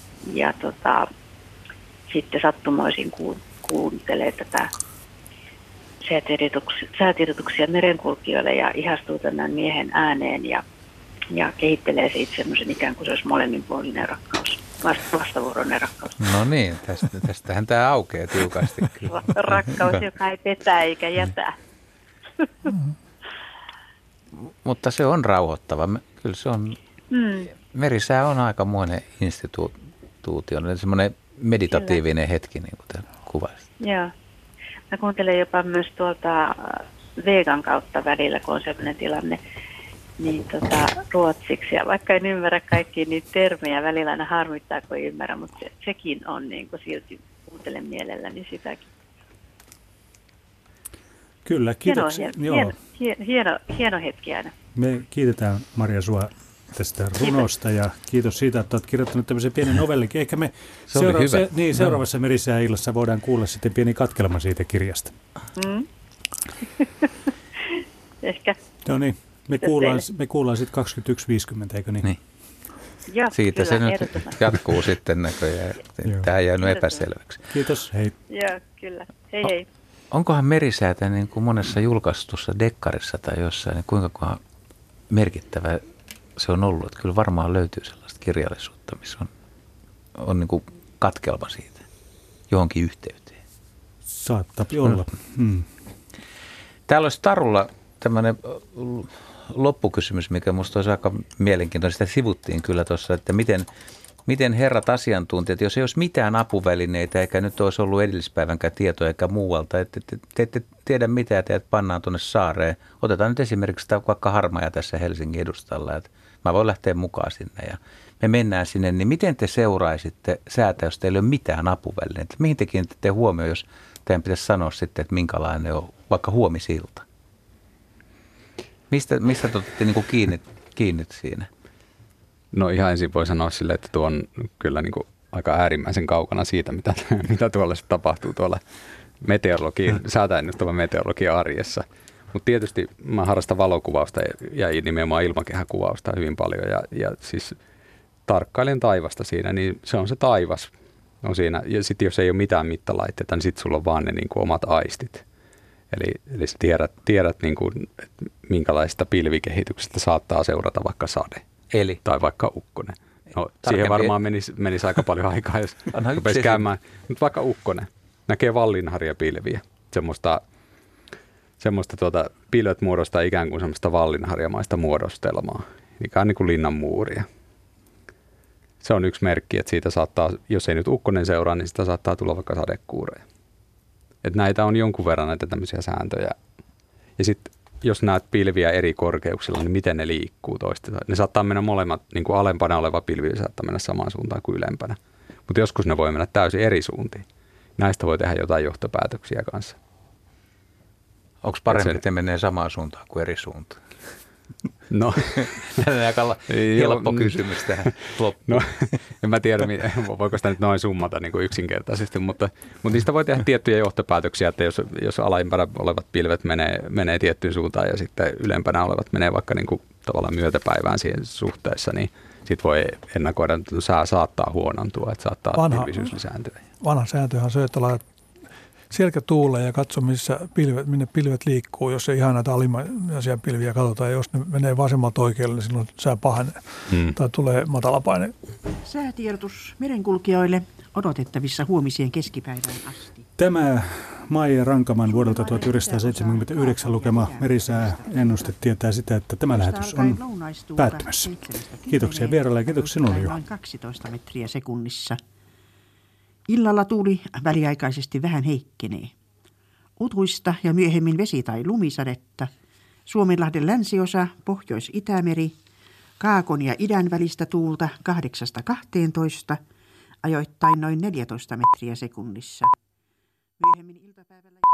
sitten sattumoisin kuuntelee tätä säätiedotuksia merenkulkijoille ja ihastuu tämän miehen ääneen ja kehittelee siitä semmoisen ikään kuin se olisi molemminpuolinen rakkaus, vastavuoroinen rakkaus. No niin, tästähän tämä aukeaa tiukasti. Rakkaus, joka ei petä eikä jätä. Mutta se on rauhoittava. Kyllä se on, merisää on aikamoinen instituutio, semmoinen meditatiivinen hetki, niin kuin te kuvasitte. Joo. Mä kuuntelen jopa myös tuolta Vegan kautta välillä, kun on sellainen tilanne, niin ruotsiksi. Ja vaikka en ymmärrä kaikkia niitä termejä, välillä aina harmittaa, kun ei ymmärrä, mutta sekin on niin kuin silti kuuntelen mielelläni sitäkin. Kyllä, kiitoksia. Hieno hetki aina. Me kiitetään Marja sua tästä runosta ja kiitos siitä, että olet kirjoittanut tämmöisen pienen novellikin. Ehkä me seuraavassa Merisää illassa voidaan kuulla sitten pieni katkelma siitä kirjasta. Ehkä. No niin, me kuullaan sitten 21.50, eikö niin? Joo, siitä kyllä, se nyt jatkuu sitten näköjään. Tämä ei jäänyt epäselväksi. Kiitos, hei. Joo, kyllä. Hei hei. Onkohan merisäätä niin kuin monessa julkaistussa dekkarissa tai jossain, niin kuinka merkittävä se on ollut? Että kyllä varmaan löytyy sellaista kirjallisuutta, missä on niin kuin katkelma siitä johonkin yhteyteen. Saattaa olla. Täällä olisi Tarulla tämmöinen loppukysymys, mikä minusta olisi aika mielenkiintoinen. Sitä sivuttiin kyllä tuossa, että miten herrat asiantuntijat, jos ei olisi mitään apuvälineitä eikä nyt olisi ollut edellispäivänkään tietoa eikä muualta, että te ette tiedä mitä ja teidät pannaan tuonne saareen. Otetaan nyt esimerkiksi vaikka Harmaja tässä Helsingin edustalla, että mä voin lähteä mukaan sinne ja me mennään sinne, niin miten te seuraisitte säätä, jos teillä ei ole mitään apuvälineitä? Mihin te kiinnitätte huomioon, jos teidän pitäisi sanoa sitten, että minkälainen on vaikka huomisilta? Mistä te otatte niin kuin kiinni siinä? No ihan ensin voi sanoa sille, että tuo on kyllä niin kuin aika äärimmäisen kaukana siitä, mitä tuolla tapahtuu tuolla säätäennustavan meteorologian arjessa. Mutta tietysti mä harrastan valokuvausta ja nimenomaan ilmakehäkuvausta hyvin paljon ja siis tarkkailen taivasta siinä, niin se on se taivas on siinä. Ja sitten jos ei ole mitään mittalaitteita, niin sitten sulla on vaan ne niin kuin omat aistit. Eli sä tiedät niin kuin, että minkälaista pilvikehityksestä saattaa seurata vaikka sade. Tai vaikka ukkonen. No, siihen varmaan menisi aika paljon aikaa, jos rupesi käymään. Mutta vaikka ukkonen näkee vallinharjapilviä. Semmoista pilvet muodostaa ikään kuin semmoista vallinharjamaista muodostelmaa, mikä on niin kuin linnan muuria. Se on yksi merkki, että siitä saattaa, jos ei nyt ukkonen seuraa, niin sitä saattaa tulla vaikka sadekuureja. Että näitä on jonkun verran näitä tämmöisiä sääntöjä. Ja sitten jos näet pilviä eri korkeuksilla, niin miten ne liikkuu toista. Ne saattaa mennä molemmat, niin kuin alempana oleva pilvi saattaa mennä samaan suuntaan kuin ylempänä. Mutta joskus ne voi mennä täysin eri suuntiin. Näistä voi tehdä jotain johtopäätöksiä kanssa. Onko parempi, että menee samaan suuntaan kuin eri suuntaan? No. Tällainen aika helppo kysymys tähän loppuun. No, en mä tiedä, voiko sitä nyt noin summata niin kuin yksinkertaisesti, mutta niistä voi tehdä tiettyjä johtopäätöksiä, että jos alaimpana olevat pilvet menee tiettyyn suuntaan ja sitten ylempänä olevat menee vaikka niin kuin tavallaan myötäpäivään siihen suhteessa, niin sitten voi ennakoida, että sää saattaa huonontua, että saattaa pilvisyys lisääntyä. Vanha sääntöhän on se, että laitat selkätuuleen ja katso, minne pilvet liikkuu. Jos ei ihan näitä alimmaisia pilviä katsota, ja jos ne menee vasemmalta oikealle, niin silloin sää pahenee tai tulee matalapaine. Säätiedotus merenkulkijoille odotettavissa huomiseen keskipäivään asti. Tämä Maija Rankaman vuodelta 1979 lukema merisääennuste tietää sitä, että tämä lähetys on päättymässä. Kiitoksia vieraille ja kiitoksia sinulle, Juha. Noin 12 metriä sekunnissa. Illalla tuuli väliaikaisesti vähän heikkenee. Utuista ja myöhemmin vesi- tai lumisadetta. Suomenlahden länsiosa, Pohjois-Itämeri, Kaakon ja idän välistä tuulta 8–12, ajoittain noin 14 metriä sekunnissa. Myöhemmin iltapäivällä